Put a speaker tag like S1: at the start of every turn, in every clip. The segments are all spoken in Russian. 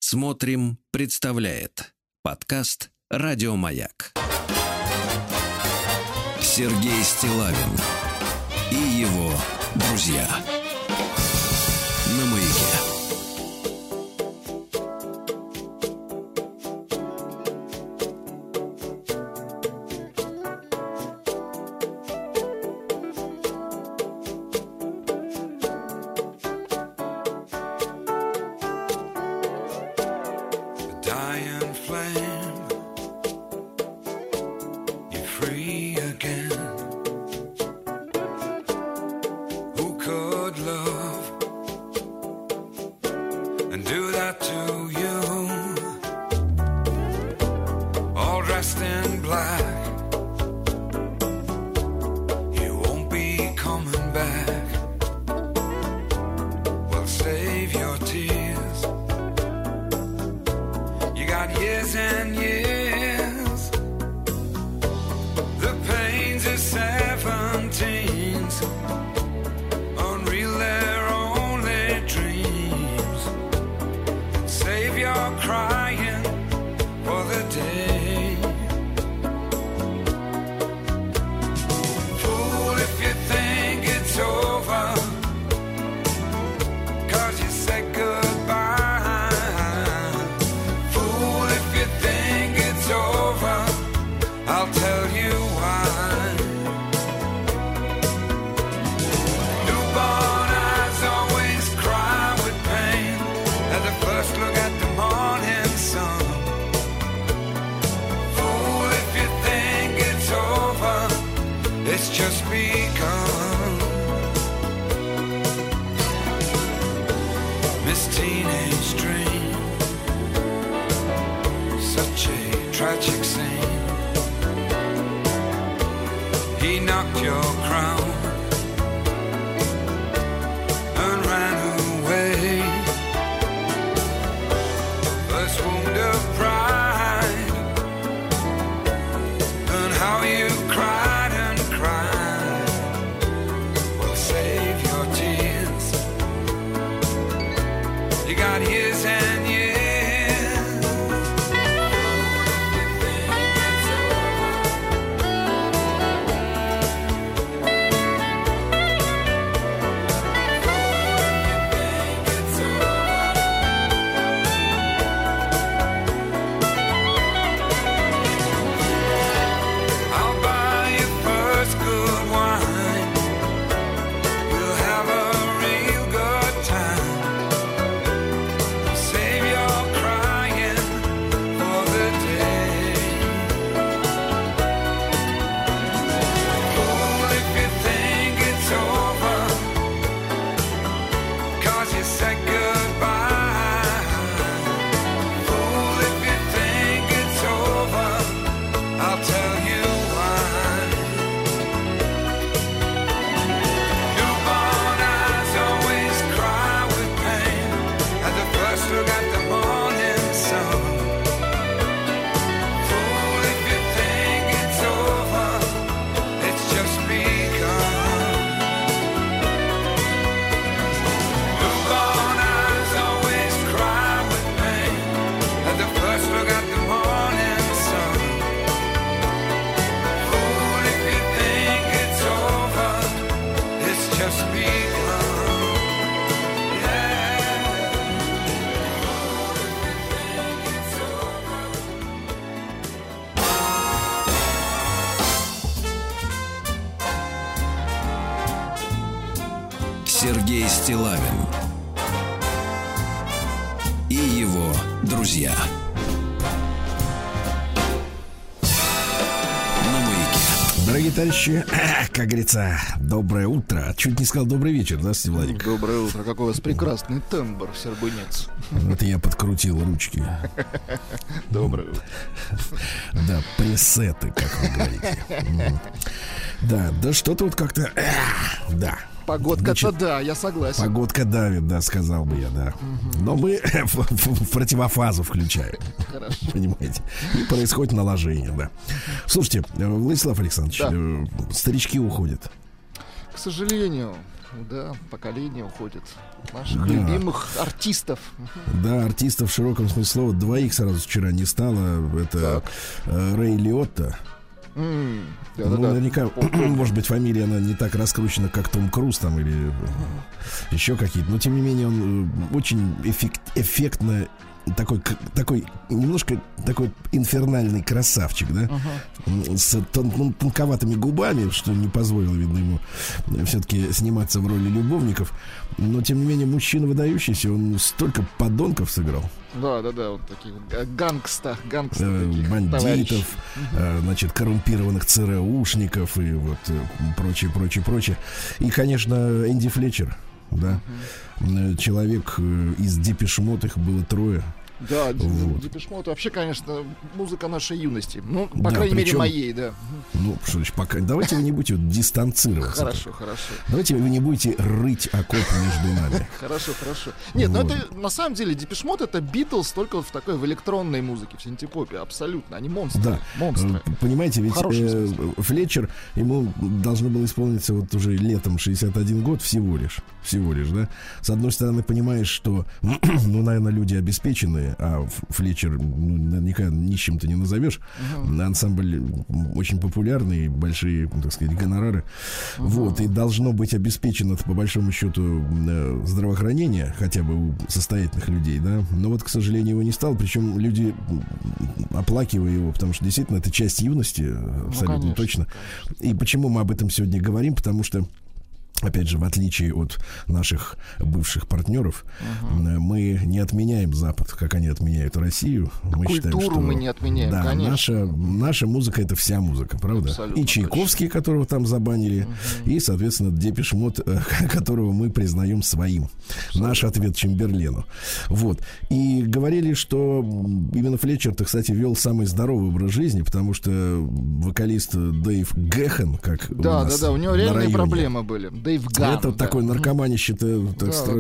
S1: Смотрим, представляет подкаст «Радиомаяк». Сергей Стиллавин и его друзья на Маяке. Сергей Стиллавин и его друзья на Маяке.
S2: Дорогие товарищи, как говорится, доброе утро. Чуть не сказал добрый вечер, да, Стив Владик?
S3: Доброе утро. Какой у вас прекрасный тембр, сербынец.
S2: Это я подкрутил ручки.
S3: Доброе утро.
S2: Да, пресеты, как вы говорите. Да что-то вот как-то... Да.
S3: Погодка-то да, я согласен.
S2: Погодка давит, да, сказал бы я, да. Но мы в противофазу включаем.
S3: Хорошо.
S2: Понимаете? И происходит наложение, да. Слушайте, Владислав Александрович,
S3: да.
S2: Старички уходят.
S3: К сожалению, да, поколение уходит. Наших любимых артистов.
S2: Да, артистов в широком смысле слова. Двоих сразу вчера не стало. Это Рэй Лиотта. Наверняка, может быть, фамилия она не так раскручена, как Том Круз там или еще какие-то. Но, тем не менее, он очень эффектно такой немножко такой инфернальный красавчик, да, с тонковатыми губами, что не позволило, видно, ему все-таки сниматься в роли любовников. Но, тем не менее, мужчина выдающийся, он столько подонков сыграл.
S3: Да, вот таких гангста
S2: бандитов, значит, коррумпированных ЦРУшников и вот прочее. И, конечно, Энди Флетчер, да, человек из Депеш Мод, их было 3.
S3: Да, Депеш Мод вообще, конечно, музыка нашей юности. Ну, по крайней мере, моей, да.
S2: Ну, что ж, пока. Давайте вы не будете дистанцироваться.
S3: Хорошо.
S2: Давайте вы не будете рыть окоп между нами.
S3: Хорошо. Нет, ну это на самом деле Депеш Мод — это Битлз только в такой в электронной музыке, в синтепопе. Абсолютно. Они монстры.
S2: Да.
S3: Монстры.
S2: Понимаете, ведь Флетчер, ему должно было исполниться вот уже летом 61 год всего лишь, да. С одной стороны, понимаешь, что, ну, наверное, люди обеспеченные, а Флетчер наверняка нищим-то не назовешь. Ансамбль очень популярный, большие, так сказать, гонорары. Вот, и должно быть обеспечено, по большому счету, здравоохранение, хотя бы у состоятельных людей, да. Но вот, к сожалению, его не стало, причем люди, оплакивая его, потому что действительно это часть юности, абсолютно точно. И почему мы об этом сегодня говорим? Потому что, опять же, в отличие от наших бывших партнеров, мы не отменяем Запад, как они отменяют Россию. Мы
S3: культуру
S2: считаем, что,
S3: мы не отменяем,
S2: да,
S3: конечно.
S2: наша музыка — это вся музыка, правда?
S3: Абсолютно
S2: и Чайковский, точно. Которого там забанили, и, соответственно, Депеш Мод, которого мы признаем своим. Абсолютно. Наш ответ Чемберлену. Вот. И говорили, что именно Флетчер-то, кстати, вел самый здоровый образ жизни, потому что вокалист Дэйв Гэхан, как у нас
S3: у него реальные
S2: районе,
S3: проблемы были. Дэйв Ган,
S2: это такой наркоманище-то, так сказать,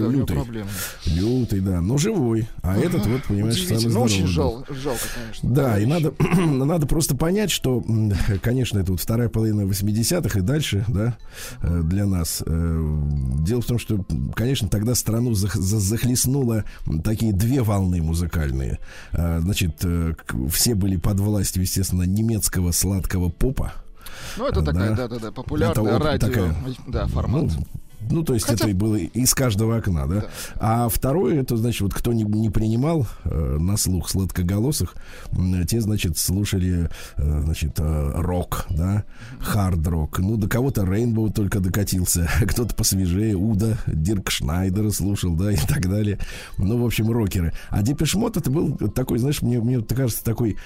S2: лютый, да, но живой. А этот, вот, понимаешь, самый здоровый.
S3: Очень жалко, конечно.
S2: Да, и надо просто понять, что, конечно, это вот вторая половина 80-х и дальше, да, для нас. Дело в том, что, конечно, тогда страну захлестнуло такие 2 волны музыкальные. Значит, все были под властью, естественно, немецкого сладкого попа.
S3: Ну, это такая, да, популярная радио, формат.
S2: Ну, то есть это и было из каждого окна, да? А второе, это, значит, вот кто не принимал на слух сладкоголосых, те, значит, слушали, значит, рок, да, хард-рок. Ну, до кого-то Рейнбоу только докатился, кто-то посвежее, Уда, Дирк Шнайдера слушал, да, и так далее. Ну, в общем, рокеры. А Депеш Мод — это был такой, знаешь, мне кажется, такой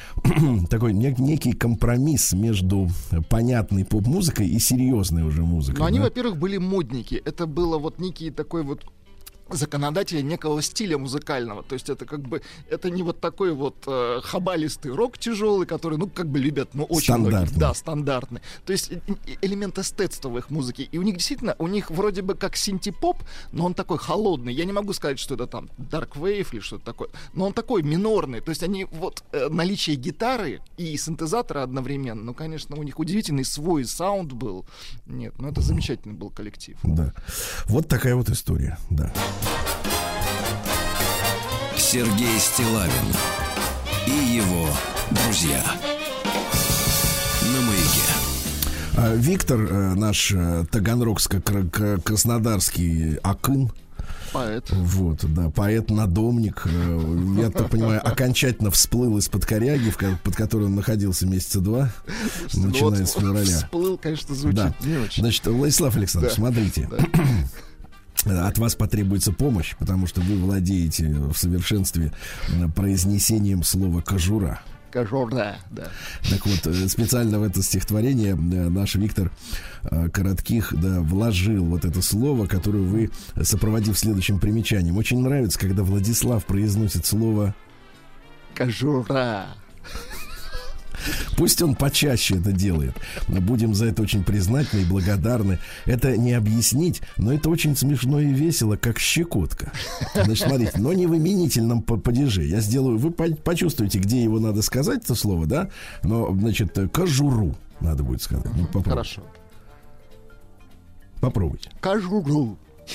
S2: некий компромисс между понятной поп-музыкой и серьезной уже музыкой.
S3: Но они, во-первых, были модники. Это было вот некий такой вот законодателя некого стиля музыкального. То есть это как бы, это не вот такой вот хабалистый рок тяжелый, который, ну, как бы любят, ну, очень многие. Да, стандартный. То есть элемент эстетства в их музыке. И у них действительно, у них вроде бы как синти-поп, но он такой холодный. Я не могу сказать, что это там Dark Wave или что-то такое, но он такой минорный. То есть они вот наличие гитары и синтезатора одновременно, ну, конечно, у них удивительный свой саунд был. Нет, ну, это замечательный был коллектив.
S2: Да. Вот такая вот история, да.
S1: Сергей Стиллавин и его друзья на Маяке.
S2: Виктор, наш таганрогско-краснодарский акын,
S3: поэт.
S2: Вот, да, поэт-надомник. Я так понимаю, окончательно всплыл из-под коряги, под которой он находился месяца 2, начиная с февраля.
S3: Всплыл, конечно, звучит не очень.
S2: Значит, Владислав Александрович, смотрите. От вас потребуется помощь, потому что вы владеете в совершенстве произнесением слова «кожура».
S3: Кожура, да.
S2: Так вот, специально в это стихотворение наш Виктор Коротких, да, вложил вот это слово, которое вы, сопроводив следующим примечанием. Очень нравится, когда Владислав произносит слово
S3: «кожура».
S2: Пусть он почаще это делает. Будем за это очень признательны и благодарны. Это не объяснить, но это очень смешно и весело, как щекотка. Значит, смотрите, но не в именительном падеже. Я сделаю, вы почувствуете, где его надо сказать, это слово, да? Но, значит, кожуру надо будет сказать.
S3: Хорошо.
S2: Попробуйте.
S3: Кожуру.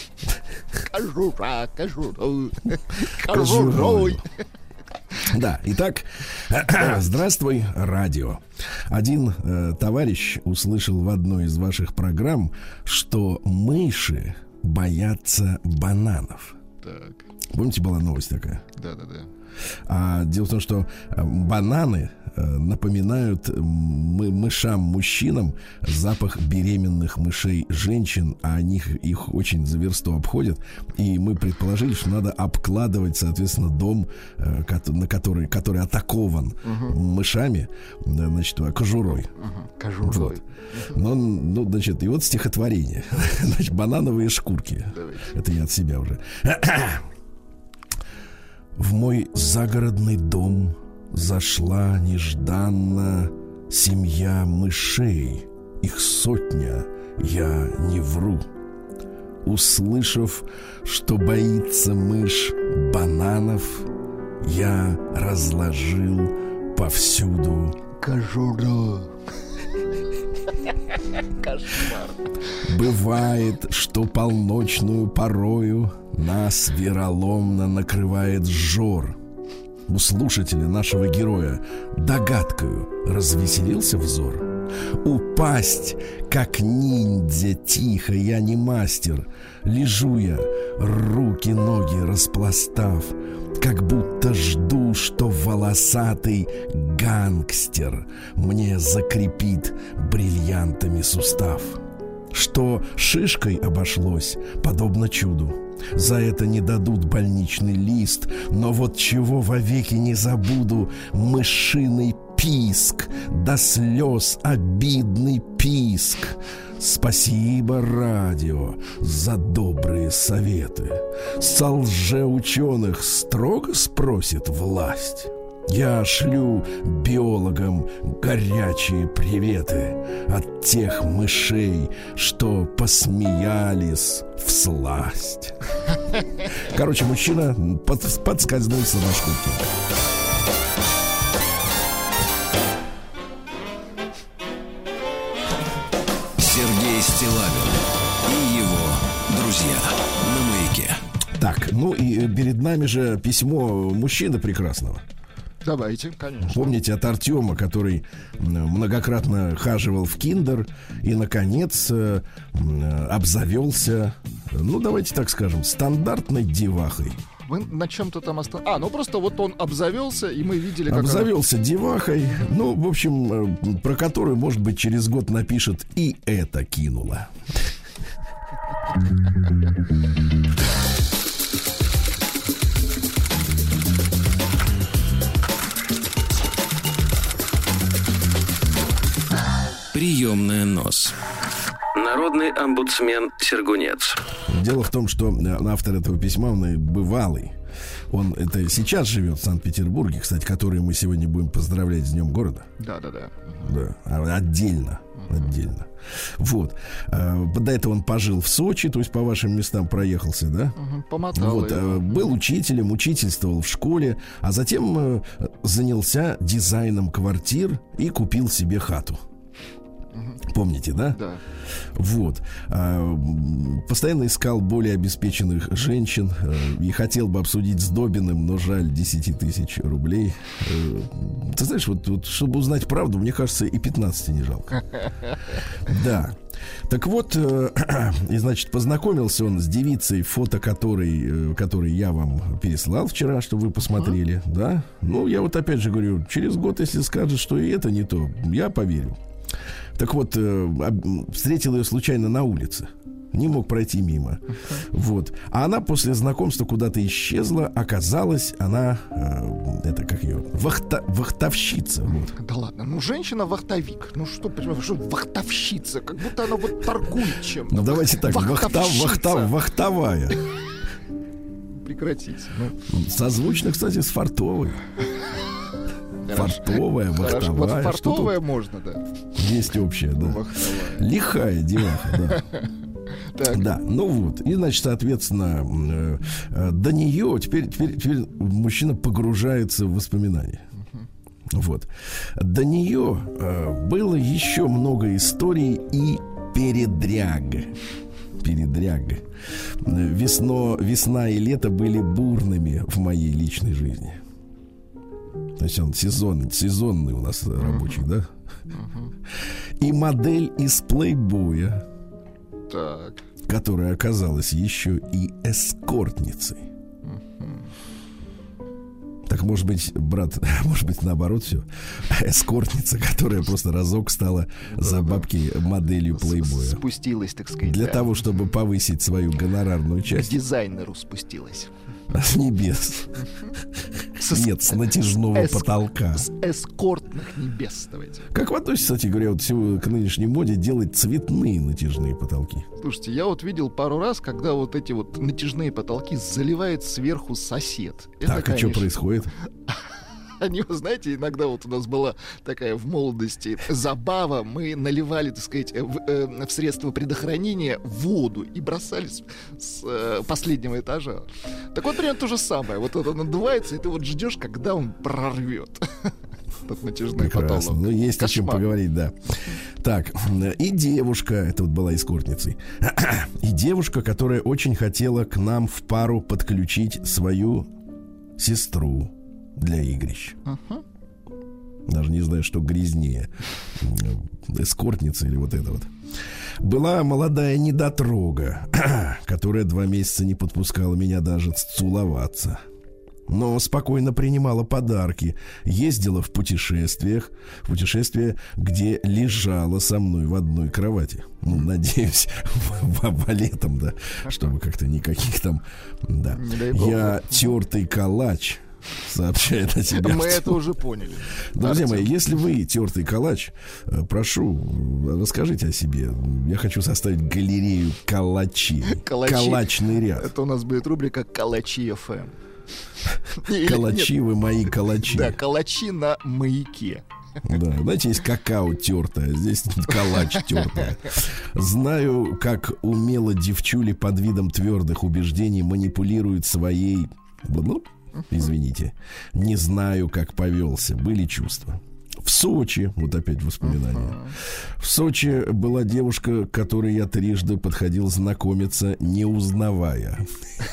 S3: Кожурой.
S2: Да, итак, здравствуй, радио. Один товарищ услышал в одной из ваших программ, что мыши боятся бананов.
S3: Так.
S2: Помните, была новость такая?
S3: Да.
S2: Дело в том, что бананы напоминают мышам-мужчинам запах беременных мышей женщин, а они их очень зверство обходят. И мы предположили, что надо обкладывать, соответственно, дом, который атакован мышами, значит, кожурой.
S3: Кожурой.
S2: Вот. Значит, и вот стихотворение. Значит, банановые шкурки.
S3: Давайте.
S2: Это я от себя уже. В мой загородный дом зашла нежданно семья мышей. Их сотня, я не вру. Услышав, что боится мышь бананов, я разложил повсюду
S3: кожуру. Кошмар.
S2: Бывает, что полночную порою нас вероломно накрывает жор. У слушателя нашего героя догадкою развеселился взор. Упасть, как ниндзя, тихо, я не мастер. Лежу я, руки-ноги распластав, как будто жду, что волосатый гангстер мне закрепит бриллиантами сустав. Что шишкой обошлось, подобно чуду. За это не дадут больничный лист. Но вот чего вовеки не забуду: мышиный писк, до слез обидный писк. Спасибо, радио, за добрые советы. Со лжеученых строго спросит власть. Я шлю биологам горячие приветы от тех мышей, что посмеялись всласть. Короче, мужчина подскользнулся на шкурке.
S1: Сергей Стиллавин и его друзья на Маяке.
S2: Так, ну и перед нами же письмо мужчины прекрасного.
S3: Давайте, конечно.
S2: Помните, от Артема, который многократно хаживал в киндер и, наконец, обзавелся, ну, давайте так скажем, стандартной девахой.
S3: Вы на чем-то там остановились? Ну просто вот он обзавелся, и мы видели, как
S2: обзавелся девахой, ну, в общем, про которую, может быть, через год напишет «и это кинула».
S1: Приемная нос. Народный омбудсмен Сергунец.
S2: Дело в том, что автор этого письма, он бывалый. Он это сейчас живет в Санкт-Петербурге, кстати, который мы сегодня будем поздравлять с Днем города.
S3: Да.
S2: Да, отдельно. Вот. До этого он пожил в Сочи, то есть по вашим местам проехался, да?
S3: Помотал.
S2: Вот, был учителем, учительствовал в школе, а затем занялся дизайном квартир и купил себе хату. Помните, да?
S3: Да.
S2: Вот. Постоянно искал более обеспеченных женщин и хотел бы обсудить с Добиным, но жаль 10 тысяч рублей. Ты знаешь, вот чтобы узнать правду, мне кажется, и 15 не жалко. Да. Так вот, и, значит, познакомился он с девицей, фото которой я вам переслал вчера, чтобы вы посмотрели, да? Ну, я вот опять же говорю, через год, если скажет, что и это не то, я поверю. Так вот, встретил ее случайно на улице. Не мог пройти мимо. Вот. А она после знакомства куда-то исчезла. Оказалось, она это как ее? Вахтовщица. Вот.
S3: Да ладно, ну женщина-вахтовик. Ну что, вахтовщица? Как будто она вот торгует чем-то.
S2: Ну давайте так, вахтовая.
S3: Прекратите.
S2: Созвучно, кстати, с фартовой. Фартовая, вахтовая.
S3: Вот фартовая можно, да.
S2: Есть общее, да.
S3: Вахтовая.
S2: Лихая деваха, да.
S3: Так.
S2: Да, ну вот. И, значит, соответственно, до нее теперь мужчина погружается в воспоминания. Вот. До нее было еще много историй и передряг. передряга. Весна и лето были бурными в моей личной жизни. То есть он сезонный у нас рабочий, да? И модель из плейбоя,
S3: Так.
S2: которая оказалась еще и эскортницей. Так, может быть, брат, может быть, наоборот все. Эскортница, которая просто разок стала за бабки моделью плейбоя.
S3: Спустилась, так сказать.
S2: Для того, чтобы повысить свою гонорарную
S3: К
S2: часть.
S3: дизайнеру спустилась.
S2: С небес. Нет, с натяжного потолка.
S3: С эскортных небес, давайте.
S2: Как вы относитесь, кстати говоря, вот всего к нынешней моде делать цветные натяжные потолки?
S3: Слушайте, я вот видел пару раз, когда вот эти вот натяжные потолки заливает сверху сосед. Это,
S2: Так, а что происходит?
S3: Они, вы знаете, иногда вот у нас была такая в молодости забава. Мы наливали, так сказать, в средства предохранения воду и бросали с последнего этажа. Так вот, примерно то же самое. Вот это надувается, и ты вот ждешь, когда он прорвет. Тот натяжной
S2: Прекрасно.
S3: потолок.
S2: Ну, есть о чем
S3: Кошмар.
S2: поговорить, да. Так, и девушка, это вот была эскортницей, и девушка, которая очень хотела к нам в пару подключить свою сестру для игрищ. Даже не знаю, что грязнее, эскортница или вот это вот. Была молодая недотрога, которая 2 месяца не подпускала меня даже целоваться. Но спокойно принимала подарки, ездила в путешествия, где лежала со мной в одной кровати. Ну, надеюсь, валетом, да, чтобы как-то никаких там, да. Я тертый калач, сообщает о себе.
S3: Мы это уже поняли.
S2: Друзья мои, если вы тертый калач, прошу, расскажите о себе. Я хочу составить галерею калачей. Калачный ряд.
S3: Это у нас будет рубрика «Калачи ФМ».
S2: Калачи вы мои калачи.
S3: Да, калачи на маяке.
S2: Да, знаете, есть какао тертое, здесь калач тертое. Знаю, как умело девчули под видом твердых убеждений манипулируют своей... Извините, не знаю, как повелся. Были чувства. В Сочи, вот опять воспоминания. В Сочи была девушка, к которой я 3 подходил знакомиться, не узнавая.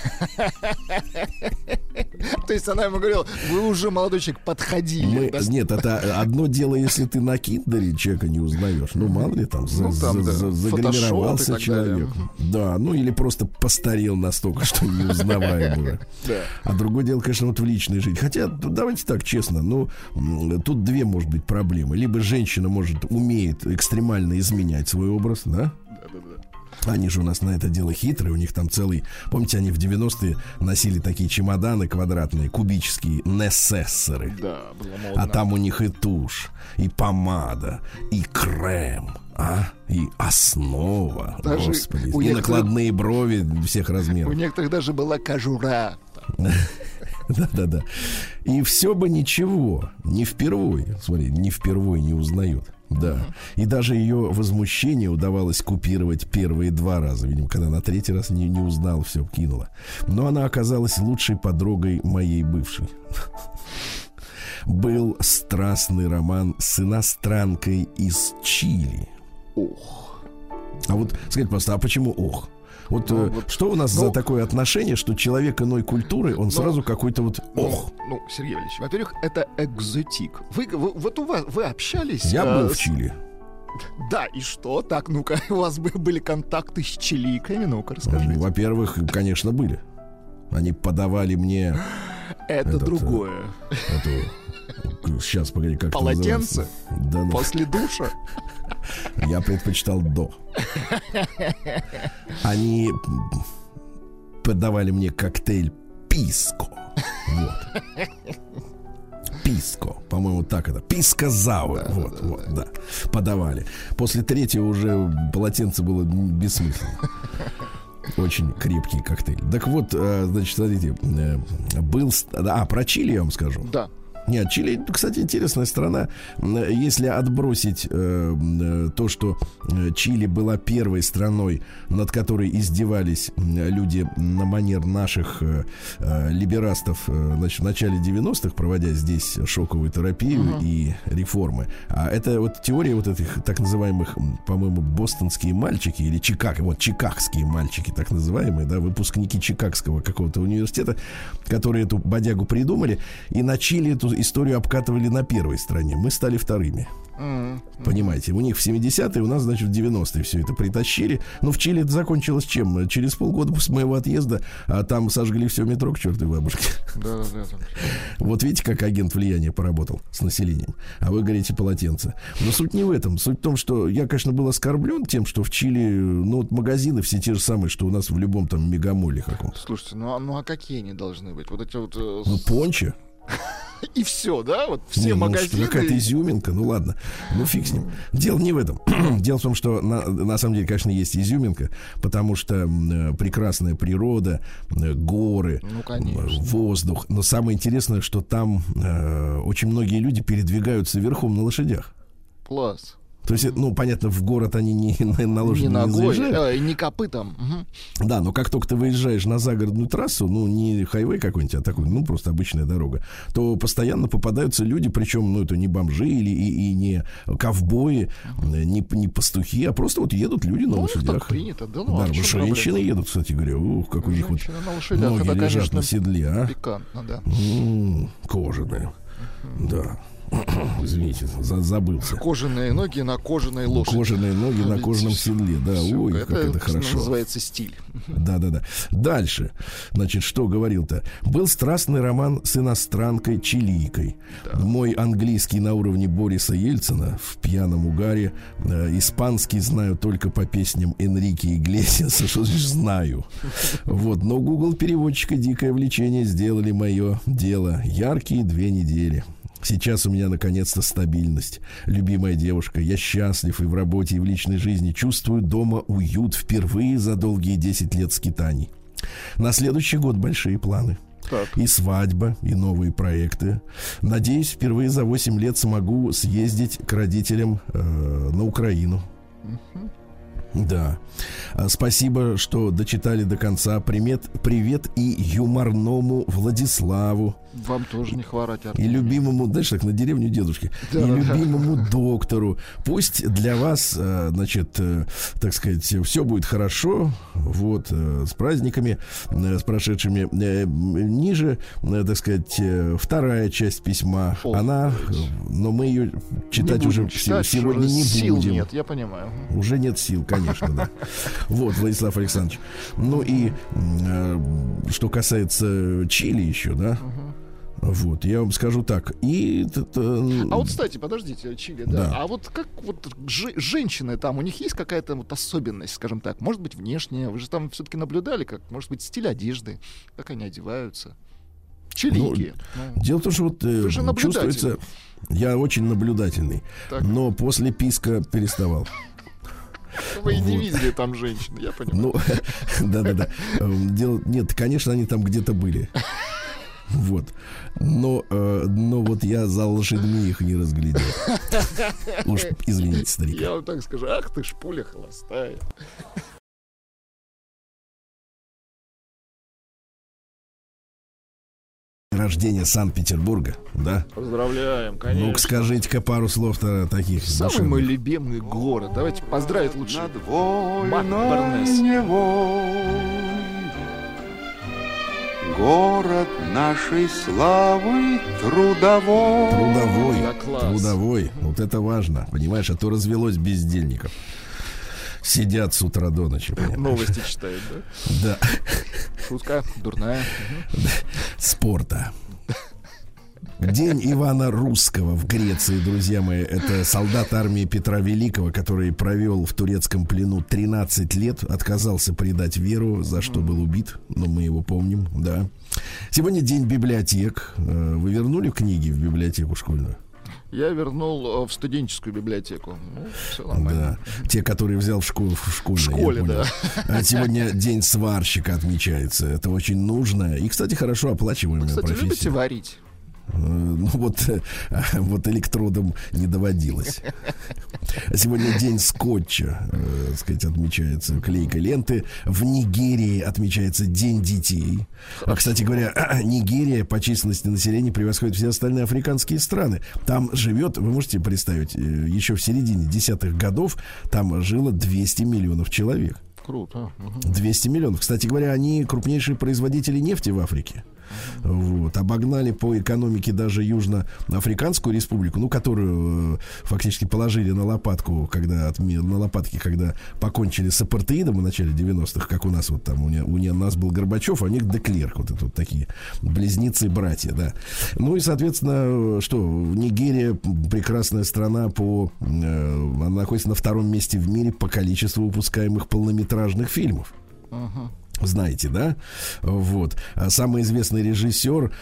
S3: То есть она ему говорила: вы уже, молодой человек, подходили.
S2: Нет, это одно дело, если ты на Киндере человека не узнаешь. Ну, мало ли там, загримировался человек. Да, ну или просто постарел настолько, что неузнаваем уже. А другое дело, конечно, вот в личной жизни. Хотя, давайте так, честно, ну, тут 2, может быть, проблемы. Либо женщина умеет экстремально изменять свой образ, да? Они же у нас на это дело хитрые, у них там целый... Помните, они в 90-е носили такие чемоданы квадратные, кубические, несессоры.
S3: Да, было модно.
S2: А там у них и тушь, и помада, и крем, и основа,
S3: даже
S2: господи, и накладные брови всех размеров.
S3: У некоторых даже была кожура.
S2: Да-да-да. И все бы ничего, не впервой, смотри, не впервой не узнают. Да. И даже ее возмущение удавалось купировать первые 2 раза. Видимо, когда на 3-й раз не узнал, все кинула. Но она оказалась лучшей подругой моей бывшей. Был страстный роман с иностранкой из Чили.
S3: Ох.
S2: А вот скажите, просто, а почему ох? Вот, что у нас за такое отношение, что человек иной культуры, он сразу какой-то вот ох.
S3: Ну, Сергей Валерьевич, во-первых, это экзотик. Вы общались?
S2: Я был в Чили.
S3: Да, и что? Так, ну-ка, у вас были контакты с чилийками? Ну-ка, расскажите.
S2: Во-первых, конечно, были. Они подавали мне...
S3: Это другое.
S2: Сейчас, погоди, как
S3: полотенце?
S2: Да,
S3: после душа?
S2: Я предпочитал до. Они подавали мне коктейль писко. Вот. Писко, по-моему, так это. Писко-зауэр. Да. Подавали. После 3-го уже полотенце было бессмысленно. Очень крепкий коктейль. Так вот, значит, смотрите, был... про Чили я вам скажу.
S3: Да.
S2: Нет, Чили, кстати, интересная страна. Если отбросить то, что Чили была первой страной, над которой издевались люди на манер наших либерастов, значит, в начале 90-х, проводя здесь шоковую терапию и реформы. А это вот теория вот этих так называемых, по-моему, бостонские мальчики или чикагские мальчики, так называемые, да, выпускники Чикагского какого-то университета, которые эту бодягу придумали и на Чили эту историю обкатывали на первой стране. Мы стали вторыми. Понимаете, у них в 70-е, у нас, значит, в 90-е все это притащили. Но в Чили это закончилось чем? Через полгода после моего отъезда, а там сожгли все метро к чертовой бабушке.
S3: Да.
S2: Вот видите, как агент влияния поработал с населением. А вы говорите полотенце. Но суть не в этом. Суть в том, что я, конечно, был оскорблен тем, что в Чили, ну, вот магазины все те же самые, что у нас в любом там мегамоле каком-то.
S3: Слушайте, ну а какие они должны быть? Вот эти вот...
S2: Ну, пончо.
S3: И все, да? Вот все магазины.
S2: Какая-то изюминка, ну ладно, ну фиг с ним. Дело не в этом. Дело в том, что на самом деле, конечно, есть изюминка, потому что прекрасная природа, горы, воздух. Но самое интересное, что там очень многие люди передвигаются верхом на лошадях.
S3: Класс.
S2: То есть, ну, понятно, в город они на лошади
S3: не ногой,
S2: заезжают.
S3: Не копытом.
S2: Да, но как только ты выезжаешь на загородную трассу, ну, не хайвей какой-нибудь, а такой, ну, просто обычная дорога, то постоянно попадаются люди, причем, ну, это не бомжи и не ковбои, не пастухи, а просто вот едут люди на лошадях.
S3: Так принято, да?
S2: Ну, да, женщины едут, кстати говоря. Ух, как у них вот ноги это, лежат, конечно, на седле, а?
S3: Пикантно, да.
S2: Кожаные, да. Извините, забылся.
S3: Кожаные ноги на кожаной лошади.
S2: Кожаные ноги на кожаном седле, да.
S3: Все,
S2: ой, как это хорошо.
S3: Называется стиль.
S2: Да. Дальше, значит, что говорил-то? Был страстный роман с иностранкой чилийкой. Да. Мой английский на уровне Бориса Ельцина в пьяном угаре. Испанский знаю только по песням Энрике Иглесиаса. Что значит знаю? Вот, но Google переводчика дикое влечение сделали мое дело. Яркие 2 недели. Сейчас у меня наконец-то стабильность. Любимая девушка, я счастлив и в работе, и в личной жизни. Чувствую дома уют впервые за долгие 10 лет скитаний. На следующий год большие планы. Так. И свадьба, и новые проекты. Надеюсь, впервые за 8 лет смогу съездить к родителям на Украину. Да. Спасибо, что дочитали до конца. Привет и юморному Владиславу.
S3: Вам тоже не хворать, Артем.
S2: И любимому, знаешь, так на деревню дедушки. Да. И любимому доктору. Пусть для вас, значит, так сказать, все будет хорошо. Вот, с праздниками, с прошедшими. Ниже, так сказать, вторая часть письма. Она, но мы ее читать уже сегодня не
S3: сил
S2: будем.
S3: Нет, я понимаю.
S2: Уже нет сил, конечно, да. Вот, Владислав Александрович. Ну и что касается Чили еще, да. Вот, я вам скажу так. А
S3: вот, кстати, подождите, Чили, да. А вот как вот женщины там, у них есть какая-то вот особенность, скажем так, может быть, внешняя? Вы же там все-таки наблюдали, как, может быть, стиль одежды, как они одеваются? Чилийки.
S2: Дело в том, что вот чувствуется, я очень наблюдательный, так. Но после писка переставал.
S3: Вы не видели там женщин, я понимаю.
S2: Ну, да. Нет, конечно, они там где-то были. Вот. Но вот я за лошадьми их не разглядел. Уж извините, старик.
S3: Я вам так скажу, ах ты ж пуля холостая.
S2: Рождение Санкт-Петербурга, да?
S3: Поздравляем, конечно.
S2: Ну-ка, скажите-ка пару слов-то таких.
S3: Самый мой любимый город. Давайте поздравить лучше
S4: Мак Бернес. Город нашей славы трудовой.
S2: Трудовой. Вот это важно, понимаешь, а то развелось бездельников. Сидят с утра до ночи, понимаешь?
S3: Новости читают, да?
S2: Да.
S3: Шутка дурная.
S2: Спорта. День Ивана Русского в Греции, друзья мои. Это солдат армии Петра Великого, который провел в турецком плену 13 лет, отказался предать веру, за что был убит. Но мы его помним, да. Сегодня день библиотек. Вы вернули книги в библиотеку школьную?
S3: Я вернул в студенческую библиотеку. Ну, все нормально.
S2: Да. Те, которые взял в школе. В
S3: школе, да.
S2: А сегодня день сварщика отмечается. Это очень нужно. И, кстати, хорошо оплачиваемая профессия.
S3: Любите варить?
S2: Ну вот электродом не доводилось. Сегодня день скотча, так сказать, отмечается, клейкой ленты. В Нигерии отмечается День детей. Кстати говоря, Нигерия по численности населения превосходит все остальные африканские страны. Там живет, вы можете представить, еще в середине десятых годов там жило 200 миллионов человек.
S3: Круто.
S2: 200 миллионов. Кстати говоря, они крупнейшие производители нефти в Африке. Вот. Обогнали по экономике даже Южноафриканскую республику, ну, которую фактически положили на лопатку, когда покончили с апартеидом в начале 90-х, как у нас вот там, у нас был Горбачев, а у них Деклерк, вот это вот такие близнецы-братья, да. Ну и, соответственно, что, Нигерия прекрасная страна она находится на втором месте в мире по количеству выпускаемых полнометражных фильмов. Знаете, да? Вот. А самый известный режиссер,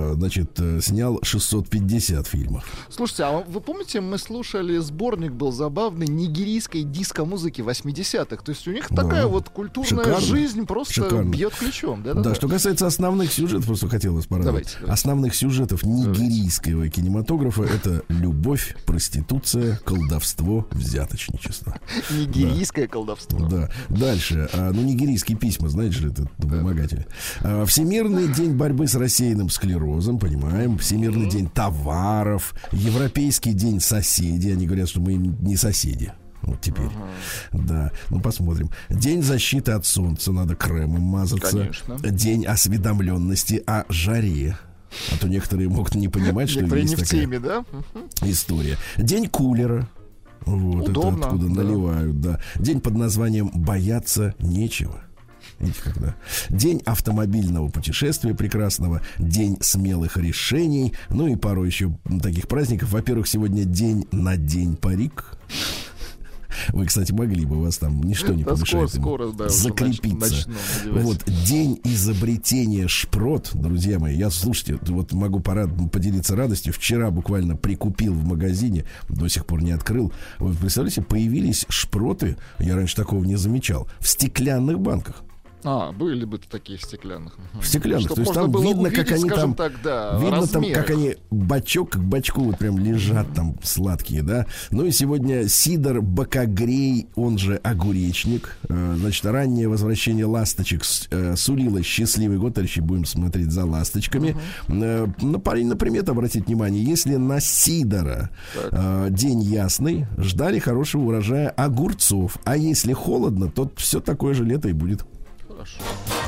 S2: снял 650 фильмов.
S3: Слушайте, а вы помните, мы слушали сборник, был забавный, нигерийской диско-музыки 80-х. То есть у них такая вот культурная жизнь просто бьет ключом.
S2: Да, что касается основных сюжетов, просто хотел вас порадовать. Давайте. Основных сюжетов нигерийского кинематографа — это любовь, проституция, колдовство, взяточничество.
S3: Нигерийское колдовство.
S2: Да. Дальше. Нигерийские письма, знаете же, это вымогатели. Всемирный день борьбы с рассеянным склерозом, понимаем. Всемирный день товаров. Европейский день соседей. Они говорят, что мы не соседи. Вот теперь. Да, ну посмотрим. День защиты от солнца. Надо кремом мазаться.
S3: Конечно.
S2: День осведомленности о жаре. А то некоторые могут не понимать, что есть такая история. День кулера. Вот. Удобно, это откуда наливают, да. День под названием «Бояться нечего». Видите, когда? День автомобильного путешествия прекрасного, день смелых решений, ну и пару еще таких праздников. Во-первых, сегодня день на день парик. Вы, кстати, могли бы, у вас там ничто не помешает закрепиться. Вот, день изобретения шпрот, друзья мои. Я, слушайте, вот могу поделиться радостью. Вчера буквально прикупил в магазине, до сих пор не открыл. Вы представляете, появились шпроты, я раньше такого не замечал, в стеклянных банках.
S3: Были бы такие в стеклянных.
S2: В стеклянных, то есть там видно, как они там, видно там, как они бачок к бачку вот прям лежат там сладкие, да. Ну и сегодня сидор бокогрей, он же огуречник. Значит, раннее возвращение ласточек сулило счастливый год, товарищи, будем смотреть за ласточками. На примет обратить внимание, если на сидора день ясный, ждали хорошего урожая огурцов, а если холодно, то все такое же лето и будет.
S3: Хорошо.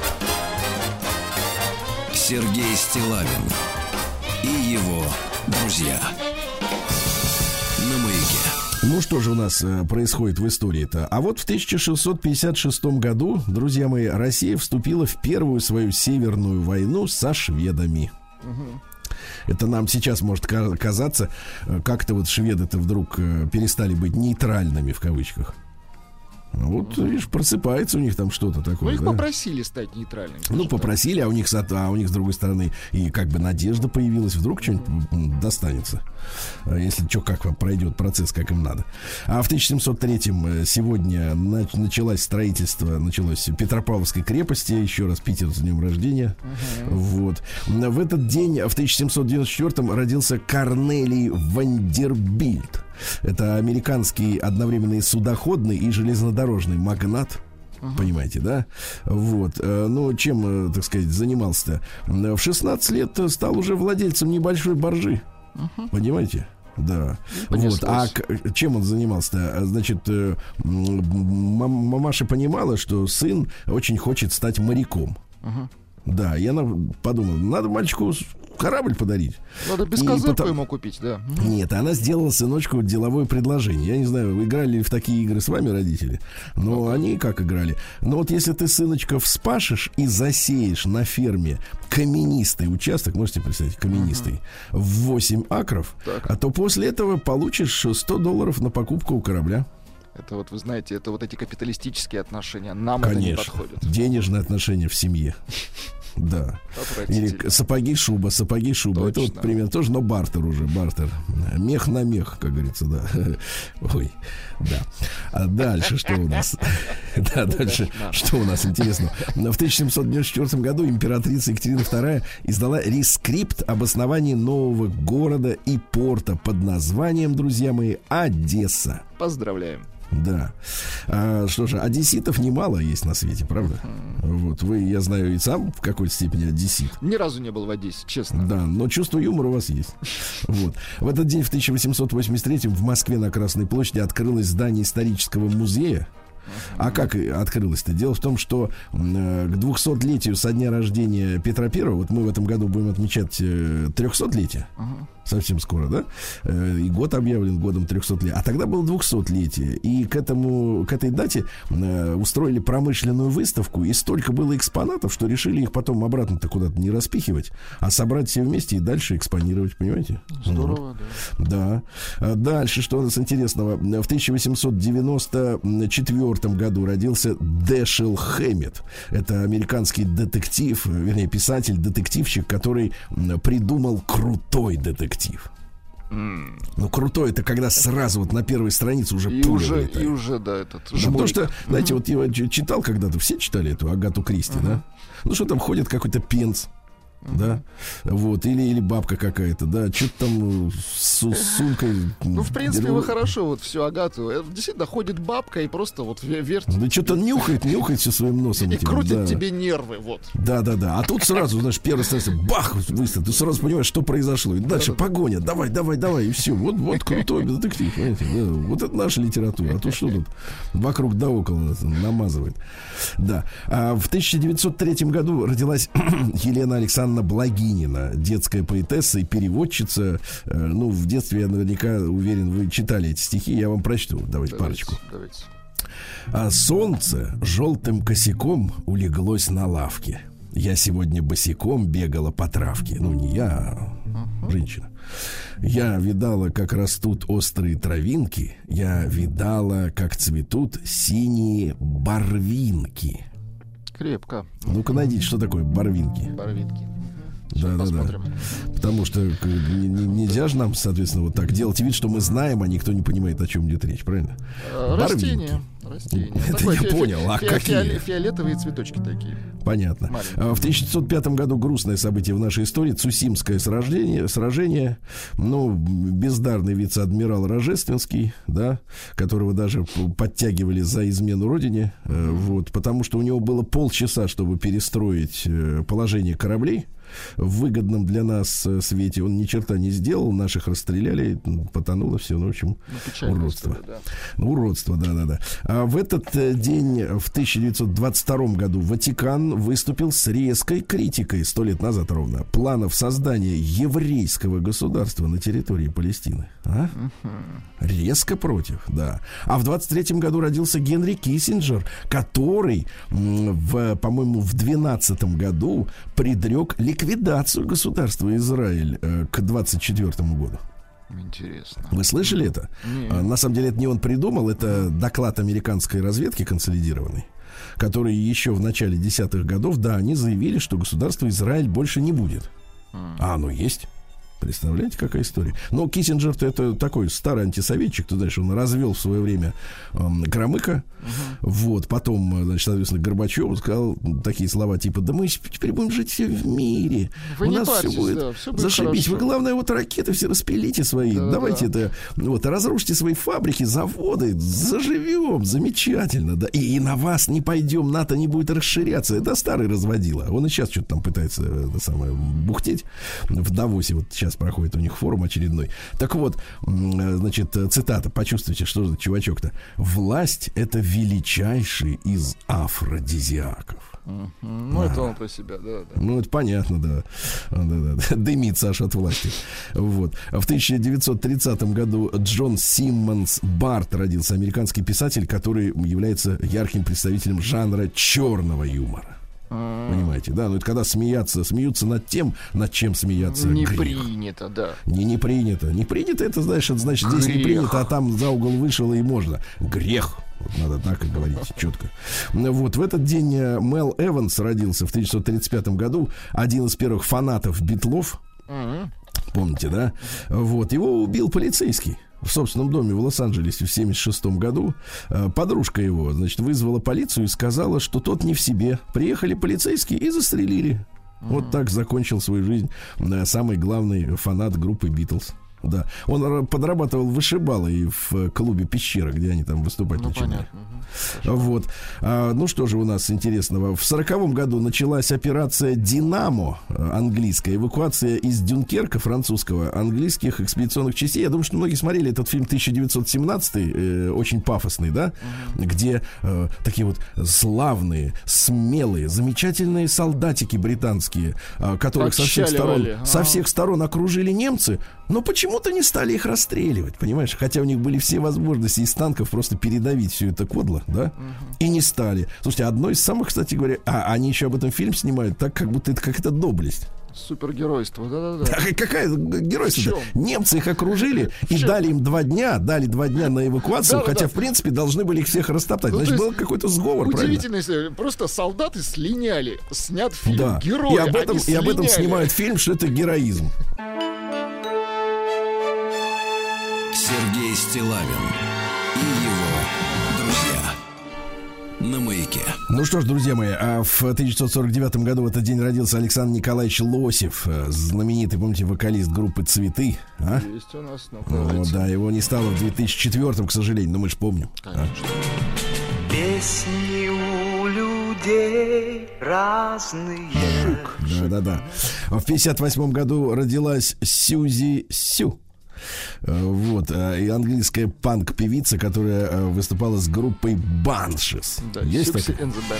S1: Сергей Стиллавин и его друзья на Маяке.
S2: Ну что же у нас происходит в истории-то? А вот в 1656 году, друзья мои, Россия вступила в первую свою северную войну со шведами. Это нам сейчас может казаться, как-то вот шведы-то вдруг перестали быть нейтральными в кавычках. Вот, видишь, просыпается у них там что-то такое.
S3: Ну, их попросили стать нейтральными.
S2: Ну, попросили, а у них с другой стороны и как бы надежда появилась. Вдруг что-нибудь достанется. Если что, как вам пройдет процесс, как им надо. А в 1703-м сегодня началось Петропавловской крепости. Еще раз Питер с днем рождения. Вот. В этот день, в 1794-м, родился Корнелий Вандербильт. Это американский одновременно и судоходный, и железнодорожный магнат. Понимаете, да? Вот. Ну, чем, так сказать, занимался-то? В 16 лет стал уже владельцем небольшой баржи. Понимаете? Да. Вот. А чем он занимался-то? Значит, мамаша понимала, что сын очень хочет стать моряком. Да, и она подумала, надо мальчику корабль подарить.
S3: Надо бескозырку ему купить, да.
S2: Нет, она сделала сыночку деловое предложение. Я не знаю, вы играли ли в такие игры с вами родители, но они как играли. Но вот если ты, сыночка, вспашешь и засеешь на ферме каменистый участок, можете представить, каменистый, в 8 акров, то после этого получишь $100 на покупку у корабля.
S3: Это вот, вы знаете, это вот эти капиталистические отношения. Нам
S2: Конечно.
S3: это не подходит.
S2: Денежные отношения в семье. Да. Или сапоги-шуба.
S3: Точно.
S2: Это вот примерно тоже, но бартер уже, бартер. Мех на мех, как говорится, да. Ой, да. А дальше что у нас? Да, дальше что у нас интересно? В 1794 году императрица Екатерина II издала рескрипт об основании нового города и порта под названием, друзья мои, Одесса.
S3: Поздравляем.
S2: Да. Что же, одесситов немало есть на свете, правда? Вот вы, я знаю, и сам в какой-то степени одессит.
S3: Ни разу не был в Одессе, честно.
S2: Да, но чувство юмора у вас есть. Вот. В этот день, в 1883 в Москве на Красной площади открылось здание исторического музея. А как открылось-то? Дело в том, что к 200-летию со дня рождения Петра Первого, вот мы в этом году будем отмечать 300-летие, совсем скоро, да? И год объявлен годом 300-летия. А тогда было 200-летие. И к этой дате устроили промышленную выставку, и столько было экспонатов, что решили их потом обратно-то куда-то не распихивать, а собрать все вместе и дальше экспонировать, понимаете?
S3: Здорово,
S2: да. Да. Дальше, что у нас интересного? В 1894 году родился Дэшел Хэммет. Это американский детектив, вернее, писатель-детективщик, который придумал крутой детектив. Ну, крутой — это когда сразу вот на первой странице уже пуля вылетает.
S3: И уже, да, этот
S2: жмурик. Потому что, знаете, вот я читал когда-то, все читали эту Агату Кристи, да? Ну, что там ходит какой-то пенс, да, вот, или бабка какая-то, да, что-то там с сумкой.
S3: Ну, в принципе, вы хорошо, вот всю Агату. Действительно, ходит бабка и просто вот вертит.
S2: Да что-то нюхает все своим носом.
S3: И крутит тебе нервы, вот.
S2: Да. А тут сразу, знаешь, первый страница, бах, выстрел, ты сразу понимаешь, что произошло. И дальше погоня, давай, и все. Вот крутой детектив, понимаете, да, вот это наша литература. А тут что тут вокруг да около намазывает. Да. А в 1903 году родилась Елена Александровна Благинина, детская поэтесса и переводчица. Ну, в детстве, я наверняка уверен, вы читали эти стихи. Я вам прочту. Давайте парочку. А солнце желтым косяком улеглось на лавке. Я сегодня босиком бегала по травке. Ну, не я, а женщина. Я видала, как растут острые травинки. Я видала, как цветут синие барвинки.
S3: Крепко.
S2: Ну-ка, найдите, что такое барвинки.
S3: Барвинки.
S2: Да. Потому что нельзя же нам, соответственно, вот так делать вид, что мы знаем, а никто не понимает, о чем идет речь, правильно?
S3: Растения.
S2: Это я понял. А какие?
S3: Фиолетовые цветочки такие.
S2: Понятно. В 1905 году грустное событие в нашей истории. Цусимское сражение. Ну, бездарный вице-адмирал Рожественский, да, которого даже подтягивали за измену родине. Вот, потому что у него было полчаса, чтобы перестроить положение кораблей в выгодном для нас свете. Он ни черта не сделал, наших расстреляли, потонуло все, ну, в общем, уродство. История, да. Уродство, да. А в этот день, в 1922 году, Ватикан выступил с резкой критикой, 100 лет назад ровно, планов создания еврейского государства на территории Палестины. Резко против, да. А в 23 году родился Генри Киссинджер, который, по-моему, в 12 году предрек ликвидацию государства Израиль к 24 году.
S3: Интересно.
S2: Вы слышали это?
S3: Нет.
S2: На самом деле это не он придумал, это доклад американской разведки консолидированный, который еще в начале 10-х годов, да, они заявили, что государство Израиль больше не будет. А оно есть. Представляете, какая история? Но Киссинджер-то это такой старый антисоветчик, ты знаешь, он развел в свое время Громыка. Вот, потом, значит, соответственно, Горбачев сказал такие слова типа: да мы теперь будем жить все в мире.
S3: Вы
S2: у
S3: не
S2: нас
S3: парьтесь,
S2: все будет,
S3: да, все будет
S2: зашибись.
S3: хорошо.
S2: Вы, главное, вот ракеты все распилите свои. Давайте это, вот, разрушьте свои фабрики, заводы, заживем, замечательно, да. И на вас не пойдем, НАТО не будет расширяться. Это старый разводила. Он и сейчас что-то там пытается бухтеть в Давосе. Вот сейчас проходит у них форум очередной. Так вот, значит, цитата, почувствуйте, что же чувачок-то. Власть — это величайший из афродизиаков.
S3: Ну, это он про себя, да.
S2: Ну, это понятно, да. Дымит Саша от власти. Вот. В 1930 году Джон Симмонс Барт родился, американский писатель, который является ярким представителем жанра черного юмора. Понимаете, да? Ну, это когда смеются над тем, над чем смеяться
S3: не
S2: грех.
S3: Принято, да.
S2: Не принято. Не принято, это, знаешь, это значит, здесь не принято, а там за угол вышел и можно. Грех. Вот надо так и говорить четко. Вот в этот день Мел Эванс родился в 1935 году. Один из первых фанатов Битлов. Помните, да? Вот, его убил полицейский в собственном доме в Лос-Анджелесе в 1976 году. Подружка его, значит, вызвала полицию и сказала, что тот не в себе. Приехали полицейские и застрелили. Вот так закончил свою жизнь самый главный фанат группы «Битлз». Да, он подрабатывал вышибалой в клубе «Пещера», где они там выступать начинали. Вот. Ну что же у нас интересного? В 1940 году началась операция «Динамо», английская, эвакуация из Дюнкерка, французского, английских экспедиционных частей. Я думаю, что многие смотрели этот фильм 1917, очень пафосный, да, где такие вот славные, смелые, замечательные солдатики британские, которых со всех сторон окружили немцы, но почему-то не стали их расстреливать, понимаешь? Хотя у них были все возможности из танков просто передавить все это кодло, да? И не стали. Слушайте, одно из самых, кстати говоря, они еще об этом фильм снимают так, как будто это какая-то доблесть.
S3: Супергеройство, да-да-да.
S2: Какая геройство? Немцы их окружили и дали им 2 дня, на эвакуацию, хотя, в принципе, должны были их всех растоптать. Значит, был какой-то сговор,
S3: удивительно, если просто солдаты слиняли, снят фильм «Герои»,
S2: и об этом снимают фильм, что это героизм.
S1: Сергей Стиллавин и его друзья на Маяке.
S2: Ну что ж, друзья мои, в 1949 году в этот день родился Александр Николаевич Лосев, знаменитый, помните, вокалист группы «Цветы».
S3: Есть у нас,
S2: да, его не стало в 2004, к сожалению, но мы же помним.
S3: Конечно.
S5: Песни у людей разные.
S2: Да. В 1958 году родилась Сьюзи Сью. Вот, и английская панк-певица, которая выступала с группой Banshees.
S3: Да,
S2: есть такая?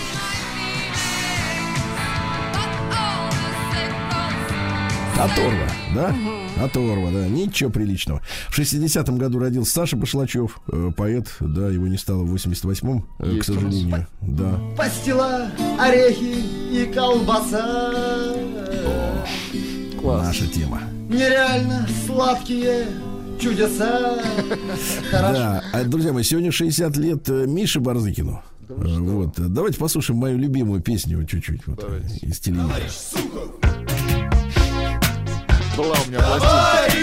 S2: Оторва, да? Оторва, да, ничего приличного. В 60-м году родился Саша Башлачев, поэт, да, его не стало в 88-м, к сожалению. Да.
S6: Пастила, орехи и колбаса.
S2: Класс. Наша тема.
S6: Нереально сладкие чудеса.
S2: Да, друзья мои, сегодня 60 лет Мише Барзыкину. Вот, давайте послушаем мою любимую песню чуть-чуть вот, из телевизора.
S3: Была у меня пластинка.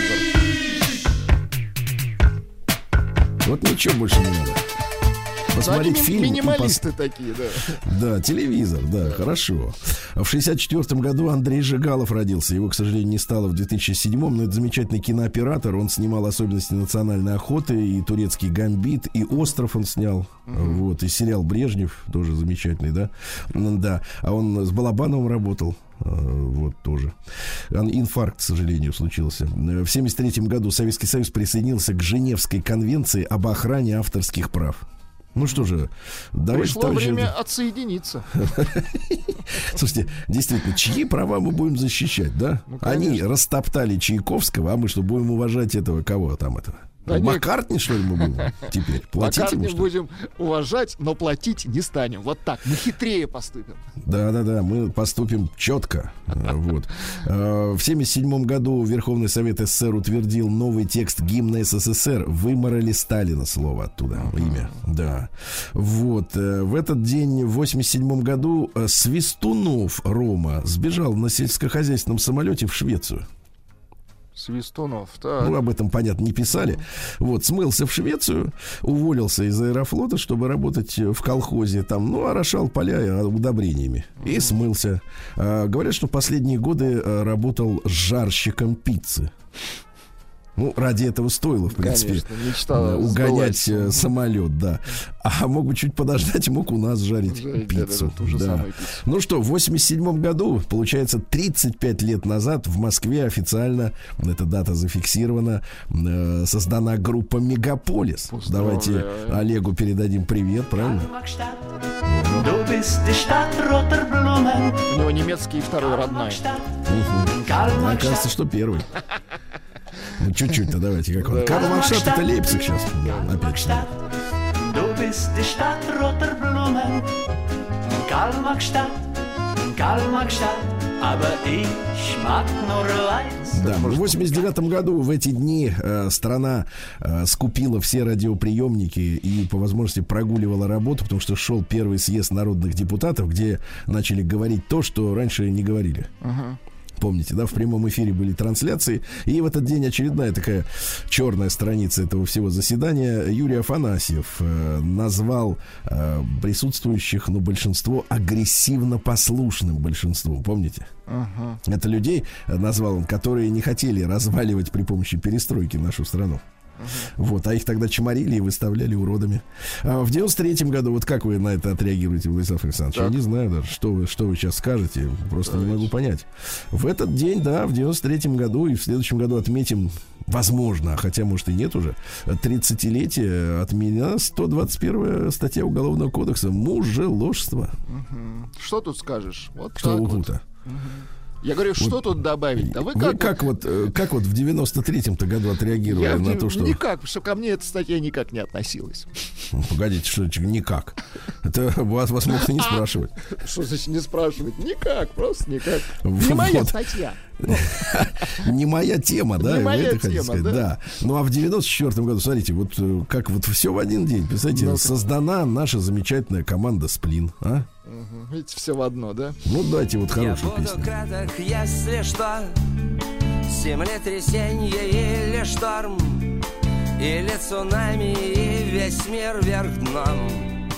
S2: Вот ничего больше не надо. Посмотреть фильм.
S3: Минималисты такие, да.
S2: Да, телевизор, да, хорошо. В 1964 году Андрей Жигалов родился. Его, к сожалению, не стало в 2007-м, но это замечательный кинооператор. Он снимал «Особенности национальной охоты», и «Турецкий гамбит», и «Остров» он снял. Вот, и сериал «Брежнев» тоже замечательный, да. Да, а он с Балабановым работал. Вот тоже. Инфаркт, к сожалению, случился. В 1973 году Советский Союз присоединился к Женевской конвенции об охране авторских прав. Ну что же, давайте...
S3: Пришло время отсоединиться.
S2: Слушайте, действительно, чьи права мы будем защищать, да? Они растоптали Чайковского, а мы что, будем уважать этого, кого там этого? Да Маккартни, что ли, мы будем теперь платить
S3: Маккартни
S2: ему, что ли?
S3: Будем уважать, но платить не станем. Вот так, мы хитрее поступим.
S2: Да, мы поступим четко. Вот. В 1977 году Верховный Совет СССР утвердил новый текст гимна СССР. Выморали Сталина, слово оттуда, имя. Да. Вот. В этот день, в 1987 году, Свистунов Рома сбежал на сельскохозяйственном самолете в Швецию.
S3: Свистунов, так.
S2: Ну, об этом, понятно, не писали. Вот, смылся в Швецию, уволился из Аэрофлота, чтобы работать в колхозе там, ну, орошал поля удобрениями. И смылся. Говорят, что в последние годы работал жарщиком пиццы. Ну, ради этого стоило, в принципе, угонять самолет, да. А мог бы чуть подождать, мог у нас жарить пиццу. Да. Ну что, в 1987 году, получается, 35 лет назад в Москве официально, эта дата зафиксирована, создана группа «Мегаполис». Давайте Олегу передадим привет, правильно?
S3: У него немецкий второй родной.
S2: Мне кажется, что первый. Ну, чуть-чуть-то давайте, как он. Карл Маркштадт, это Лейпциг сейчас. Опять что. Да, в 89 году в эти дни страна скупила все радиоприемники и по возможности прогуливала работу, потому что шел первый съезд народных депутатов, где начали говорить то, что раньше не говорили. Помните, да, в прямом эфире были трансляции. И в этот день очередная такая черная страница этого всего заседания. Юрий Афанасьев назвал присутствующих, ну, большинство агрессивно послушным большинством. Помните? Это людей, назвал он, которые не хотели разваливать при помощи перестройки нашу страну. Вот, а их тогда чморили и выставляли уродами. А в 93-м году, вот как вы на это отреагируете, Владислав Александрович? Я не знаю даже, что вы сейчас скажете, просто не могу понять. В этот день, да, в 93-м году и в следующем году отметим, возможно, хотя, может, и нет уже, 30-летие от меня 121-я статья Уголовного кодекса «Мужеложство».
S3: Что тут скажешь? Вот
S2: что
S3: так
S2: угу-то?
S3: Вот. Я говорю, что вот тут добавить? Да
S2: вы как вот в 93-м-то году отреагировали на то, что...
S3: Никак, потому что ко мне эта статья никак не относилась.
S2: Погодите, что никак? Это вас могут и не спрашивать.
S3: Что значит не спрашивать? Никак, просто никак. Не моя статья.
S2: Не моя тема, да?
S3: Не моя тема,
S2: да. Ну а в 94-м году, смотрите, вот как вот все в один день, представляете, создана наша замечательная команда «Сплин», а?
S3: Видите, все в одно, да?
S2: Ну, дайте вот хорошую песню.
S7: Я буду краток, если что, землетрясенье или шторм, или цунами, и весь мир вверх дном,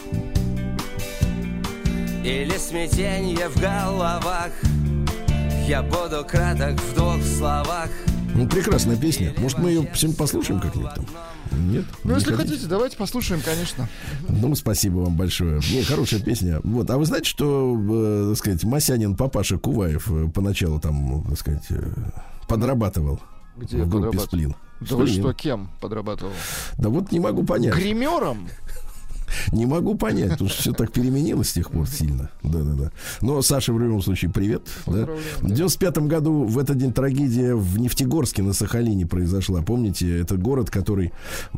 S7: или смятенье в головах. Я буду краток в двух словах.
S2: Ну, прекрасная песня. Может, мы ее всем послушаем как-нибудь там? Нет?
S3: Ну, если хотите, давайте послушаем, конечно.
S2: Ну, спасибо вам большое. Не, хорошая песня. Вот. А вы знаете, что, так сказать, Масянин папаша Куваев поначалу там, так сказать, подрабатывал?
S3: Где
S2: в группе «Сплин»?
S3: Да вы что, кем подрабатывал?
S2: Да вот не могу понять.
S3: Гримером?
S2: Не могу понять, потому что все так переменилось с тех пор сильно. Да. Но Саша, в любом случае, привет. Да? В 95-м году в этот день трагедия в Нефтегорске на Сахалине произошла. Помните, это город, который...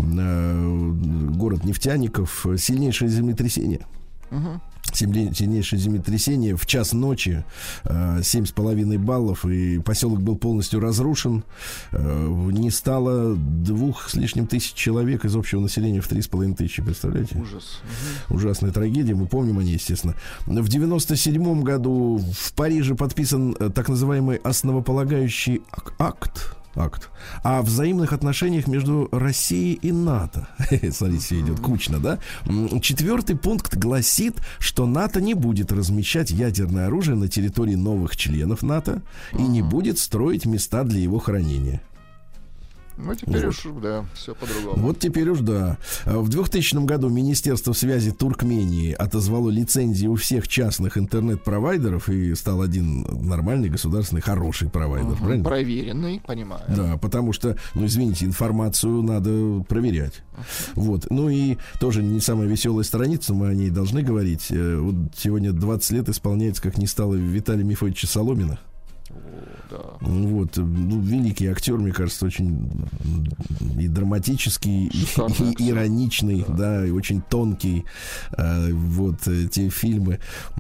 S2: город нефтяников. Сильнейшее землетрясение. Сильнейшее землетрясение в час ночи, 7,5 баллов, и поселок был полностью разрушен. Не стало 2 с лишним тысяч человек из общего населения в 3,5 тысячи, представляете?
S3: Ужас.
S2: Ужасная трагедия, мы помним о ней, естественно. В 97 году в Париже подписан так называемый основополагающий акт о взаимных отношениях между Россией и НАТО. Смотрите, идет кучно, да? 4-й пункт гласит, что НАТО не будет размещать ядерное оружие на территории новых членов НАТО и не будет строить места для его хранения.
S3: Ну, теперь уж, да, все по-другому.
S2: Вот теперь уж, да. В 2000 году Министерство связи Туркмении отозвало лицензии у всех частных интернет-провайдеров и стал один нормальный, государственный, хороший провайдер, правильно?
S3: Проверенный, понимаю.
S2: Да, потому что, ну, извините, информацию надо проверять. Вот. Ну и тоже не самая веселая страница, мы о ней должны говорить. Вот сегодня 20 лет исполняется, как не стало, Виталия Мефодича Соломина.
S3: Да.
S2: Вот, ну, великий актер, мне кажется, очень и драматический, и ироничный, да, и очень тонкий. Вот те фильмы,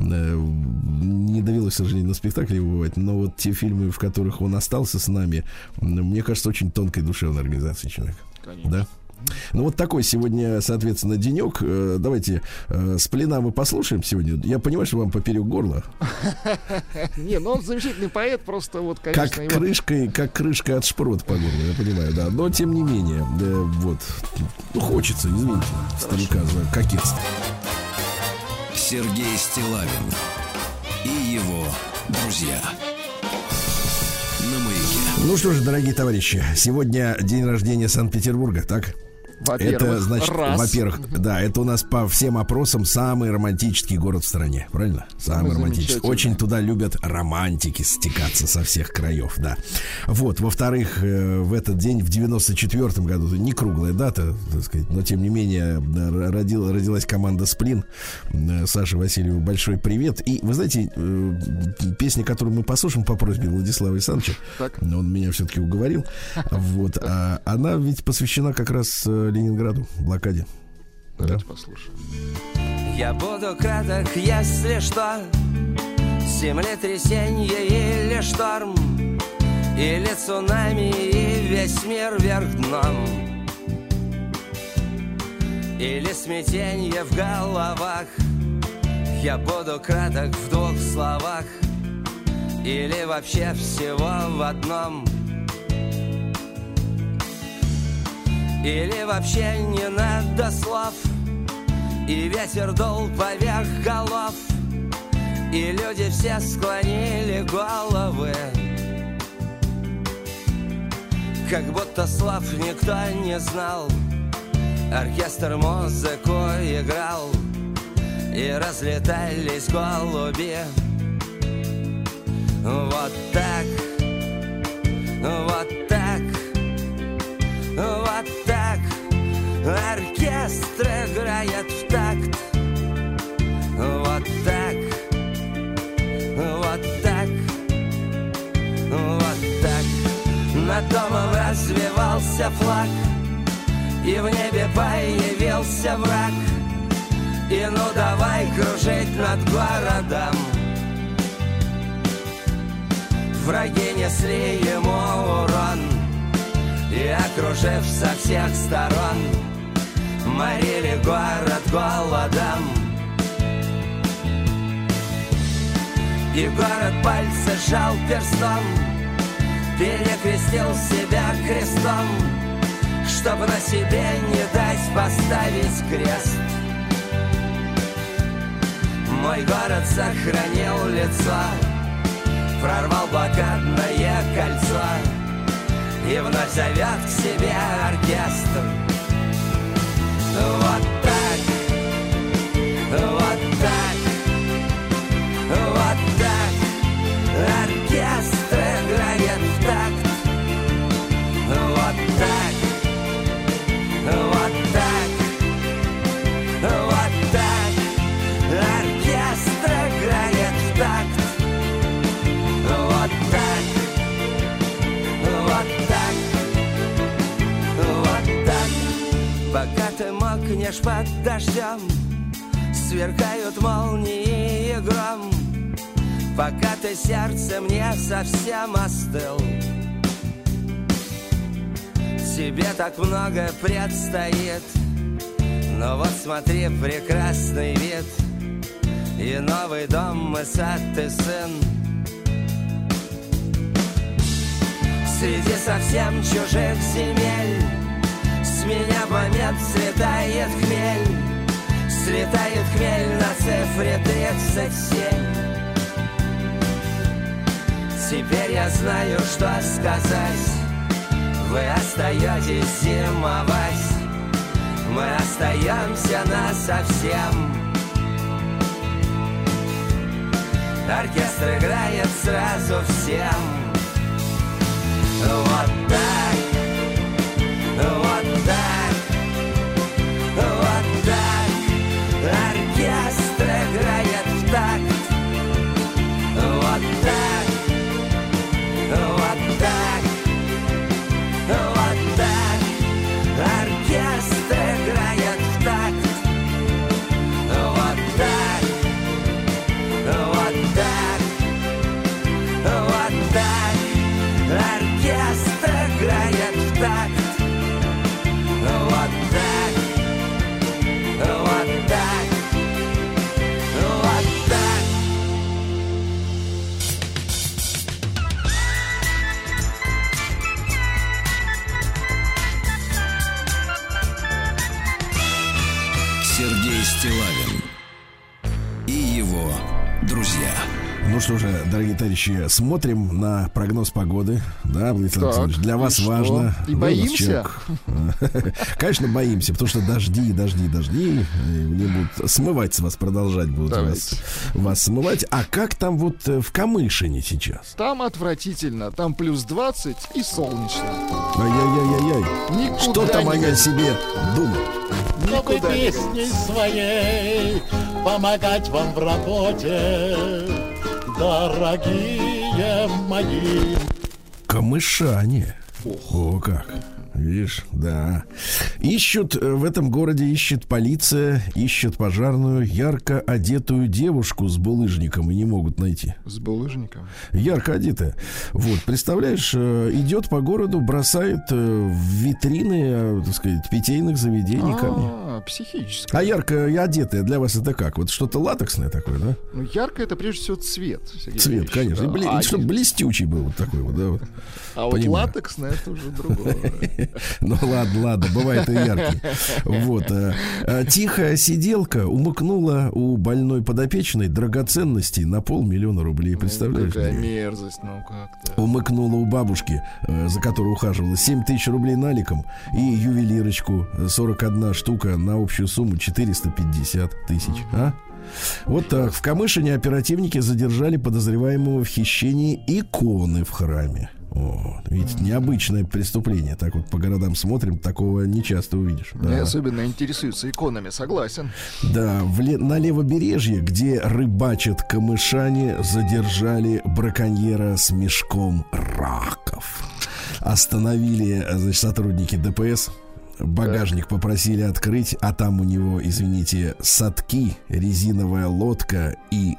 S2: не довелось, к сожалению, на спектакле бывать, но вот те фильмы, в которых он остался с нами, мне кажется, очень тонкой душевной организации человек.
S3: Конечно.
S2: Да? Ну, вот такой сегодня, соответственно, денек. Давайте «Сплина» мы послушаем сегодня. Я понимаю, что вам поперек горла.
S3: Не, ну он замечательный поэт, просто вот, конечно...
S2: Как крышка от шпрот по горлу, я понимаю, да. Но, тем не менее, вот. Ну, хочется, извините, старика за кокетство.
S1: Сергей Стиллавин и его друзья.
S2: Ну что же, дорогие товарищи, сегодня день рождения Санкт-Петербурга, так? Это значит, во-первых, да, это у нас по всем опросам самый романтический город в стране, правильно? Самый романтический. Очень туда любят романтики стекаться со всех краев, да. Вот, во-вторых, в этот день, в 94-м году, не круглая дата, так сказать, но тем не менее родилась команда «Сплин». Саше Васильеву большой привет. И, вы знаете, песня, которую мы послушаем по просьбе Владислава Александровича, он меня все-таки уговорил, вот, она ведь посвящена как раз Ленинграду, блокаде.
S3: Давайте послушаем.
S7: Я буду краток, если что, Землетрясенье или шторм, или цунами, и весь мир вверх дном, или смятенье в головах. Я буду краток в двух словах, или вообще всего в одном, или вообще не надо слов, и ветер дул поверх голов, и люди все склонили головы, как будто слов никто не знал. Оркестр музыку играл, и разлетались голуби. Вот так, вот так, вот так оркестр играет в такт. Вот так, вот так, вот так. Над домом развивался флаг, и в небе появился враг. И ну давай кружить над городом. Враги несли ему урон, и окружив со всех сторон, морили город голодом. И город пальцы сжал перстом, перекрестил себя крестом, чтоб на себе не дать поставить крест. Мой город сохранил лицо, прорвал блокадное кольцо и вновь зовет к себе оркестр. Вот так, вот так, вот так оркестр играет в такт. Вот так, вот так, вот так оркестр играет в такт. Вот так, вот так, вот так. Пока ты мокнешь под дождем, сверкают молнии и гром. Пока ты сердцем не совсем остыл, тебе так много предстоит. Но вот смотри, прекрасный вид, и новый дом, и сад, и сын. Среди совсем чужих земель с меня в момент слетает хмель. Слетает хмель на цифре 37. Теперь я знаю, что сказать. Вы остаетесь зимовать, мы остаемся насовсем. Оркестр играет сразу всем. Вот так, вот так, вот так оркестр играет в такт. Вот так, вот так, вот так оркестр играет в такт. Вот так, вот так, вот так оркестр играет в такт. Вот так, вот так, вот так.
S1: Сергей Стиллавин и его друзья.
S2: Ну что же, дорогие товарищи, смотрим на прогноз погоды. Да, Владимир Александрович, для вас важно.
S3: И боимся?
S2: Конечно, боимся, потому что дожди, они будут смывать с вас, продолжать будут вас смывать. А как там вот в Камышине сейчас?
S3: Там отвратительно, там плюс 20 и солнечно.
S2: Ай-яй-яй-яй. Что там они о себе думают?
S8: Чтобы песней своей помогать вам в работе, дорогие мои.
S2: Камышане. О, как. Видишь, да. Ищут в этом городе, ищет полиция, ищет пожарную ярко одетую девушку с булыжником и не могут найти.
S3: С булыжником?
S2: Ярко одетая. Вот, представляешь, идет по городу, бросает в витрины, так сказать, питейных заведений камни.
S3: Психическое.
S2: А ярко одетая для вас это как? Вот что-то латексное такое, да?
S3: Ну, ярко это прежде всего цвет.
S2: Цвет, конечно.
S3: Да.
S2: Чтобы блестючий был вот такой вот, да. Вот.
S3: А вот латексное это уже другое.
S2: Ну ладно, бывает и яркий. Вот. Тихая сиделка умыкнула у больной подопечной драгоценностей на 500 000 рублей. Представляешь?
S3: Какая мерзость, ну как-то.
S2: Умыкнула у бабушки, за которой ухаживала, 7 000 рублей наликом и ювелирочку 41 штука на общую сумму 450 000. А? Вот так. В Камышине оперативники задержали подозреваемого в хищении иконы в храме. Вот. Видите, необычное преступление. Так вот по городам смотрим, такого не часто увидишь.
S3: Мне особенно интересуются иконами, согласен.
S2: Да, на левобережье, где рыбачат камышане, задержали браконьера с мешком раков. Остановили, значит, сотрудники ДПС. Багажник попросили открыть, а там у него, извините, садки, резиновая лодка и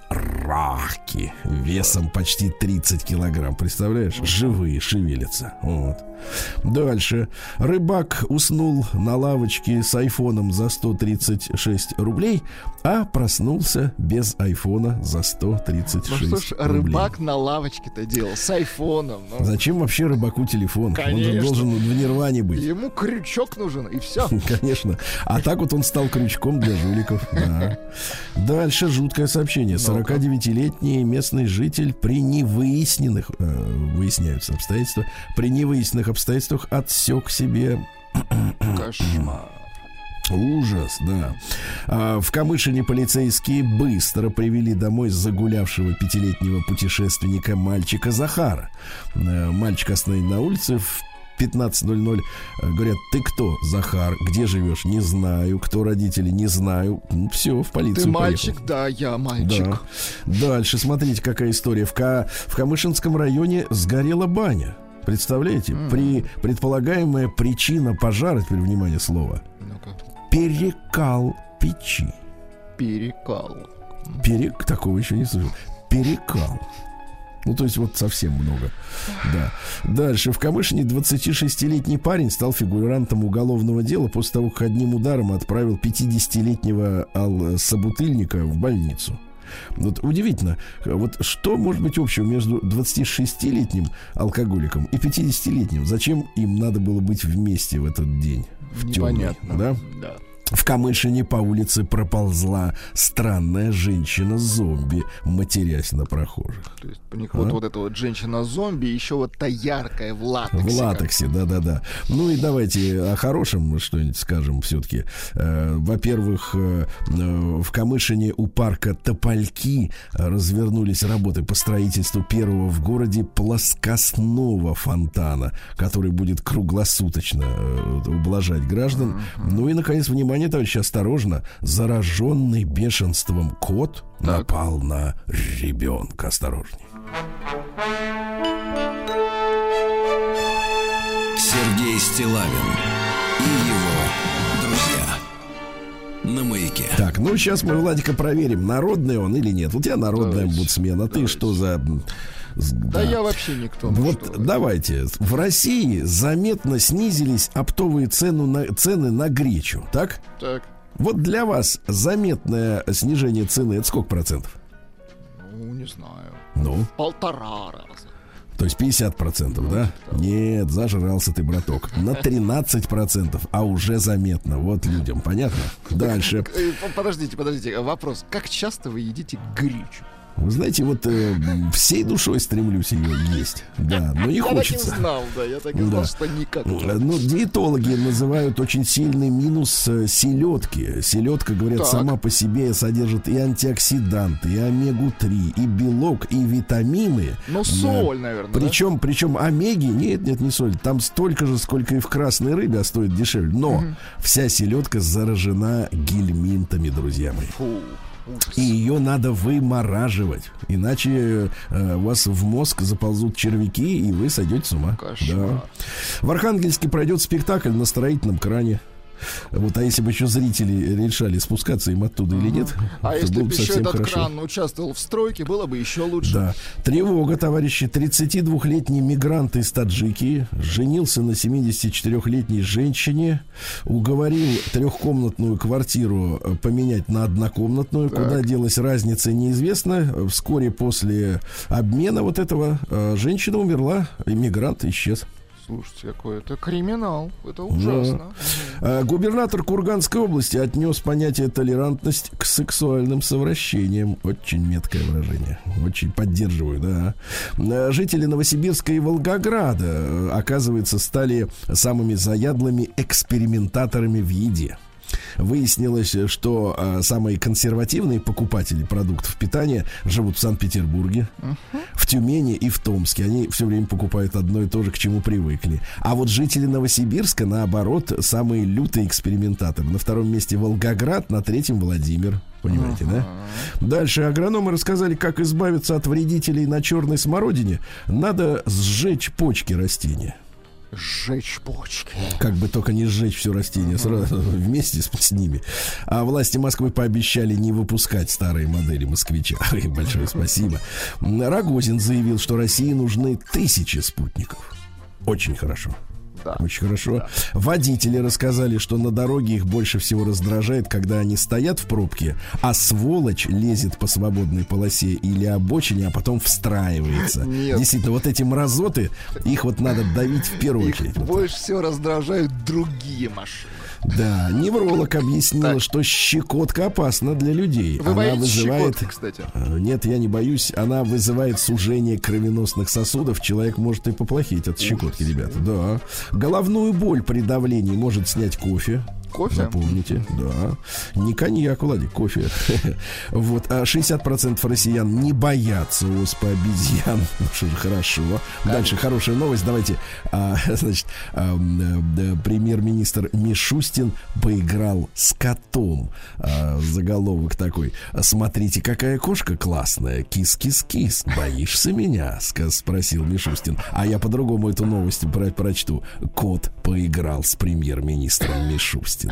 S2: раки весом почти 30 килограмм. Представляешь? Живые, шевелятся. Вот. Дальше. Рыбак уснул на лавочке с айфоном за 136 рублей, а проснулся без айфона за 136 рублей.
S3: Ну что ж, рыбак на лавочке-то делал с айфоном. Ну.
S2: Зачем вообще рыбаку телефон?
S3: Конечно.
S2: Он же должен в нирване быть.
S3: Ему крючок нужен, и все.
S2: Конечно. А так вот он стал крючком для жуликов. Да. Дальше жуткое сообщение. 49-летний местный житель при невыясненных, выясняются обстоятельства, при невыясненных обстоятельствах отсек себе...
S3: Кошмар.
S2: Ужас, да. В Камышине полицейские быстро привели домой загулявшего 5-летнего путешественника мальчика Захара. Мальчик остановили на улице в 15:00. Говорят: ты кто, Захар? Где живешь? Не знаю. Кто родители? Не знаю. Все, в полицию.
S3: Ты мальчик?
S2: Поехал.
S3: Да, я мальчик.
S2: Да. Дальше, смотрите, какая история. В Камышинском районе сгорела баня. Представляете? Предполагаемая причина пожара, теперь внимание слова, перекал печи.
S3: Перекал.
S2: Такого еще не слышал. Перекал. Ну, то есть вот совсем много. Да. Дальше. В Камышине 26-летний парень стал фигурантом уголовного дела после того, как одним ударом отправил 50-летнего собутыльника в больницу. Вот удивительно, вот что может быть общего между 26-летним алкоголиком и 50-летним? Зачем им надо было быть вместе в этот день? В темный, да?
S3: Да.
S2: В Камышине по улице проползла странная женщина-зомби, матерясь на прохожих.
S3: То есть у них вот эта вот женщина-зомби, еще вот та яркая в латексе.
S2: В латексе, да-да-да. Ну и давайте о хорошем что-нибудь скажем все-таки. Во-первых, в Камышине у парка Топольки развернулись работы по строительству первого в городе плоскостного фонтана, который будет круглосуточно ублажать граждан. Ну и, наконец, внимание, товарищи, осторожно. Зараженный бешенством кот напал на ребенка. Осторожней.
S1: Сергей Стиллавин и его друзья на Маяке.
S2: Так, ну сейчас мы, Владика, проверим, народный он или нет. У тебя народный омбудсмен, а ты что за...
S3: Да, я вообще никто.
S2: Вот давайте. В России заметно снизились оптовые цены на гречу, так?
S3: Так.
S2: Вот для вас заметное снижение цены — это сколько процентов?
S3: Ну, не знаю.
S2: Ну?
S3: 1,5 раза.
S2: То есть 50%, да? Нет, зажрался ты, браток. На 13%, а уже заметно. Вот людям, понятно? Дальше.
S3: Подождите. Вопрос. Как часто вы едите гречу?
S2: Вы знаете, вот всей душой стремлюсь ее есть. Да, но не хочется.
S3: Я так и знал, я так и знал, что никак.
S2: Ну, диетологи называют очень сильный минус селедки. Селедка, говорят, сама по себе содержит и антиоксиданты, и омегу-3, и белок, и витамины.
S3: Ну, соль, наверное.
S2: Причем омеги, нет, не соль. Там столько же, сколько и в красной рыбе, а стоит дешевле. Но вся селедка заражена гельминтами, друзья мои.
S3: Фу.
S2: И ее надо вымораживать. Иначе у вас в мозг заползут червяки, и вы сойдете с ума.
S3: Кошмар.
S2: Да. В Архангельске пройдет спектакль на строительном кране. Вот, а если бы еще зрители решали, спускаться им оттуда или нет,
S3: а
S2: то
S3: если
S2: было
S3: бы
S2: бы
S3: еще
S2: совсем
S3: этот
S2: хорошо.
S3: кран участвовал в стройке, было бы еще лучше.
S2: Да. Тревога, товарищи. 32-летний мигрант из Таджикии женился на 74-летней женщине, уговорил трехкомнатную квартиру поменять на однокомнатную. Так. Куда делась разница, неизвестно. Вскоре после обмена вот этого женщина умерла, иммигрант исчез.
S3: Слушайте, какой это криминал. Это ужасно.
S2: Губернатор Курганской области отнес понятие толерантность к сексуальным совращениям. Очень меткое выражение. Очень поддерживаю, да. Жители Новосибирска и Волгограда, оказывается, стали самыми заядлыми экспериментаторами в еде. Выяснилось, что самые консервативные покупатели продуктов питания живут в Санкт-Петербурге, в Тюмени и в Томске. Они все время покупают одно и то же, к чему привыкли. А вот жители Новосибирска, наоборот, самые лютые экспериментаторы. На втором месте Волгоград, на третьем Владимир. Понимаете, да? Дальше агрономы рассказали, как избавиться от вредителей на черной смородине. Надо сжечь почки растения.
S3: Сжечь почки.
S2: Как бы только не сжечь все растение сразу вместе с ними. А власти Москвы пообещали не выпускать старые модели москвича. Большое спасибо. Рогозин заявил, что России нужны 1000 спутников. Очень хорошо. Да. Очень хорошо. Да. Водители рассказали, что на дороге их больше всего раздражает, когда они стоят в пробке, а сволочь лезет по свободной полосе или обочине, а потом встраивается. Нет. Действительно, вот эти мразоты, их вот надо давить в первую очередь.
S3: Больше всего раздражают другие машины.
S2: Да, невролог объяснила, что щекотка опасна для людей.
S3: Вы боитесь щекотки, кстати?
S2: Нет, я не боюсь. Она вызывает сужение кровеносных сосудов. Человек может и поплохеть от щекотки, ребята. Да. Головную боль при давлении может снять кофе.
S3: Кофе?
S2: Запомните, да. Не коньяк, Владик, кофе. Вот, а 60% россиян не боятся оспы обезьян. Ну что же, хорошо. Дальше хорошая новость. Давайте, значит, премьер-министр Мишустин поиграл с котом. Заголовок такой: смотрите, какая кошка классная. Кис-кис-кис. Боишься меня? Спросил Мишустин. А я по-другому эту новость прочту. Кот поиграл с премьер-министром Мишустиным.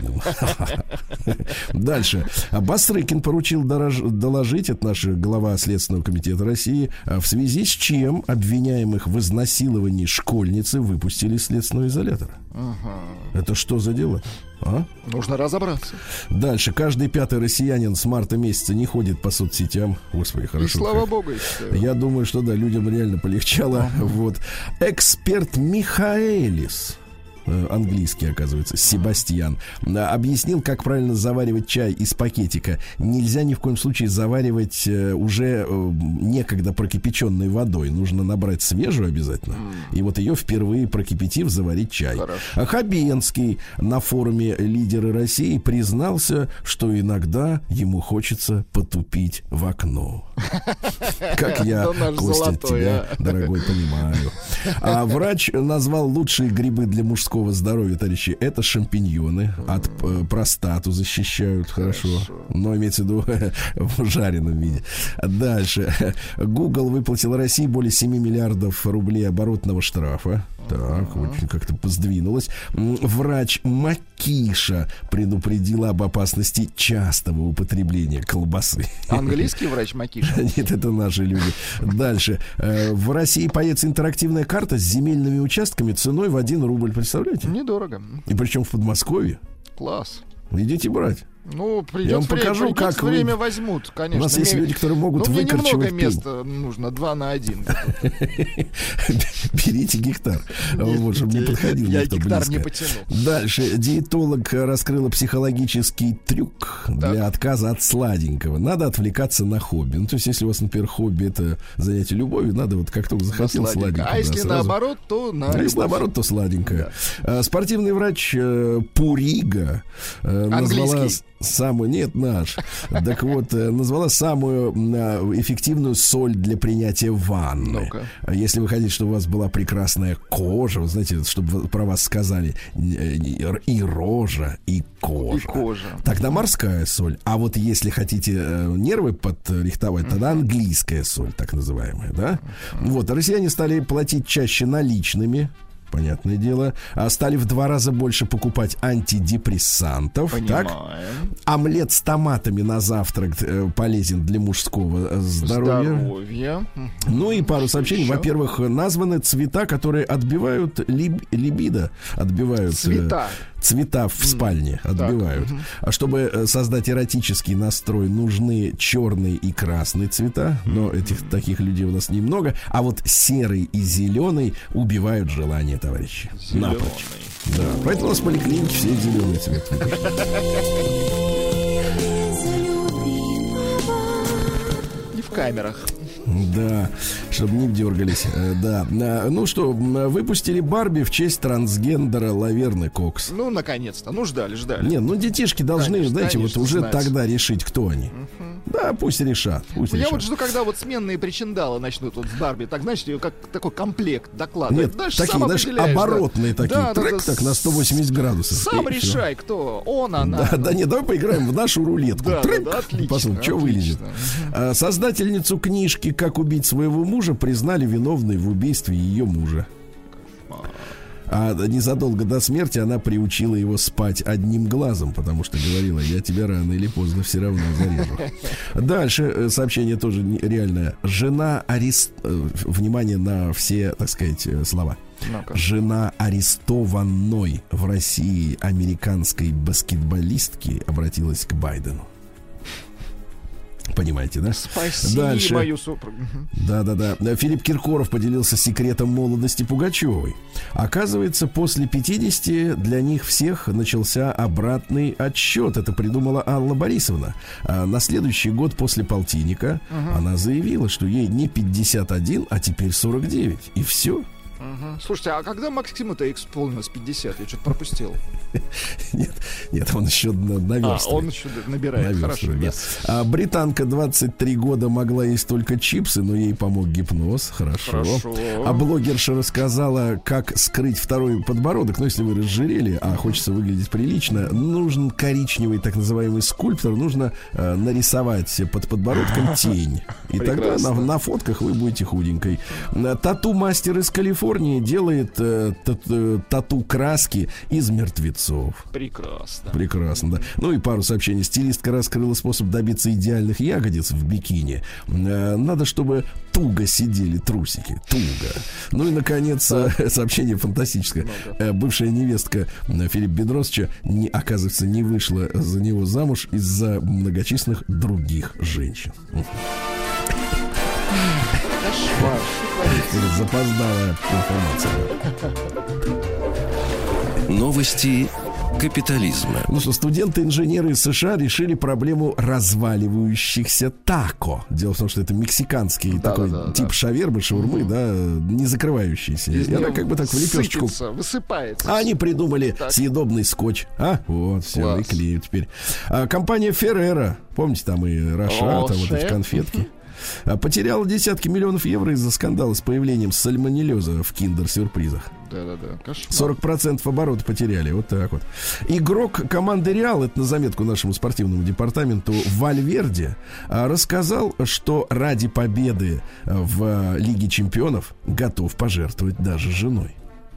S2: Дальше. Бастрыкин поручил доложить, это наш глава Следственного комитета России, в связи с чем обвиняемых в изнасиловании школьницы выпустили из следственного изолятора. Это что за дело?
S3: Нужно разобраться.
S2: Дальше. Каждый 5-й россиянин с марта месяца не ходит по соцсетям. Господи, хорошо.
S3: И слава богу.
S2: Я думаю, что да, людям реально полегчало. Вот. Эксперт Михаэлис, английский, оказывается, Себастьян, объяснил, как правильно заваривать чай из пакетика. Нельзя ни в коем случае заваривать уже некогда прокипяченной водой. Нужно набрать свежую обязательно. И вот ее впервые прокипятив, заварить чай. А Хабенский на форуме «Лидеры России» признался, что иногда ему хочется потупить в окно. Как я, Костя, тебя, дорогой, понимаю. А врач назвал лучшие грибы для мужского здоровья, товарищи. Это шампиньоны. От простату защищают. Хорошо. Но имеется в виду в жареном виде. Дальше. Google выплатил России более 7 миллиардов рублей оборотного штрафа. Так, очень как-то сдвинулось. Врач Макиша предупредила об опасности частого употребления колбасы.
S3: Английский врач Макиша?
S2: Нет, это наши люди. Дальше. В России появится интерактивная карта с земельными участками ценой в 1 рубль. Представляете?
S3: Недорого.
S2: И причем в Подмосковье.
S3: Класс.
S2: Идите брать.
S3: Ну,
S2: я вам покажу, как
S3: время возьмут, конечно.
S2: У нас есть люди, которые могут выкорчевать
S3: немного места нужно, 2 на 1.
S2: Берите гектар. Вот, чтобы не подходил.
S3: Я гектар не потяну.
S2: Дальше. Диетолог раскрыла психологический трюк для отказа от сладенького. Надо отвлекаться на хобби. Ну, то есть, если у вас, например, хобби — это занятие любовью, надо вот как только захотел сладенького.
S3: А если наоборот, то на
S2: любовь. Если наоборот, то сладенькое. Спортивный врач Пурига назвала самую... Нет, наш. Так вот, назвала самую эффективную соль для принятия ванны. Если вы хотите, чтобы у вас была прекрасная кожа, вы знаете, чтобы про вас сказали и рожа, и кожа. Тогда морская соль. А вот если хотите нервы подрихтовать, тогда английская соль, так называемая, да? Вот, россияне стали платить чаще наличными. понятное дело. Стали в 2 раза больше покупать антидепрессантов.
S3: Понимаем.
S2: Так? Омлет с томатами на завтрак полезен для мужского здоровья. Ну и пару сообщений.
S3: Еще?
S2: Во-первых, названы цвета, которые отбивают либидо. Отбивают цвета в спальне. Отбивают. А чтобы создать эротический настрой, нужны черный и красный цвета. Но таких людей у нас немного. А вот серый и зеленый убивают желание, товарищи. Напрочь. Да. Поэтому у нас в поликлинике все зеленый цвет.
S3: И в камерах.
S2: Да, чтобы не дергались. Да. Ну что, выпустили Барби в честь трансгендера Лаверны Кокс.
S3: Ну, наконец-то. Ну, ждали.
S2: Не, ну детишки должны,
S3: конечно,
S2: знаете,
S3: конечно,
S2: вот уже
S3: знать.
S2: Тогда решить, кто они. Да, пусть решат.
S3: Я вот жду, когда вот сменные причиндалы начнут вот с Барби. Так, значит, ее как такой комплект докладывает.
S2: Нет, такие, знаешь, оборотные такие.
S3: Да,
S2: так на 180 градусов.
S3: Сам решай, кто. Он, она.
S2: Да, нет, давай поиграем в нашу рулетку.
S3: Да, отлично.
S2: Посмотрим, что вылезет. Создательницу книжки «Как убить своего мужа» признали виновной в убийстве ее мужа. А незадолго до смерти она приучила его спать одним глазом, потому что говорила: я тебя рано или поздно все равно зарежу. Дальше сообщение тоже реальное. Внимание на все, так сказать, слова. Жена арестованной в России американской баскетболистки обратилась к Байдену. Понимаете, да?
S3: Спаси
S2: Дальше.
S3: мою супругу.
S2: Да. Филипп Киркоров поделился секретом молодости Пугачевой. Оказывается, после 50 для них всех начался обратный отсчет. Это придумала Алла Борисовна. На следующий год после полтинника она заявила, что ей не 51, а теперь 49. И все.
S3: Слушайте, а когда Максиму-то исполнилось 50? Я что-то пропустил.
S2: Нет, он еще наверстывает.
S3: Он еще набирает, хорошо.
S2: Да. Британка 23 года могла есть только чипсы, но ей помог гипноз. Хорошо. А блогерша рассказала, как скрыть второй подбородок. Но если вы разжирели, а хочется выглядеть прилично, нужен коричневый так называемый скульптор. Нужно нарисовать под подбородком тень. И тогда на фотках вы будете худенькой. Тату-мастер из Калифорнии делает тату-краски из мертвецов. Прекрасно, да. Ну и пару сообщений. Стилистка раскрыла способ добиться идеальных ягодиц в бикини. Надо, чтобы туго сидели трусики. Туго. Ну и, наконец, сообщение фантастическое. Бывшая невестка Филиппа Бедросовича, оказывается, не вышла за него замуж из-за многочисленных других женщин. Запоздалая информация.
S1: Новости капитализма.
S2: Ну что, студенты-инженеры из США решили проблему разваливающихся тако. Дело в том, что это мексиканский тип шавермы, шаурмы, не закрывающийся. И она как бы так в лепешечку
S3: высыпается.
S2: А они придумали съедобный скотч. Вот, все, и клеют теперь. Компания Ferrero, помните, там и Рошат, вот эти конфетки, потеряла десятки миллионов евро из-за скандала с появлением сальмонеллеза в киндер-сюрпризах.
S3: Да. Кошмар.
S2: 40% оборота потеряли. Вот так вот. Игрок команды Реал, это на заметку нашему спортивному департаменту, Вальверде, рассказал, что ради победы в Лиге чемпионов готов пожертвовать даже женой.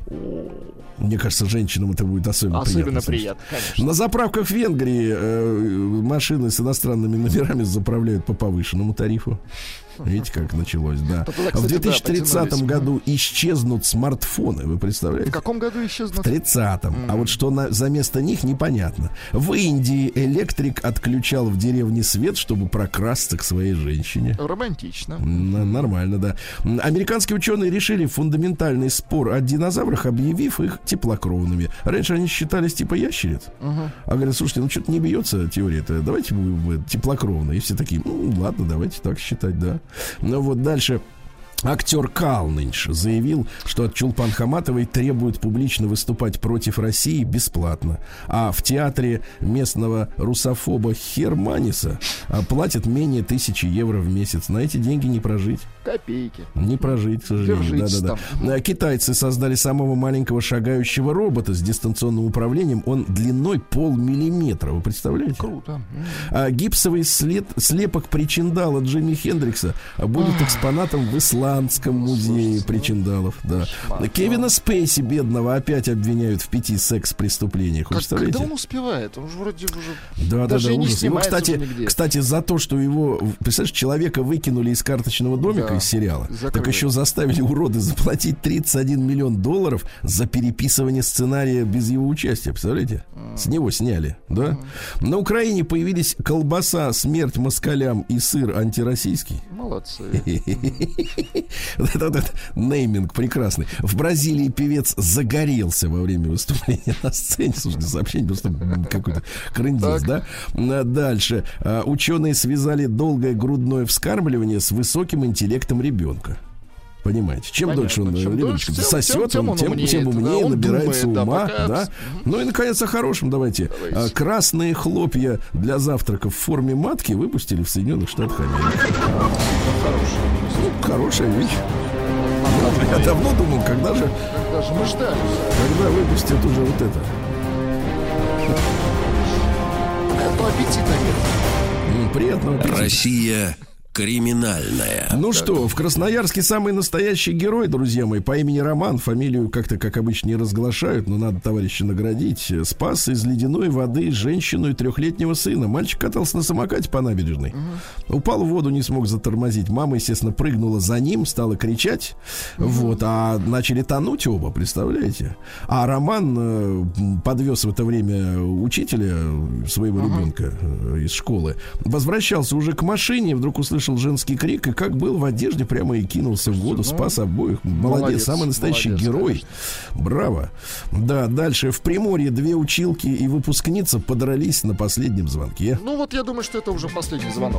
S2: Мне кажется, женщинам это будет особенно приятно, конечно. На заправках в Венгрии машины с иностранными номерами заправляют по повышенному тарифу. Видите, как началось, да. В 2030 году исчезнут смартфоны, вы представляете?
S3: В каком году исчезнут?
S2: В 30-м. А вот что за место них, непонятно. В Индии электрик отключал в деревне свет, чтобы прокрасться к своей женщине.
S3: Романтично.
S2: Нормально, да. Американские ученые решили фундаментальный спор о динозаврах, объявив их теплокровными. Раньше они считались типа ящериц. А говорят, слушайте, ну что-то не бьется теория-то. Давайте будем теплокровные. И все такие, ладно, давайте так считать, да. Ну вот дальше. Актер Калныч заявил, что от Чулпан Хаматовой требуют публично выступать против России бесплатно. А в театре местного русофоба Херманиса платят менее 1000 евро в месяц. На эти деньги не прожить.
S3: Копейки.
S2: Не прожить, к сожалению. Да. Китайцы создали самого маленького шагающего робота с дистанционным управлением. Он длиной 0,5 миллиметра. Вы представляете?
S3: Круто.
S2: Гипсовый слепок причиндала Джимми Хендрикса будет экспонатом в Исландии. Британском музее причиндалов, да. Кевина Спейси, бедного, опять обвиняют в 5 секс-преступлениях.
S3: Когда он успевает? Он же вроде уже
S2: да,
S3: не
S2: ужас. Его,
S3: снимается
S2: кстати, за то, что его, представляешь, человека выкинули из карточного домика, из сериала, так еще заставили уроды заплатить $31 миллион за переписывание сценария без его участия. Представляете? С него сняли, да? На Украине появились колбаса «Смерть москалям» и сыр антироссийский.
S3: Молодцы.
S2: Нейминг прекрасный. В Бразилии певец загорелся во время выступления на сцене. Слушайте, сообщение просто какой-то крындец, да? Дальше. Ученые связали долгое грудное вскармливание с высоким интеллектом ребенка. Понимаете, чем дольше он ребеночка сосет, тем умнее, набирается ума, да. Ну и, наконец, о хорошем давайте. Красные хлопья для завтрака в форме матки выпустили в Соединенных Штатах Америки. Хорошая вещь. Я давно думал, когда же
S3: мы ждали.
S2: Когда выпустят уже вот это.
S3: Это аппетита нет.
S2: Приятного аппетита.
S1: Россия криминальная.
S2: Ну что, в Красноярске самый настоящий герой, друзья мои, по имени Роман, фамилию как-то, как обычно, не разглашают, но надо товарища наградить. Спас из ледяной воды женщину и 3-летнего сына. Мальчик катался на самокате по набережной. Упал в воду, не смог затормозить. Мама, естественно, прыгнула за ним, стала кричать. Вот, а начали тонуть оба, представляете? А Роман подвез в это время учителя своего ребенка из школы. Возвращался уже к машине, вдруг услышал женский крик, и как был в одежде, прямо и кинулся в воду, спас обоих. Молодец, самый настоящий герой. Конечно. Браво. Да, дальше. В Приморье 2 училки и выпускница подрались на последнем звонке.
S3: Ну вот я думаю, что это уже последний звонок.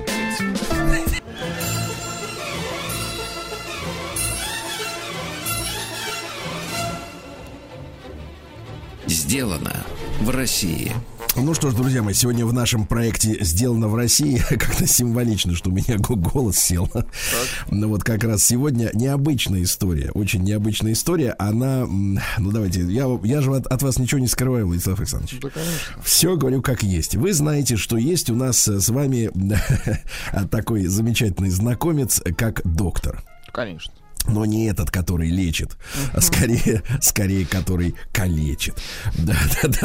S1: Сделано в России.
S2: Ну что ж, друзья мои, сегодня в нашем проекте «Сделано в России» как-то символично, что у меня голос сел. Ну вот как раз сегодня необычная история, очень необычная история. Она, ну давайте, я же от вас ничего не скрываю, Владислав Александрович.
S3: Да, конечно.
S2: Все говорю как есть. Вы знаете, что есть у нас с вами такой замечательный знакомец, как доктор.
S3: Конечно.
S2: Но не этот, который лечит, а скорее, который калечит. Да.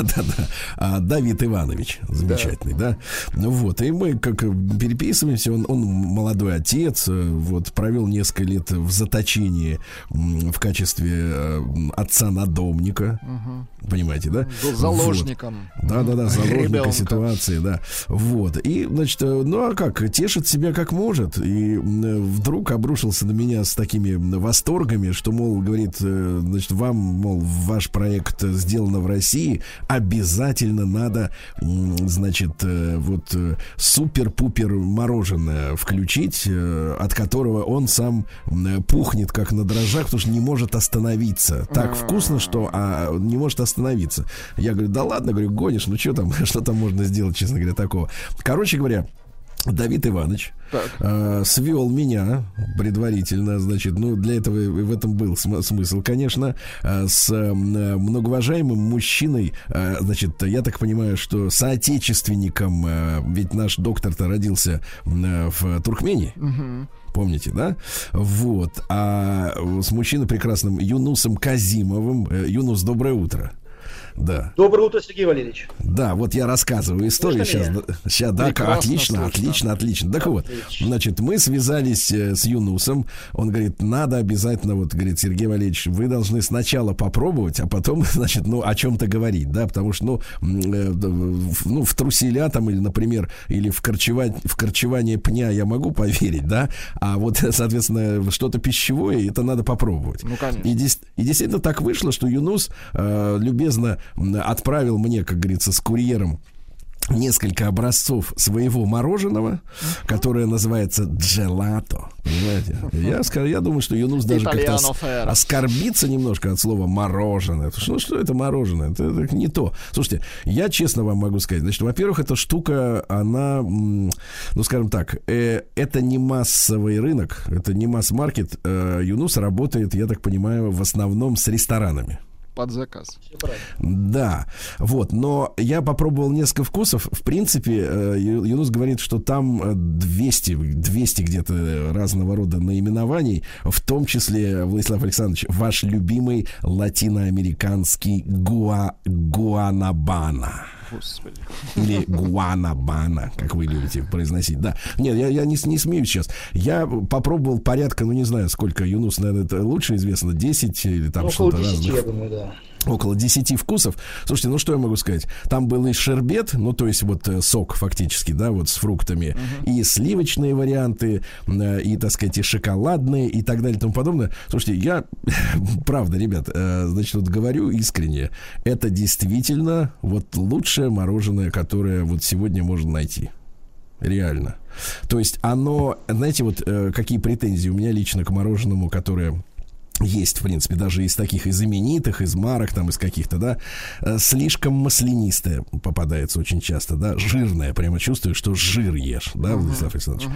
S2: Давид Иванович, замечательный, да. Ну вот, и мы как переписываемся, он молодой отец, вот, провел несколько лет в заточении в качестве отца-надомника. Понимаете, да?
S3: Был заложником.
S2: Вот. Да, заложника ситуации, да. Вот. И, значит, ну а как, тешит себя как может. И вдруг обрушился на меня с такими восторгами, что, мол, говорит, значит, вам, мол, ваш проект «Сделано в России», обязательно надо, значит, вот супер-пупер мороженое включить, от которого он сам пухнет как на дрожжах, потому что не может остановиться. Так вкусно, что не может остановиться. Я говорю, да ладно, говорю, гонишь, ну что там можно сделать, честно говоря, такого. Короче говоря, Давид Иванович свел меня предварительно, значит, ну, для этого в этом был смысл, конечно, с многоуважаемым мужчиной, значит, я так понимаю, что соотечественником, ведь наш доктор-то родился в Туркмении. Помните, да? Вот. А с мужчиной прекрасным Юнусом Казимовым. Юнус, доброе утро. Да.
S9: Доброе утро, Сергей Валерьевич.
S2: Да, вот я рассказываю историю сейчас. Да, отлично. Так вот, значит, мы связались с Юнусом. Он говорит, надо обязательно, вот, говорит, Сергей Валерьевич, вы должны сначала попробовать, а потом, значит, ну, о чем-то говорить, да, потому что, ну, в труселя там, или, например, или в корчевание пня я могу поверить, да, а вот, соответственно, что-то пищевое, это надо попробовать.
S3: Ну, конечно.
S2: И действительно так вышло, что Юнус любезно отправил мне, как говорится, с курьером несколько образцов своего мороженого, которое называется джелато. Понимаете? Я думаю, что Юнус даже как-то оскорбится немножко от слова мороженое. Ну что это мороженое? Это не то. Слушайте, я честно вам могу сказать, значит, во-первых, эта штука, она, ну скажем так, это не массовый рынок, это не масс-маркет. Юнус работает, я так понимаю, в основном с ресторанами.
S3: под заказ.
S2: Да, вот, но я попробовал несколько вкусов. В принципе, Юнус говорит, что там 200 где-то разного рода наименований, в том числе, Владислав Александрович, ваш любимый латиноамериканский гуанабана.
S3: Господи.
S2: Или гуанабана, как вы любите произносить. Да. Нет, я не смеюсь сейчас. Я попробовал порядка, ну не знаю, сколько, Юнус, наверное, это лучше известно, 10 или там
S9: около
S2: что-то
S9: 10,
S2: разных.
S9: я думаю, да.
S2: Около 10 вкусов. Слушайте, ну что я могу сказать? Там был и шербет, ну то есть вот сок фактически, да, вот с фруктами, и сливочные варианты, и, так сказать, и шоколадные, и так далее, и тому подобное. Слушайте, я, правда, ребят, значит, вот говорю искренне, это действительно вот лучшее мороженое, которое вот сегодня можно найти. Реально. То есть оно, знаете, вот какие претензии у меня лично к мороженому, которое есть, в принципе, даже из таких, из именитых, из марок, там, из каких-то, да, слишком маслянистое попадается очень часто, да, жирное, прямо чувствую, что жир ешь, да, Владислав Александрович,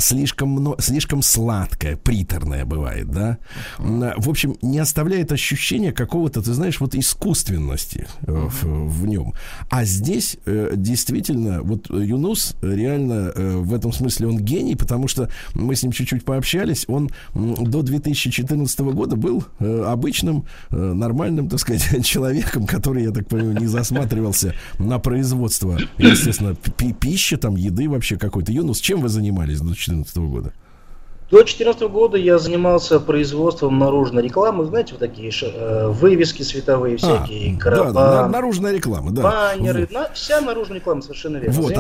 S2: слишком сладкое, приторное бывает, да, в общем, не оставляет ощущения какого-то, ты знаешь, вот искусственности в нем, а здесь действительно, вот Юнус реально в этом смысле он гений, потому что мы с ним чуть-чуть пообщались, он до 2014 года был обычным, нормальным, так сказать, человеком, который, я так понимаю, не засматривался на производство, естественно, пищи, там, еды вообще какой-то. Юнус, чем вы занимались до 2014 года?
S9: До 2014 года я занимался производством наружной рекламы, знаете, вот такие вывески световые, всякие,
S2: короба, да, наружная реклама, да.
S9: Баннеры, вся наружная реклама, совершенно верно.
S2: Вот,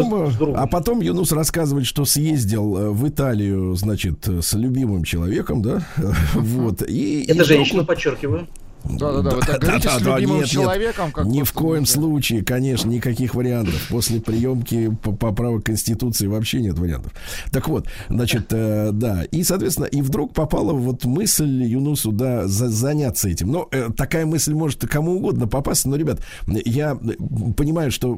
S2: а потом Юнус рассказывает, что съездил в Италию, значит, с любимым человеком, да, вот.
S9: Это женщина, подчеркиваю.
S3: Да, вы так говорите с любимым человеком. Как
S2: ни в коем случае, конечно, никаких вариантов. После приемки поправок Конституции вообще нет вариантов. Так вот, значит, да. И, соответственно, и вдруг попала вот мысль Юнусу, да, заняться этим. Но такая мысль может кому угодно попасть. Но, ребят, я понимаю, что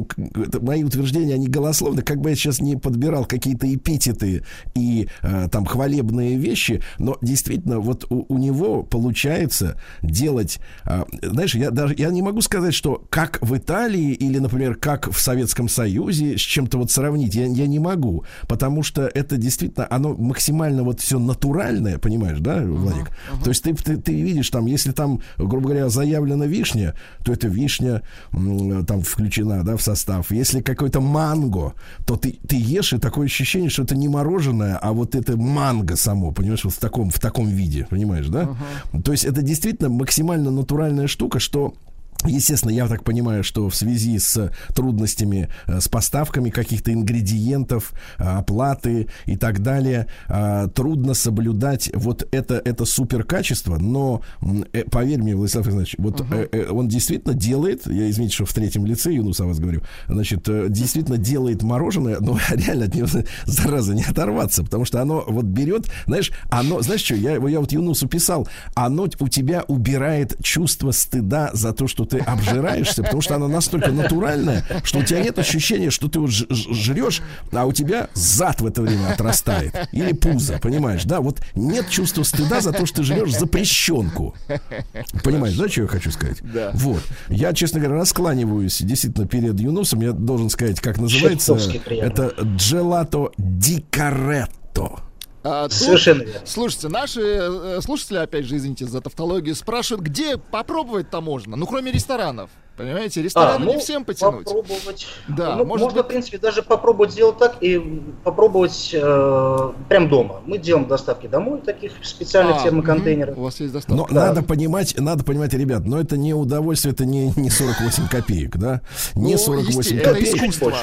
S2: мои утверждения, они голословны. Как бы я сейчас не подбирал какие-то эпитеты и там хвалебные вещи, но действительно, вот у него получается делать, знаешь, я не могу сказать, что как в Италии или, например, как в Советском Союзе с чем-то вот сравнить, я не могу, потому что это действительно, оно максимально вот все натуральное, понимаешь, да, Владик? То есть ты видишь там, если там, грубо говоря, заявлена вишня, то эта вишня там включена, да, в состав. Если какой-то манго, то ты ешь, и такое ощущение, что это не мороженое, а вот это манго само, понимаешь, вот в таком виде, понимаешь, да? То есть это действительно максимально натуральная штука, что, естественно, я так понимаю, что в связи с трудностями с поставками каких-то ингредиентов, оплаты и так далее, трудно соблюдать вот это супер качество, но поверь мне, Владислав Александрович, вот он действительно делает, я, извините, что в третьем лице, Юнус, о вас говорю, значит, действительно делает мороженое, но реально от него, зараза, не оторваться, потому что оно вот берет, знаешь, что, я вот Юнусу писал, оно у тебя убирает чувство стыда за то, что ты обжираешься, потому что она настолько натуральная, что у тебя нет ощущения, что ты вот жрешь, а у тебя зад в это время отрастает. Или пузо, понимаешь, да? Вот нет чувства стыда за то, что ты жрешь запрещенку. Понимаешь, да, что я хочу сказать?
S3: Да.
S2: Вот. Я, честно говоря, раскланиваюсь действительно перед Юнусом. Я должен сказать, как называется. Это джелато ди каретто.
S9: Совершенно верно.
S3: Слушайте, наши слушатели, опять же, извините за тавтологию, спрашивают, где попробовать-то можно? Ну, кроме ресторанов. Понимаете, рестораны не всем потянуть.
S9: Попробовать.
S3: Да,
S9: можно, в принципе, даже попробовать сделать так и попробовать прям дома. Мы делаем доставки домой, таких специальных термоконтейнеров.
S3: У вас есть доставка.
S2: Но надо понимать, ребят, но это не удовольствие, это не 48 копеек, да? Не 48 копеек.
S3: Это искусство.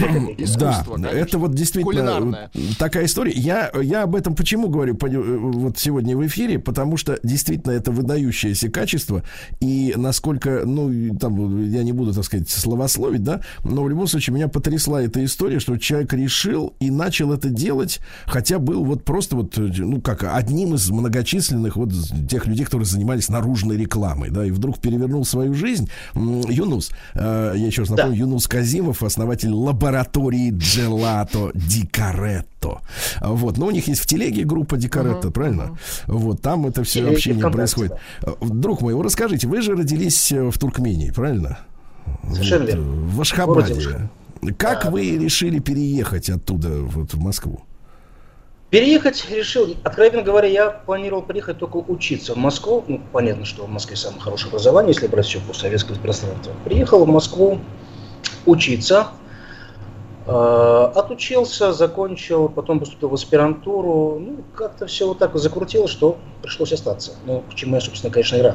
S2: Да, это вот действительно такая история. Я об этом почему говорю вот сегодня в эфире? Потому что действительно это выдающееся качество. И насколько, там, я не буду, так сказать, словословить, да, но в любом случае меня потрясла эта история, что человек решил и начал это делать, хотя был вот просто вот, одним из многочисленных вот тех людей, которые занимались наружной рекламой, да, и вдруг перевернул свою жизнь. Юнус, я еще раз напомню, Юнус Казимов, основатель лаборатории Gelato di Carretto. Дикаретто. Вот, но у них есть в телеге группа Дикаретто, правильно? Вот, там это все общение происходит. Да. Друг мой, вы расскажите, вы же родились в Туркмении, правильно?
S9: Совершенно верно.
S2: В Ашхабаде. Как вы решили переехать оттуда вот, в Москву?
S9: Переехать решил, откровенно говоря, я планировал приехать только учиться в Москву. Ну, понятно, что в Москве самое хорошее образование, если брать все постсоветское пространство. Приехал в Москву учиться, отучился, закончил, потом поступил в аспирантуру. Ну, как-то все вот так вот закрутилось, что пришлось остаться. Ну, к чему я, собственно, конечно, и рад.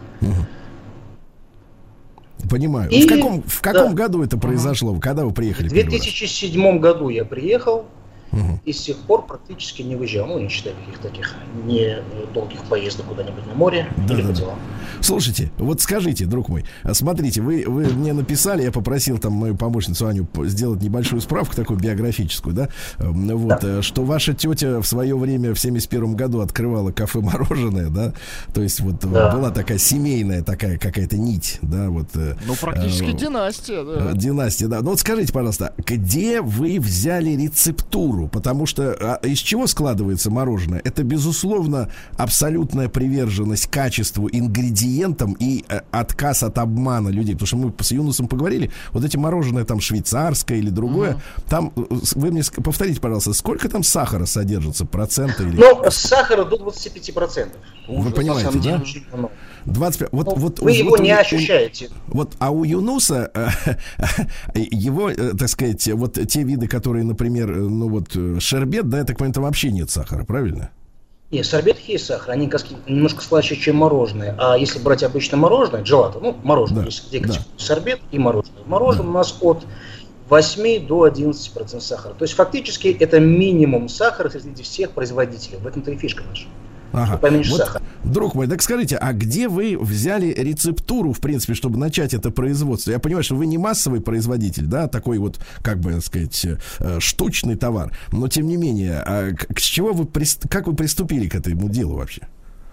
S2: Понимаю. И в каком году это произошло? Когда вы приехали?
S9: В 2007 году я приехал. И с тех пор практически не выезжал, ну, не считая каких-то таких недолгих поездок куда-нибудь на море или по делам.
S2: Слушайте, вот скажите, друг мой, смотрите, вы мне написали, я попросил там мою помощницу Аню сделать небольшую справку, такую биографическую, да, вот, да. Что ваша тетя в свое время в 71 году открывала кафе-мороженое, да, то есть вот была такая семейная такая какая-то нить, да, вот.
S3: Ну, практически династия, да.
S2: Династия, да. Ну, вот скажите, пожалуйста, где вы взяли рецептуру? Потому что из чего складывается мороженое? Это, безусловно, абсолютная приверженность качеству, ингредиентам и отказ от обмана людей. Потому что мы с Юнусом поговорили, вот эти мороженое там швейцарское или другое, там, вы мне повторите, пожалуйста, сколько там сахара содержится, процента? Или...
S9: Ну, сахара до 25%.
S2: Вы понимаете, да? 25.
S9: Вы его не ощущаете.
S2: Вот, а у Юнуса его, так сказать, вот те виды, которые, например, ну вот шербет, да, я так понимаю, там вообще нет сахара, правильно?
S9: Нет, в шербетах есть сахар, они немножко слаще, чем мороженое. А если брать обычно мороженое, джелато, ну, мороженое, есть сорбет и мороженое. Мороженое у нас от 8 до 11% сахара. То есть фактически это минимум сахара среди всех производителей. В этом-то и фишка наша.
S2: Ага. Вот, друг мой, так скажите, а где вы взяли рецептуру, в принципе, чтобы начать это производство? Я понимаю, что вы не массовый производитель, да, такой вот, как бы сказать, штучный товар, но тем не менее, как вы приступили к этому делу вообще?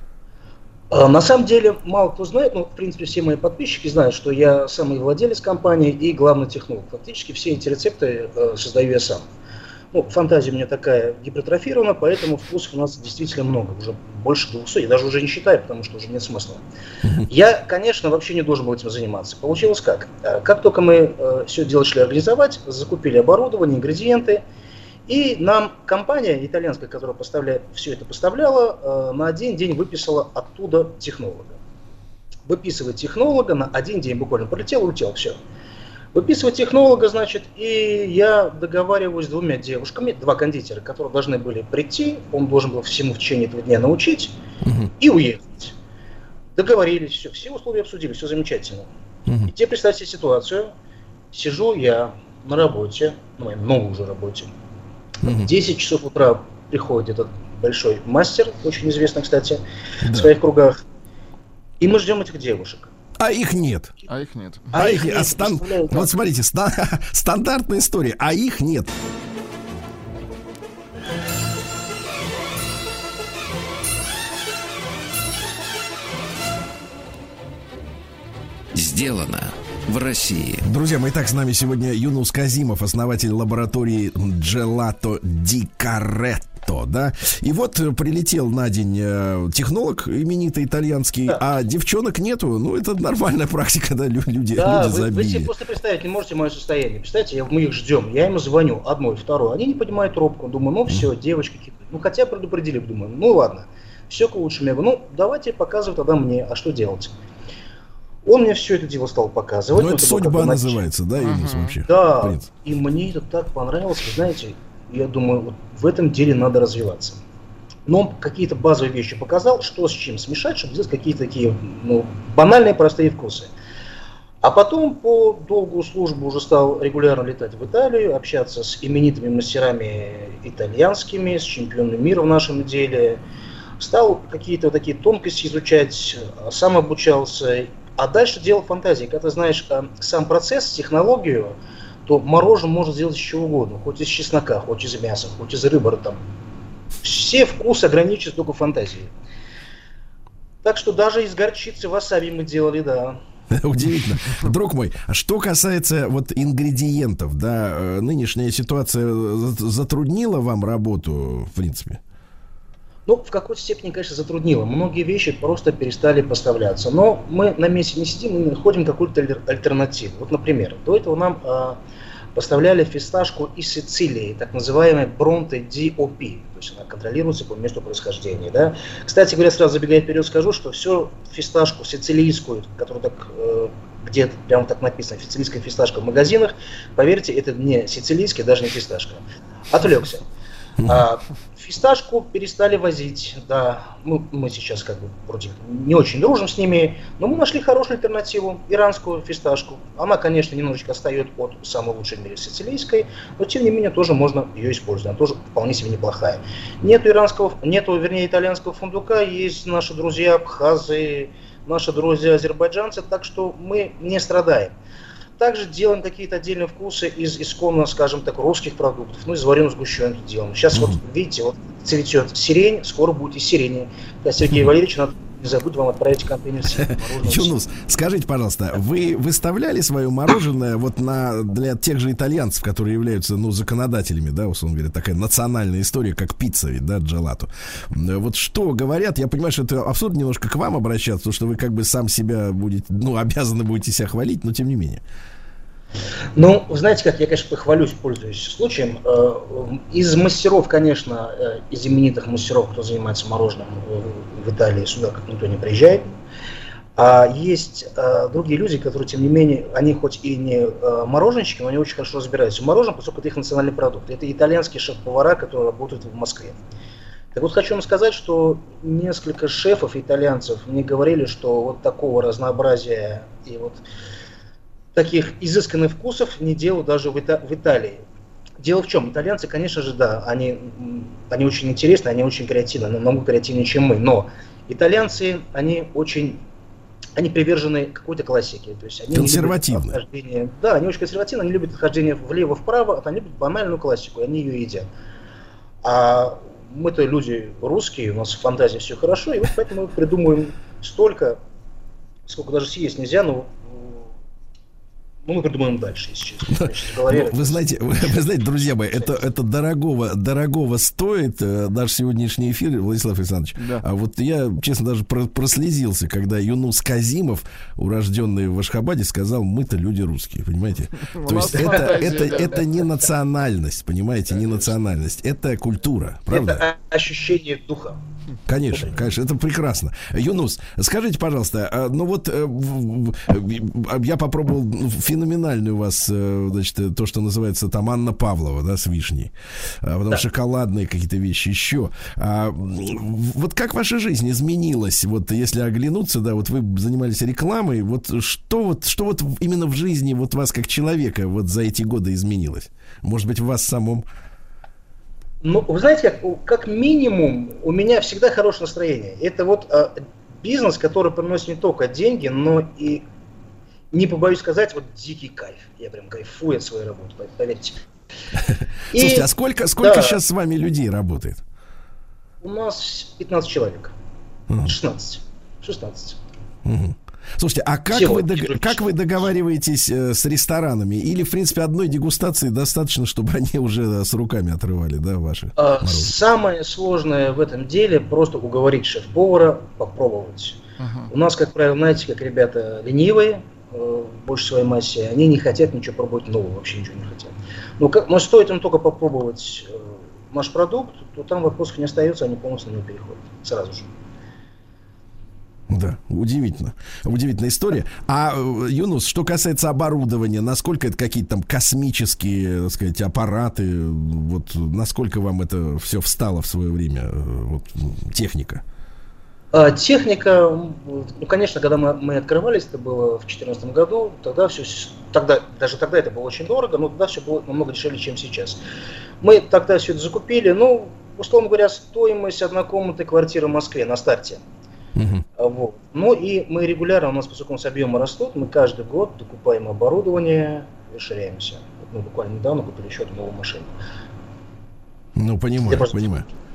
S9: На самом деле, мало кто знает, но, в принципе, все мои подписчики знают, что я самый владелец компании и главный технолог. Фактически все эти рецепты создаю я сам. Ну, фантазия у меня такая гипертрофирована, поэтому вкусов у нас действительно много, уже больше 200, я даже уже не считаю, потому что уже нет смысла. Я, конечно, вообще не должен был этим заниматься. Получилось как? Как только мы все дело шли организовать, закупили оборудование, ингредиенты, и нам компания итальянская, которая все это поставляла, на один день выписала оттуда технолога. Выписывает технолога, на один день буквально полетел, улетел, все. Выписывать технолога, значит, и я договариваюсь с двумя девушками, два кондитера, которые должны были прийти, он должен был всему в течение этого дня научить и уехать. Договорились, все условия обсудили, все замечательно. И теперь представьте ситуацию, сижу я на работе, на моей новой уже работе, в 10 часов утра приходит этот большой мастер, очень известный, кстати, в своих кругах, и мы ждем этих девушек.
S2: А их нет. Вот смотрите, стандартная история, а их нет.
S1: Сделано в России.
S2: Друзья мои, итак, с нами сегодня Юнус Казимов, основатель лаборатории Gelato Diccaretto, да? И вот прилетел на день технолог именитый итальянский, а девчонок нету. Ну, это нормальная практика, да, люди забили.
S9: Вы себе просто представить не можете мое состояние. Представьте, мы их ждем, я ему звоню, одной, второй, они не поднимают трубку. Думаю, ну все, девочки какие-то. Ну, хотя предупредили, думаю, ну ладно, все к лучшему. Я говорю, ну, давайте показывать тогда мне, а что делать? Он мне все это дело стал показывать.
S2: Ну, это судьба называется, да, Юнус, вообще?
S9: Да, и мне это так понравилось, вы знаете, я думаю, вот в этом деле надо развиваться. Но он какие-то базовые вещи показал, что с чем смешать, чтобы сделать какие-то такие, ну, банальные, простые вкусы. А потом по долгую службу уже стал регулярно летать в Италию, общаться с именитыми мастерами итальянскими, с чемпионами мира в нашем деле. Стал какие-то вот такие тонкости изучать, сам обучался. А дальше дело фантазии. Когда ты знаешь сам процесс, технологию, то мороженое можно сделать из чего угодно. Хоть из чеснока, хоть из мяса, хоть из рыбы. Там. Все вкусы ограничиваются только фантазией. Так что даже из горчицы васаби мы делали, да.
S2: Удивительно. Друг мой, что касается вот ингредиентов, да, нынешняя ситуация затруднила вам работу, в принципе?
S9: Ну, в какой-то степени, конечно, затруднило. Многие вещи просто перестали поставляться. Но мы на месте не сидим, мы находим какую-то альтернативу. Вот, например, до этого нам поставляли фисташку из Сицилии, так называемый Бронте DOP. То есть она контролируется по месту происхождения. Да? Кстати говоря, сразу забегая вперед, скажу, что всю фисташку сицилийскую, которую так, где прямо так написано, сицилийская фисташка в магазинах, поверьте, это не сицилийская, даже не фисташка. Отвлекся. Фисташку перестали возить, да, мы сейчас как бы вроде не очень дружим с ними, но мы нашли хорошую альтернативу, иранскую фисташку. Она, конечно, немножечко отстает от самой лучшей в мире сицилийской, но тем не менее тоже можно ее использовать, она тоже вполне себе неплохая. Нету итальянского фундука, есть наши друзья абхазы, наши друзья азербайджанцы, так что мы не страдаем. Также делаем какие-то отдельные вкусы из исконно, скажем так, русских продуктов. Ну, из вареной сгущенки делаем. Сейчас вот, видите, вот цветет сирень, скоро будет и сирени. Да, Сергей Валерьевич, надо не забудь вам отправить контейнер сирени.
S2: Юнус, скажите, пожалуйста, вы выставляли свое мороженое вот для тех же итальянцев, которые являются, ну, законодателями, да, условно говоря, такая национальная история, как пицца, ведь, да, джелато. Вот что говорят, я понимаю, что это абсурдно немножко к вам обращаться, потому что вы как бы сам себя будете, ну, обязаны будете себя хвалить, но тем не менее.
S9: Ну, знаете как, я, конечно, похвалюсь, пользуюсь случаем. Из мастеров, конечно, из именитых мастеров, кто занимается мороженым в Италии, сюда как никто не приезжает. А есть другие люди, которые, тем не менее, они хоть и не мороженщики, но они очень хорошо разбираются в мороженом, поскольку это их национальный продукт. Это итальянские шеф-повара, которые работают в Москве. Так вот, хочу вам сказать, что несколько шефов итальянцев мне говорили, что вот такого разнообразия и вот таких изысканных вкусов не делают даже в Италии. Дело в чем? Итальянцы, конечно же, да, они очень интересны, они очень креативны, намного креативнее, чем мы. Но итальянцы, они привержены какой-то классике. То есть они
S2: консервативны.
S9: Да, они очень консервативны, они любят отхождение влево-вправо, они любят банальную классику, и они ее едят. А мы-то люди русские, у нас в фантазии все хорошо, и вот поэтому мы придумываем столько, сколько даже съесть нельзя, но мы придумаем дальше, если честно.
S2: Вы знаете, друзья мои, это дорогого стоит наш сегодняшний эфир, Владислав Александрович. Да. А вот я, честно, даже прослезился, когда Юнус Казимов, урожденный в Ашхабаде, сказал: мы-то люди русские, понимаете? То есть это не национальность, понимаете, не национальность, это культура, правда?
S9: Это ощущение духа.
S2: Конечно, это прекрасно. Юнус, скажите, пожалуйста, ну вот я попробовал феноменальный у вас, значит, то, что называется там Анна Павлова, да, с вишней, потом шоколадные какие-то вещи еще. Вот как ваша жизнь изменилась, вот если оглянуться, да, вот вы занимались рекламой, вот что именно в жизни вот вас как человека вот за эти годы изменилось? Может быть, в вас самом?
S9: Ну, вы знаете, как минимум, у меня всегда хорошее настроение. Это вот бизнес, который приносит не только деньги, но и, не побоюсь сказать, вот дикий кайф. Я прям кайфую от своей работы, поверьте.
S2: Слушайте, а сколько сейчас с вами людей работает?
S9: У нас 15 человек. 16.
S2: Слушайте, а как вы договариваетесь с ресторанами? Или, в принципе, одной дегустации достаточно, чтобы они уже с руками отрывали, да, ваши?
S9: Самое сложное в этом деле просто уговорить шеф-повара попробовать. У нас, как правило, знаете, как ребята ленивые, в большей своей массе, они не хотят ничего пробовать нового, вообще ничего не хотят. Но стоит им только попробовать наш продукт, то там вопросов не остается, они полностью на него переходят сразу же.
S2: Да, удивительно. Удивительная история. А, Юнус, что касается оборудования, насколько это какие-то там космические, так сказать, аппараты, вот насколько вам это все встало в свое время, вот, техника?
S9: Техника, ну, конечно, когда мы открывались, это было в 2014 году, даже тогда это было очень дорого, но тогда все было намного дешевле, чем сейчас. Мы тогда все это закупили, ну, условно говоря, стоимость однокомнатной квартиры в Москве на старте. Вот. Ну и мы регулярно, у нас поскольку у нас объемы растут, мы каждый год докупаем оборудование, расширяемся. Вот мы буквально недавно купили еще одну новую машину.
S2: Ну, понимаю.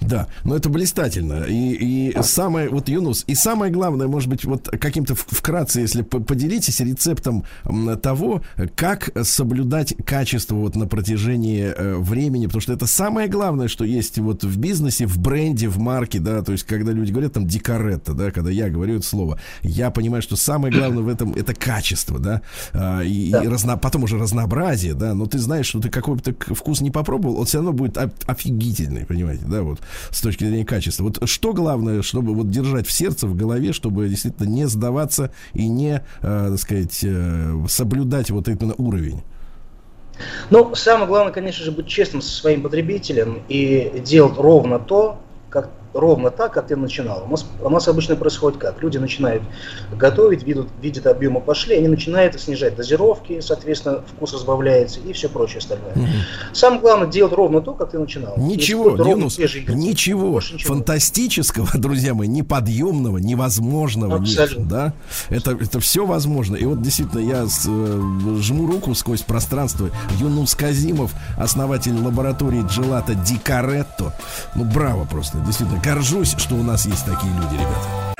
S2: Да, но это блистательно. И самое, вот, Юнус, и самое главное, может быть, вот каким-то вкратце, если поделитесь рецептом того, как соблюдать качество вот на протяжении времени, потому что это самое главное, что есть вот в бизнесе, в бренде, в марке, да, то есть когда люди говорят там дикаретто, да, когда я говорю это слово, я понимаю, что самое главное в этом это качество, да, и потом уже разнообразие, да, но ты знаешь, что ты какой-то вкус не попробовал, он все равно будет офигительный, понимаете, да, вот с точки зрения качества. Вот что главное, чтобы вот держать в сердце, в голове, чтобы действительно не сдаваться и не, так сказать, соблюдать вот именно уровень?
S9: Ну, самое главное, конечно же, быть честным со своим потребителем и делать ровно так, как ты начинал. У нас обычно происходит как? Люди начинают готовить, видят объемы пошли, они начинают снижать дозировки, соответственно, вкус разбавляется и все прочее остальное. Самое главное делать ровно то, как ты начинал.
S2: Ничего, Динус, ничего фантастического, друзья мои, неподъемного, невозможного нет. Да? Это все возможно. И вот действительно я жму руку сквозь пространство. Юнус Казимов, основатель лаборатории Gelato Дикаретто. Ну, браво просто, действительно. Горжусь, что у нас есть такие люди, ребята.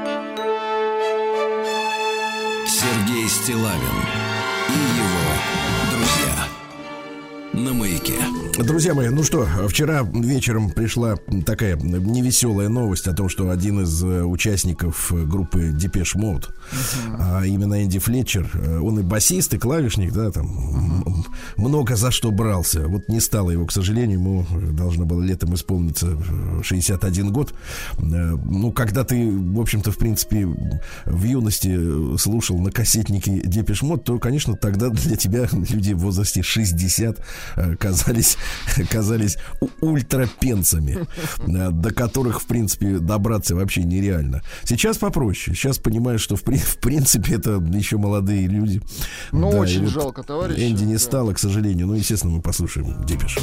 S1: Сергей Стиллавин и его друзья на Маяке.
S2: Друзья мои, ну что, вчера вечером пришла такая невеселая новость о том, что один из участников группы Depeche Mode, а именно Энди Флетчер, он и басист, и клавишник, да, там много за что брался. Вот не стало его, к сожалению, ему должно было летом исполниться 61 год. Ну, когда ты, в общем-то, в принципе, в юности слушал на кассетнике Depeche Mode, то, конечно, тогда для тебя люди в возрасте 60 казались ультрапенцами, до которых, в принципе, добраться вообще нереально. Сейчас попроще. Сейчас понимаешь, что в принципе это еще молодые люди.
S3: Ну, да, очень жалко, товарищ.
S2: Энди не стало, к сожалению. Ну, естественно, мы послушаем Депеш.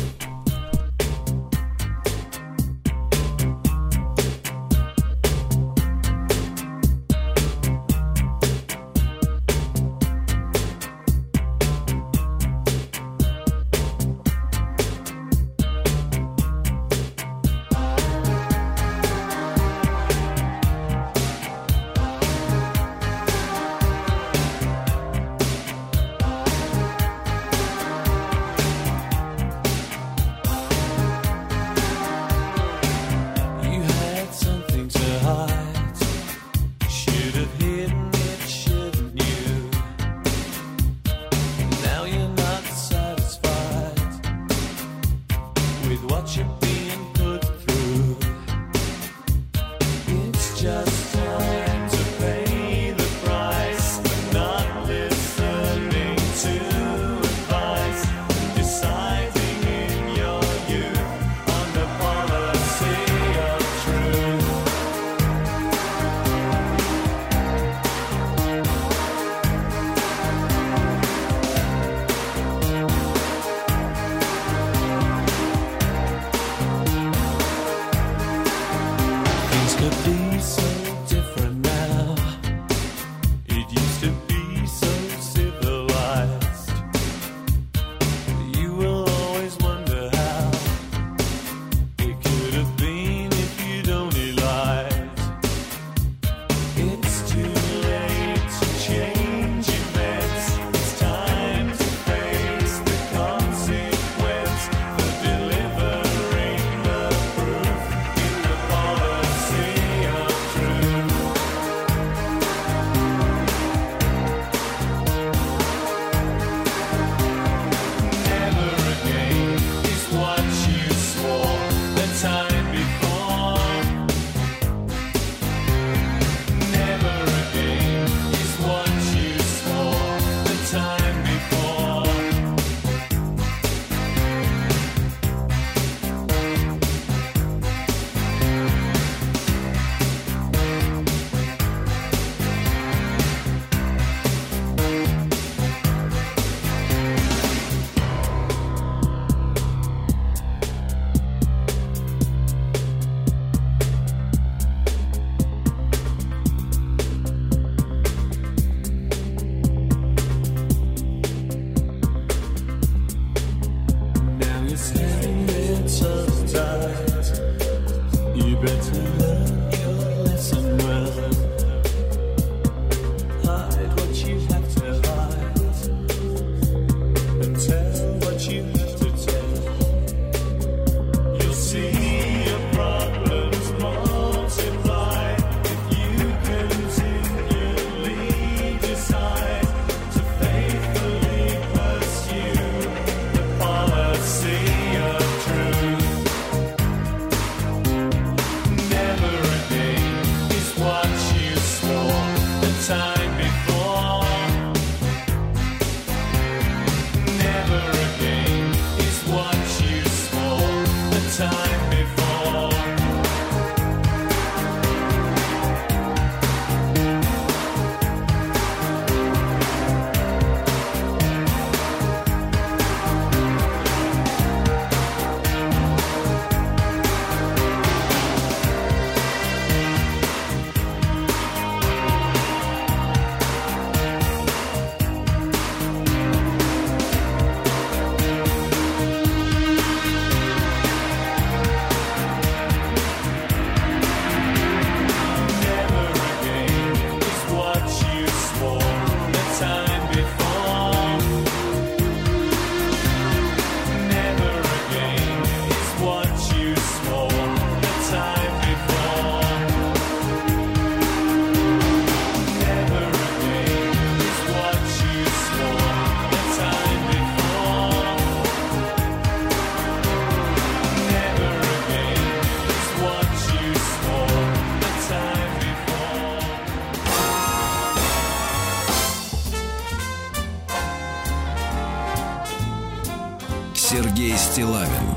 S1: Сергей Стиллавин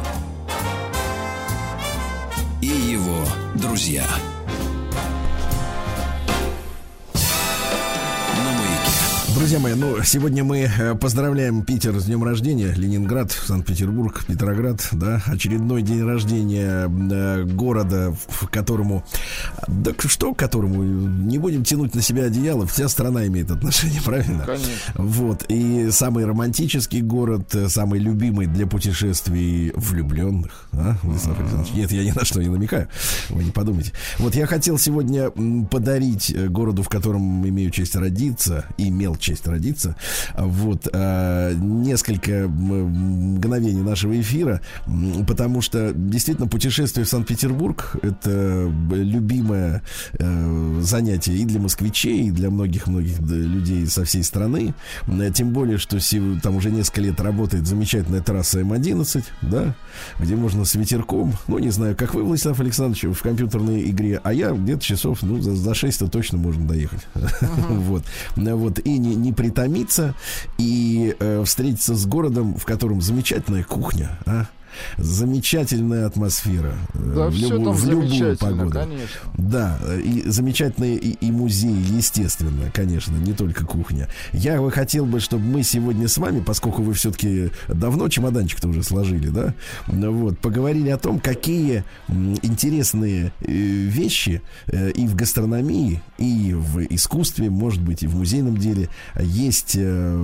S1: и его друзья.
S2: Друзья мои, сегодня мы поздравляем Питер с днем рождения, Ленинград, Санкт-Петербург, Петроград, да, очередной день рождения города, в которому, не будем тянуть на себя одеяло, вся страна имеет отношение, правильно?
S3: Конечно.
S2: Вот, и самый романтический город, самый любимый для путешествий влюбленных, Владислав Александрович? Нет, я ни на что не намекаю, вы не подумайте. Вот я хотел сегодня подарить городу, в котором имею честь родиться, имел честь родиться, вот, несколько мгновений нашего эфира, потому что действительно путешествие в Санкт-Петербург — это любимое занятие и для москвичей, и для многих-многих людей со всей страны, тем более, что там уже несколько лет работает замечательная трасса М11, да, где можно с ветерком, не знаю, как вы, Владислав Александрович, в компьютерной игре, а я где-то часов, за 6 точно можно доехать. Вот, и не притомиться, и встретиться с городом, в котором замечательная кухня, замечательная атмосфера,
S3: да,
S2: в любую погоду.
S3: Конечно.
S2: Да, и замечательные и музеи, естественно, конечно, не только кухня. Я хотел бы, чтобы мы сегодня с вами, поскольку вы все-таки давно чемоданчик-то уже сложили, да, вот, поговорили о том, какие интересные вещи и в гастрономии, и в искусстве, может быть, и в музейном деле есть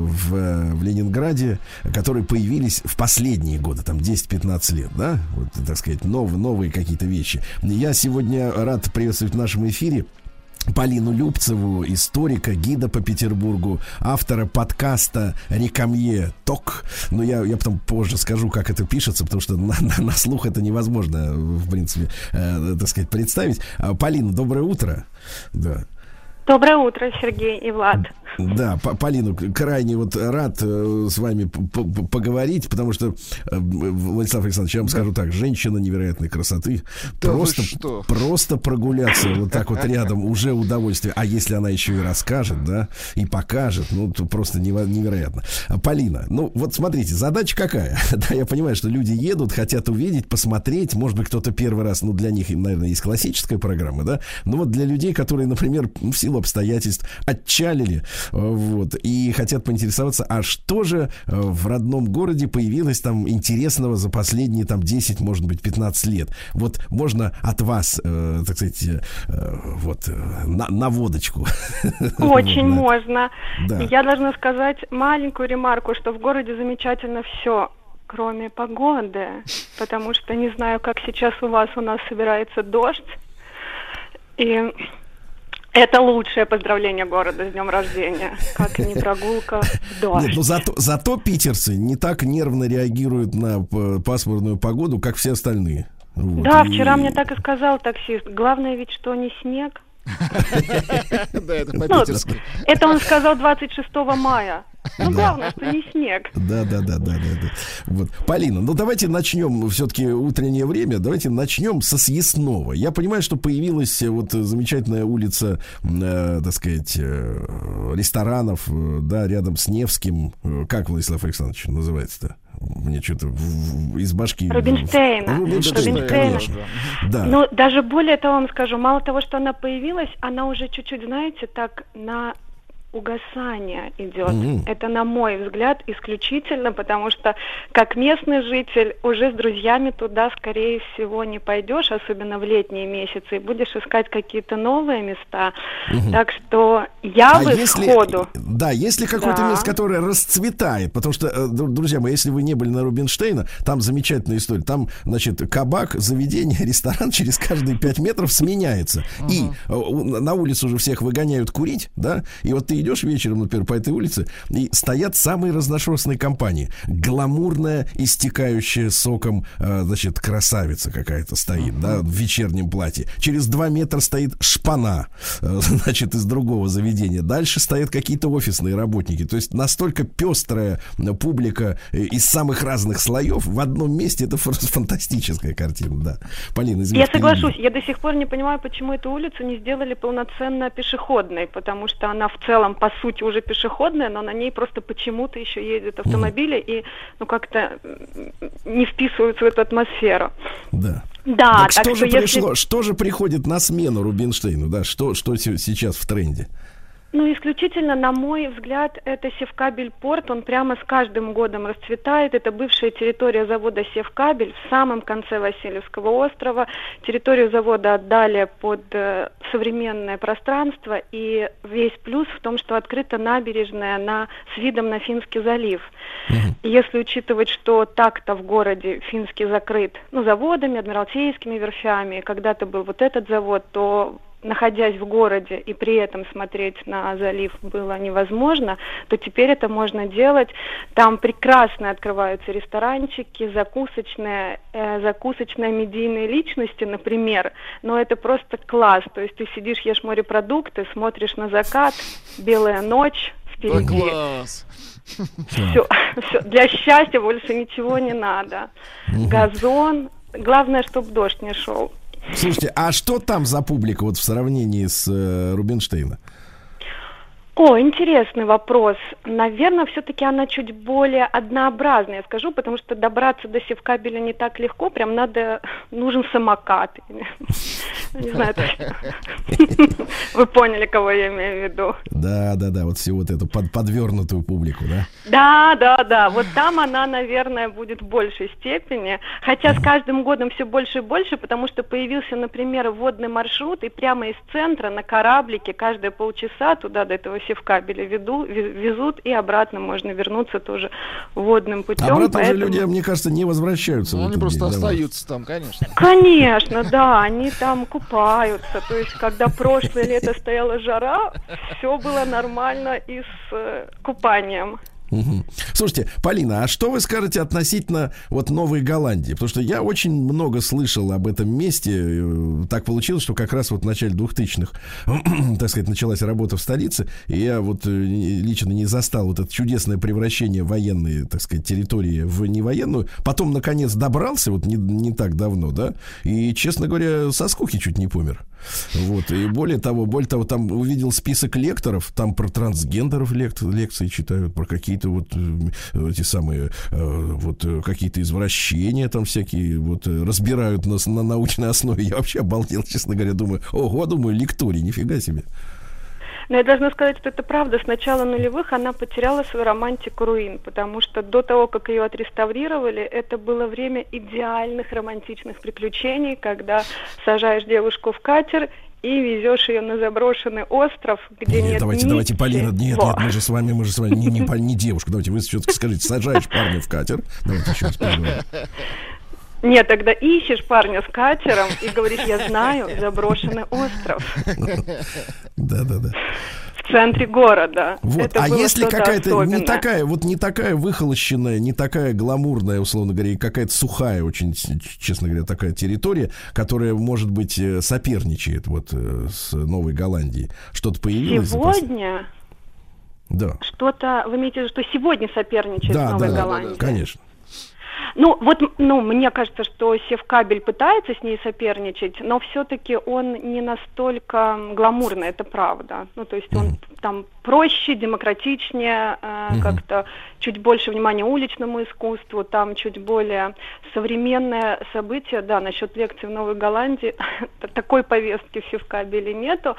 S2: в Ленинграде, которые появились в последние годы, там 10-15 лет, да, вот, так сказать, новые какие-то вещи. Я сегодня рад приветствовать в нашем эфире Полину Любцеву, историка, гида по Петербургу, автора подкаста «Рекамье Ток». Я потом позже скажу, как это пишется, потому что на слух это невозможно, в принципе, так сказать, представить. Полина, доброе утро. Да.
S10: Доброе утро, Сергей и Влад.
S2: Да, Полина, крайне рад с вами поговорить, потому что, Владислав Александрович, я вам скажу так, женщина невероятной красоты.
S3: Да
S2: просто прогуляться вот так вот рядом уже удовольствие. А если она еще и расскажет, да, и покажет, то просто невероятно. Полина, вот смотрите, задача какая? Да, я понимаю, что люди едут, хотят увидеть, посмотреть, может быть, кто-то первый раз, для них, наверное, есть классическая программа, да, но вот для людей, которые, например, в силу обстоятельств отчалили, вот, и хотят поинтересоваться, а что же в родном городе появилось там интересного за последние 10, может быть, 15 лет? Вот можно от вас, так сказать, наводочку.
S10: Очень можно.
S2: Да.
S10: Я должна сказать маленькую ремарку, что в городе замечательно все, кроме погоды, потому что не знаю, как сейчас у нас собирается дождь, и это лучшее поздравление города с днем рождения, как и не прогулка в дождь.
S2: Нет, зато питерцы не так нервно реагируют на пасмурную погоду, как все остальные. Вот.
S10: Да, вчера мне так и сказал таксист. Главное ведь, что не снег.
S3: Да, это по-питерски.
S10: Это он сказал 26 мая. Главное, что не снег.
S2: Да. Вот. Полина, давайте начнем все-таки утреннее время. Давайте начнем со съестного. Я понимаю, что появилась замечательная улица, так сказать, ресторанов, да, рядом с Невским. Как, Владислав Александрович, называется-то? Мне что-то из башки...
S10: Рубинштейна,
S2: конечно.
S10: Да. Даже более того вам скажу, мало того, что она появилась, она уже чуть-чуть, знаете, так на угасание идет. Это, на мой взгляд, исключительно, потому что как местный житель уже с друзьями туда, скорее всего, не пойдешь, особенно в летние месяцы, и будешь искать какие-то новые места. Так что я сходу...
S2: Да, если какое-то место, которое расцветает, потому что, друзья мои, если вы не были на Рубинштейна, там замечательная история. Там, значит, кабак, заведение, ресторан через каждые 5 метров сменяется. И на улицу уже всех выгоняют курить, да, и вот ты идешь вечером, например, по этой улице, и стоят самые разношерстные компании. Гламурная, истекающая соком, значит, красавица какая-то стоит, да, в вечернем платье. Через 2 метра стоит шпана, значит, из другого заведения. Дальше стоят какие-то офисные работники. То есть настолько пестрая публика из самых разных слоев в одном месте. Это фантастическая картина, да. Полина, извините.
S10: Я соглашусь. Я до сих пор не понимаю, почему эту улицу не сделали полноценно пешеходной, потому что она в целом там по сути уже пешеходная, но на ней просто почему-то еще ездят автомобили и, ну, как-то не вписываются в эту атмосферу.
S2: Да.
S10: Да,
S2: так что же пришло, что же приходит на смену Рубинштейну, да, что сейчас в тренде?
S10: Ну, исключительно, на мой взгляд, это Севкабель порт, он прямо с каждым годом расцветает. Это бывшая территория завода Севкабель в самом конце Васильевского острова. Территорию завода отдали под современное пространство, и весь плюс в том, что открыта набережная с видом на Финский залив. И если учитывать, что так-то в городе Финский закрыт, ну, заводами, адмиралтейскими верфями, когда-то был вот этот завод, то находясь в городе и при этом смотреть на залив было невозможно, то теперь это можно делать. Там прекрасно открываются ресторанчики, закусочные медийные личности, например, но это просто класс. То есть ты сидишь, ешь морепродукты, смотришь на закат, белая ночь впереди.
S3: Класс!
S10: Все. Для счастья больше ничего не надо. Газон. Главное, чтобы дождь не шел.
S2: Слушайте, а что там за публика вот в сравнении с Рубинштейна?
S10: О, интересный вопрос. Наверное, все-таки она чуть более однообразная, я скажу, потому что добраться до Севкабеля не так легко, прям нужен самокат. Не знаю точно. Вы поняли, кого я имею в виду.
S2: Да, вот всю вот эту подвернутую публику, да?
S10: Да. Вот там она, наверное, будет в большей степени. Хотя с каждым годом все больше и больше, потому что появился, например, водный маршрут, и прямо из центра на кораблике каждые полчаса туда до этого Севкабеля везут, и обратно можно вернуться тоже водным путем.
S2: Обратно уже люди, мне кажется, не возвращаются.
S3: Они просто остаются там, конечно.
S10: Конечно, да, они там купаются. То есть, когда прошлое лето стояла жара, все было нормально и с купанием.
S2: Слушайте, Полина, а что вы скажете относительно вот Новой Голландии? Потому что я очень много слышал об этом месте. Так получилось, что как раз вот в начале 2000-х, так сказать, началась работа в столице, и я вот лично не застал вот это чудесное превращение военной, так сказать, территории в невоенную. Потом, наконец, добрался, вот не так давно, да, и, честно говоря, со скуки чуть не помер. Вот, и более того, там увидел список лекторов, там про трансгендеров лекции читают, про какие-то вот эти самые вот какие-то извращения там всякие вот разбирают на научной основе. Я вообще обалдел, честно говоря, думаю, лекторий, нифига себе.
S10: Но я должна сказать, что это правда. С начала нулевых она потеряла свою романтику руин, потому что до того, как ее отреставрировали, это было время идеальных романтичных приключений, когда сажаешь девушку в катер и везешь ее на заброшенный остров, где нет
S2: давайте, Полина, нет, мы же с вами не девушка. Давайте вы все-таки скажите, сажаешь парня в катер. Давайте еще раз поговорим.
S10: Нет, тогда ищешь парня с катером и говоришь, я знаю заброшенный остров.
S2: Да.
S10: В центре города.
S2: Вот. А если какая-то не такая выхолощенная, не такая гламурная, условно говоря, и какая-то сухая, очень, честно говоря, такая территория, которая, может быть, соперничает вот с Новой Голландией, что-то появилось?
S10: Сегодня?
S2: Да.
S10: Что-то, вы имеете в виду, что сегодня соперничает с Новой Голландией?
S2: Да, конечно.
S10: Мне кажется, что Севкабель пытается с ней соперничать, но все-таки он не настолько гламурный, это правда. Ну, то есть он там проще, демократичнее, как-то чуть больше внимания уличному искусству, там чуть более современное событие. Да, насчет лекции в Новой Голландии такой повестки в Севкабеле нету.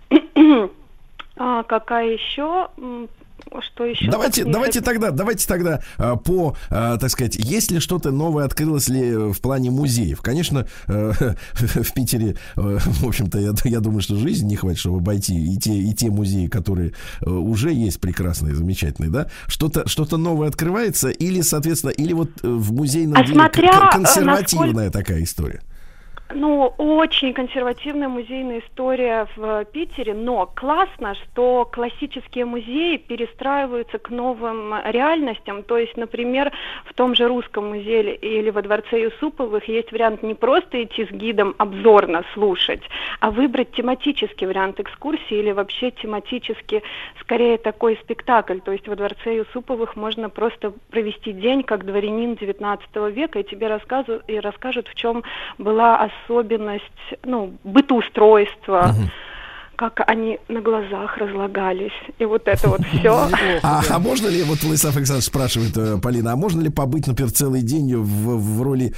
S10: Какая еще... Что еще?
S2: Давайте тогда по, так сказать, есть ли что-то новое, открылось ли в плане музеев? Конечно, в Питере, в общем-то, я думаю, что жизни не хватит, чтобы обойти и те музеи, которые уже есть прекрасные, замечательные, да? Что-то новое открывается или, соответственно, или вот в музейном деле консервативная такая история?
S10: Очень консервативная музейная история в Питере, но классно, что классические музеи перестраиваются к новым реальностям. То есть, например, в том же Русском музее или во дворце Юсуповых есть вариант не просто идти с гидом обзорно слушать, а выбрать тематический вариант экскурсии или вообще тематически, скорее, такой спектакль. То есть во дворце Юсуповых можно просто провести день как дворянин XIX века, и тебе расскажут, в чем была особенность, бытоустройства, как они на глазах разлагались. И вот это вот все.
S2: А можно ли, вот Владислав Александрович спрашивает, Полина, а можно ли побыть, например, целый день в роли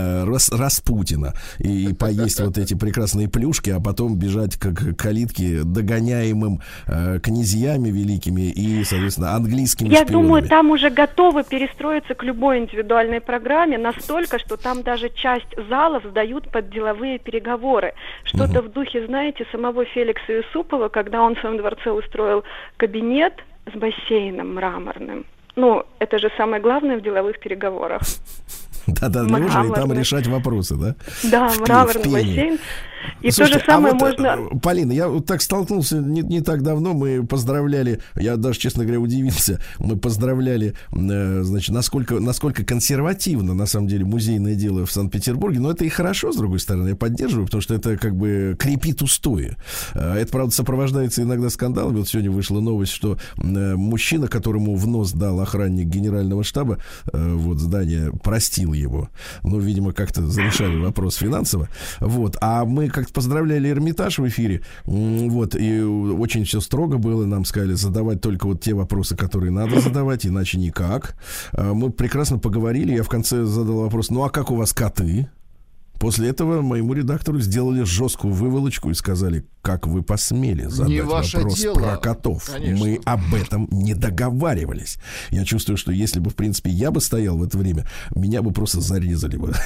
S2: Распутина и поесть вот эти прекрасные плюшки, а потом бежать к калитке догоняемым князьями великими и, соответственно, английскими
S10: Я
S2: шпионами?
S10: думаю, там уже готовы перестроиться к любой индивидуальной программе настолько, что там даже часть залов сдают под деловые переговоры. Что-то в духе, знаете, самого Феликса Юсупова, когда он в своем дворце устроил кабинет с бассейном мраморным. Ну, это же самое главное в деловых переговорах.
S2: Да-да, неужели там решать вопросы, да?
S10: Да, мраморный бассейн. И
S2: слушайте,
S10: то же самое можно...
S2: Полина, я вот так столкнулся не так давно, мы поздравляли, я даже, честно говоря, удивился, мы поздравляли, значит, насколько консервативно, на самом деле, музейное дело в Санкт-Петербурге, но это и хорошо, с другой стороны, я поддерживаю, потому что это как бы крепит устои. Это, правда, сопровождается иногда скандалами. Вот сегодня вышла новость, что мужчина, которому в нос дал охранник генерального штаба, вот, здания, простил его. Ну, видимо, как-то зарешали вопрос финансово. Вот, а мы как-то поздравляли Эрмитаж в эфире, вот, и очень все строго было, нам сказали задавать только вот те вопросы, которые надо задавать, иначе никак. Мы прекрасно поговорили, я в конце задал вопрос, ну а как у вас коты? После этого моему редактору сделали жесткую выволочку и сказали, как вы посмели задать вопрос про котов. Конечно. Мы об этом не договаривались. Я чувствую, что если бы, в принципе, я бы стоял в это время, меня бы просто зарезали бы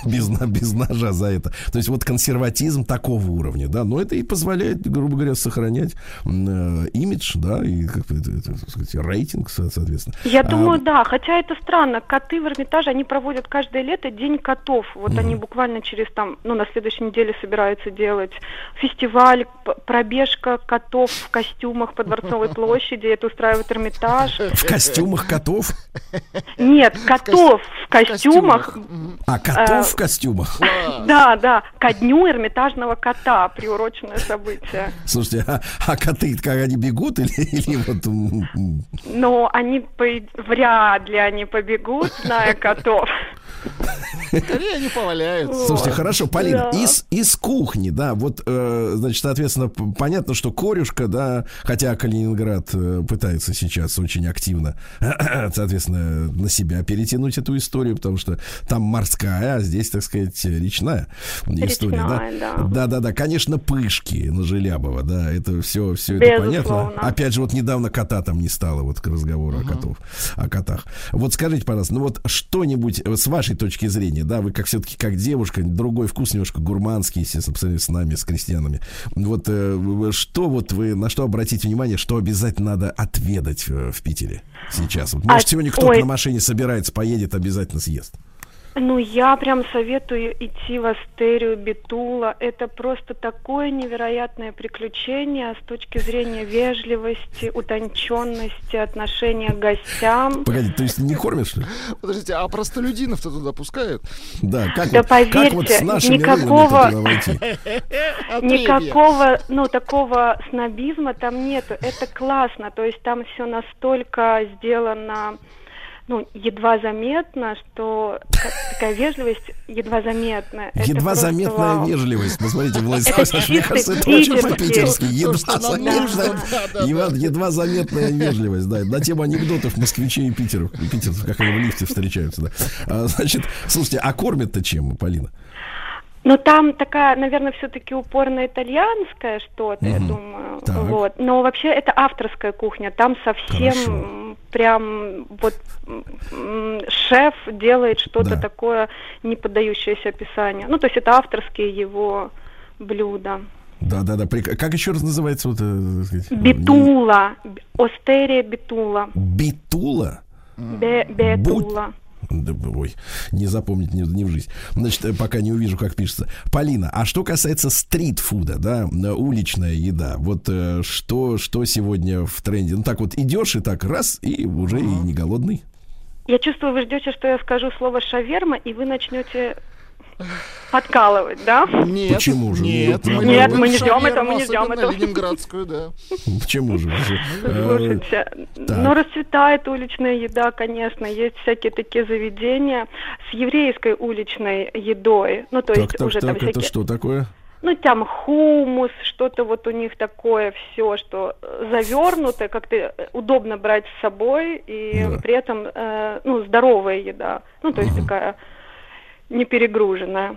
S2: без ножа за это. То есть вот консерватизм такого уровня, да, но это и позволяет, грубо говоря, сохранять имидж, да, и рейтинг, соответственно.
S10: Я думаю, да, хотя это странно. Коты в Эрмитаже, они проводят каждое лето День котов. Вот они буквально через там, ну, на следующей неделе собираются делать фестиваль, пробежка котов в костюмах по Дворцовой площади. Это устраивает Эрмитаж.
S2: В костюмах котов?
S10: Нет, котов в костюмах.
S2: А, котов в костюмах?
S10: Да, да, ко дню Эрмитажного кота, приуроченное событие.
S2: Слушайте, а коты, как они бегут или вот...
S10: Ну, они вряд ли они побегут, зная котов.
S3: Скорее они поваляются.
S2: Слушайте, хорошо, Полина, да. из кухни, да, вот, значит, соответственно, понятно, что корюшка, да, хотя Калининград пытается сейчас очень активно, соответственно, на себя перетянуть эту историю, потому что там морская, а здесь, так сказать, речная история, да? Да, конечно, пышки на Желябова, да, это все это понятно. Опять же, вот недавно кота там не стало, вот к разговору о котах. Вот скажите, пожалуйста, ну вот что-нибудь с вашей точки зрения, да, вы как все-таки как девушка, другой вкус немножко гурманский, естественно, с нами, с крестьянами. Вот что вот вы, на что обратите внимание, что обязательно надо отведать в Питере сейчас? Вот, может, сегодня кто-то на машине собирается, поедет, обязательно съест.
S10: Ну, я прям советую идти в Астерию Битула. Это просто такое невероятное приключение с точки зрения вежливости, утонченности, отношения к гостям.
S2: Погоди, то есть не кормишь, что ли?
S3: Подождите, а простолюдинов-то туда пускают?
S2: Да,
S10: поверьте,
S2: как вот с нашими
S10: никакого,
S2: войти?
S10: Такого снобизма там нету. Это классно, то есть там все настолько сделано... Ну, едва заметно, что такая вежливость едва заметная.
S2: Едва заметная вежливость. Посмотрите, Владислав Александрович, мне кажется, это очень по-питерски. Едва заметная вежливость, да. На тему анекдотов москвичей и питерцев, как они в лифте встречаются, да. Значит, слушайте, а кормят-то чем, Полина?
S10: Ну, там такая, наверное, все-таки упорно итальянская что-то, я думаю. Вот. Но вообще это авторская кухня. Там совсем прям вот шеф делает что-то такое, не поддающееся описанию. Ну, то есть это авторские его блюда.
S2: Да. Как еще раз называется? Вот,
S10: Битула. Астерия Битула.
S2: Битула?
S10: Битула.
S2: Ой, не запомнить ни в жизнь. Значит, пока не увижу, как пишется. Полина, а что касается стрит-фуда, да, уличная еда, вот что сегодня в тренде? Ну так вот идешь и так раз, и уже и не голодный.
S10: Я чувствую, вы ждете, что я скажу слово шаверма, и вы начнете подкалывать, да?
S3: Нет.
S2: Почему же?
S3: Нет,
S10: мы не ждем этого, мы не ждем этого.
S3: Ленинградскую, да.
S2: Почему же?
S10: Слушайте, расцветает уличная еда, конечно, есть всякие такие заведения с еврейской уличной едой. Ну, то есть уже там всякие...
S2: Это что такое?
S10: ну, там хумус, что-то вот у них такое все, что завернутое, как-то удобно брать с собой, и при этом, ну, здоровая еда. Ну, то есть такая не перегруженная.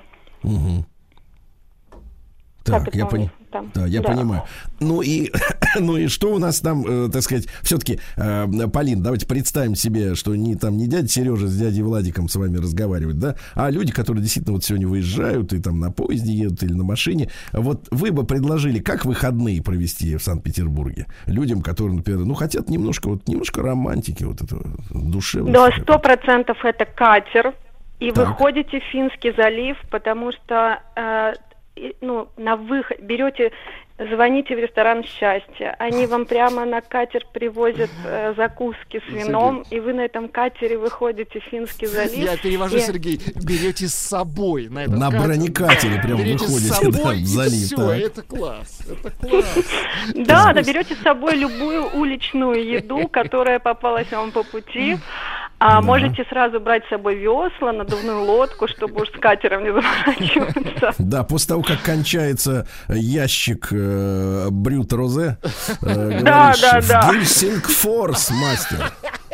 S2: Так, я понимаю. Ну и что у нас там, так сказать, все-таки, Полин, давайте представим себе, что не дядя Сережа с дядей Владиком с вами разговаривают, да, а люди, которые действительно вот сегодня выезжают и там на поезде едут или на машине. Вот вы бы предложили, как выходные провести в Санкт-Петербурге людям, которые, например, ну, хотят немножко романтики, вот этого душевности.
S10: Да, 100% это катер, и вы ходите в Финский залив, потому что ну, на выход звоните в ресторан «Счастье», они вам прямо на катер привозят закуски с вином, и вы на этом катере выходите в Финский залив.
S3: Я перевожу, Сергей, берете с собой на этом катере.
S2: Бронекатере прям выходите в залив.
S3: Все, это класс, это класс.
S10: Да, берете с собой любую уличную еду, которая попалась вам по пути. Можете сразу брать с собой весла, надувную лодку, чтобы уж с катером не заморачиваться.
S2: Да, после того, как кончается ящик Брют Розе, говоришь, Гельсингфорс, мастер.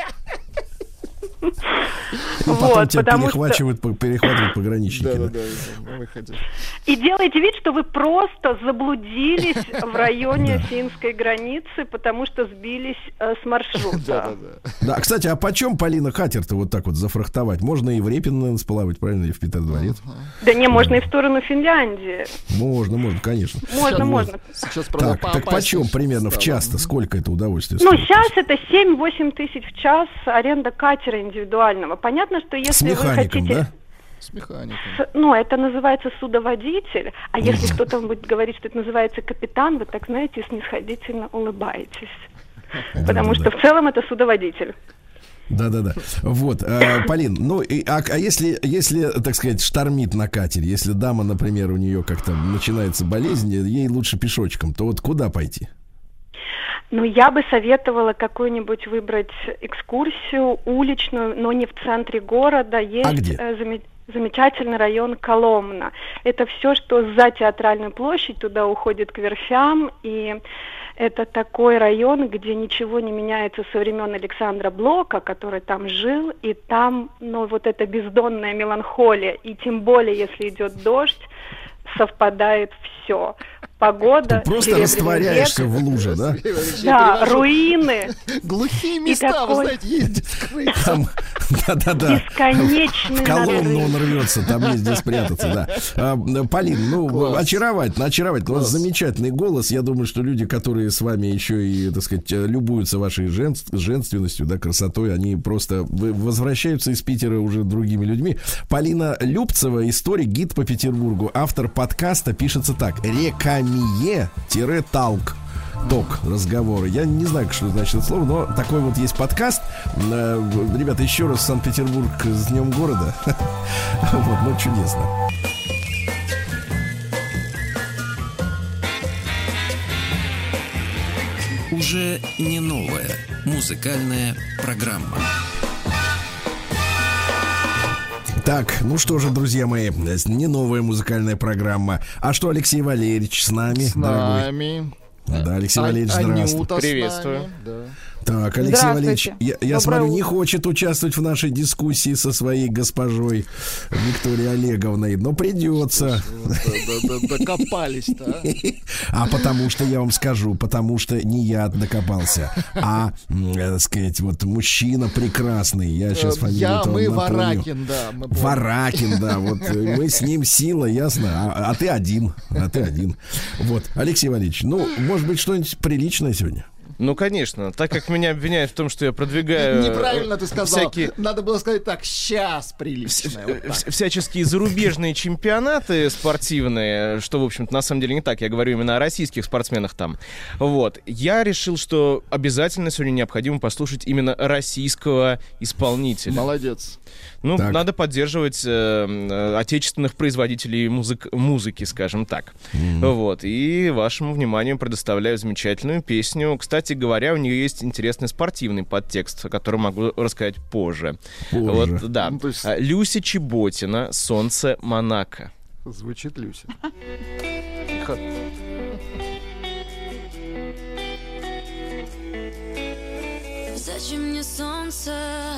S2: И потом тебя перехватывают пограничники.
S10: Да. И делаете вид, что вы просто заблудились в районе финской границы, потому что сбились с маршрута.
S2: Да, кстати, а почем, Полина, катер-то вот так вот зафрахтовать? Можно и в Репино, наверное, сплавать, правильно, или в Петродворец?
S10: Да не, можно и в сторону Финляндии.
S2: Можно, конечно.
S10: Можно.
S2: Так почем примерно в час-то? Сколько это удовольствие
S10: стоит? Ну, сейчас это 7-8 тысяч в час аренда катера индивидуального. Понятно, что если вы хотите...
S2: Да?
S3: С механиком.
S10: Ну, это называется судоводитель, а если кто-то будет говорить, что это называется капитан, вы так, знаете, снисходительно улыбаетесь. Потому что в целом это судоводитель.
S2: Да. Вот, Полин, а если, так сказать, штормит на катере, если дама, например, у нее как-то начинается болезнь, ей лучше пешочком, то вот куда пойти?
S10: Ну, я бы советовала какую-нибудь выбрать экскурсию уличную, но не в центре города. Есть замечательный район Коломна. Это все, что за Театральную площадь, туда уходит к верфям, и это такой район, где ничего не меняется со времен Александра Блока, который там жил, и там, ну, вот эта бездонная меланхолия, и тем более, если идет дождь, совпадает все. Погода,
S2: ты просто растворяешься в луже, да?
S10: Да, руины.
S3: Глухие места, вы знаете, ездить скрыться.
S2: Да.
S10: Бесконечный
S2: в Коломну он рвется, там есть где спрятаться, да. Полин, очаровательно. У вас замечательный голос. Я думаю, что люди, которые с вами еще и, так сказать, любуются вашей женственностью, да, красотой, они просто возвращаются из Питера уже другими людьми. Полина Любцева, историк, гид по Петербургу, автор подкаста, пишется так: Рекамие-талк. Ток разговоры. Я не знаю, что значит это слово, но такой вот есть подкаст. Ребята, еще раз Санкт-Петербург с Днем города. Вот, ну чудесно.
S1: Уже не новая музыкальная программа.
S2: Так, ну что же, друзья мои, не новая музыкальная программа. А что, Алексей Валерьевич с нами?
S3: С нами.
S2: Да, Алексей Валерьевич, здравствуйте.
S3: Приветствую.
S2: Так, Алексей Валерьевич, я смотрю, не хочет участвовать в нашей дискуссии со своей госпожой Викторией Олеговной, но придется.
S3: Докопались-то.
S2: А потому что, я вам скажу, потому что не я докопался, а, так сказать, вот мужчина прекрасный. Я сейчас фамилию-то вам напомню.
S3: Варакин, да.
S2: Варакин, да, вот мы с ним сила, ясно, а ты один. Вот, Алексей Валерьевич, ну, может быть, что-нибудь приличное сегодня?
S11: Ну, конечно, так как меня обвиняют в том, что я продвигаю...
S3: Неправильно ты сказал. Надо было сказать так: сейчас приличное.
S11: Всяческие зарубежные чемпионаты спортивные, что, в общем-то, на самом деле не так. Я говорю именно о российских спортсменах там. Вот. Я решил, что обязательно сегодня необходимо послушать именно российского исполнителя.
S3: Молодец.
S11: Ну, так. Надо поддерживать отечественных производителей музыки, скажем так. Вот. И вашему вниманию предоставляю замечательную песню. Кстати говоря, у нее есть интересный спортивный подтекст, о котором могу рассказать позже. Вот, да. Ну, есть... Люся Чеботина «Солнце Монако».
S3: Звучит Люся. Тихо.
S12: Зачем мне солнце,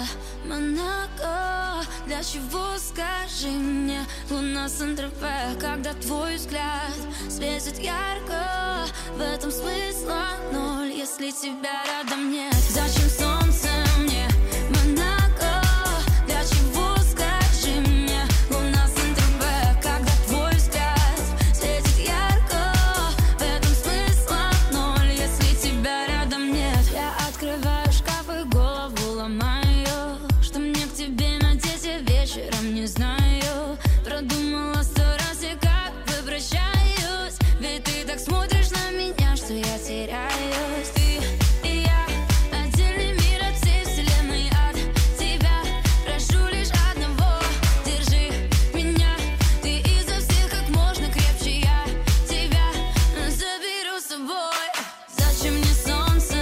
S12: Монако? Для чего, скажи мне, луна Сент-Тропе, когда твой взгляд светит ярко? В этом смысла ноль, если тебя рядом нет. Зачем солнце мне, Монако? Для чего, скажи мне, луна Сент-Тропе, когда твой взгляд светит ярко? В этом смысла ноль, если тебя рядом нет. Я открываю шкаф и голову ломаю, что мне к тебе надеть я вечером не знаю. Продумала 100 раз и как бы прощаюсь, ведь ты так смотришь на меня, что я теряюсь. Ты и я, отдельный мир от всей вселенной, от тебя прошу лишь одного. Держи меня, ты изо всех как можно крепче, я тебя заберу с собой. Зачем мне солнце,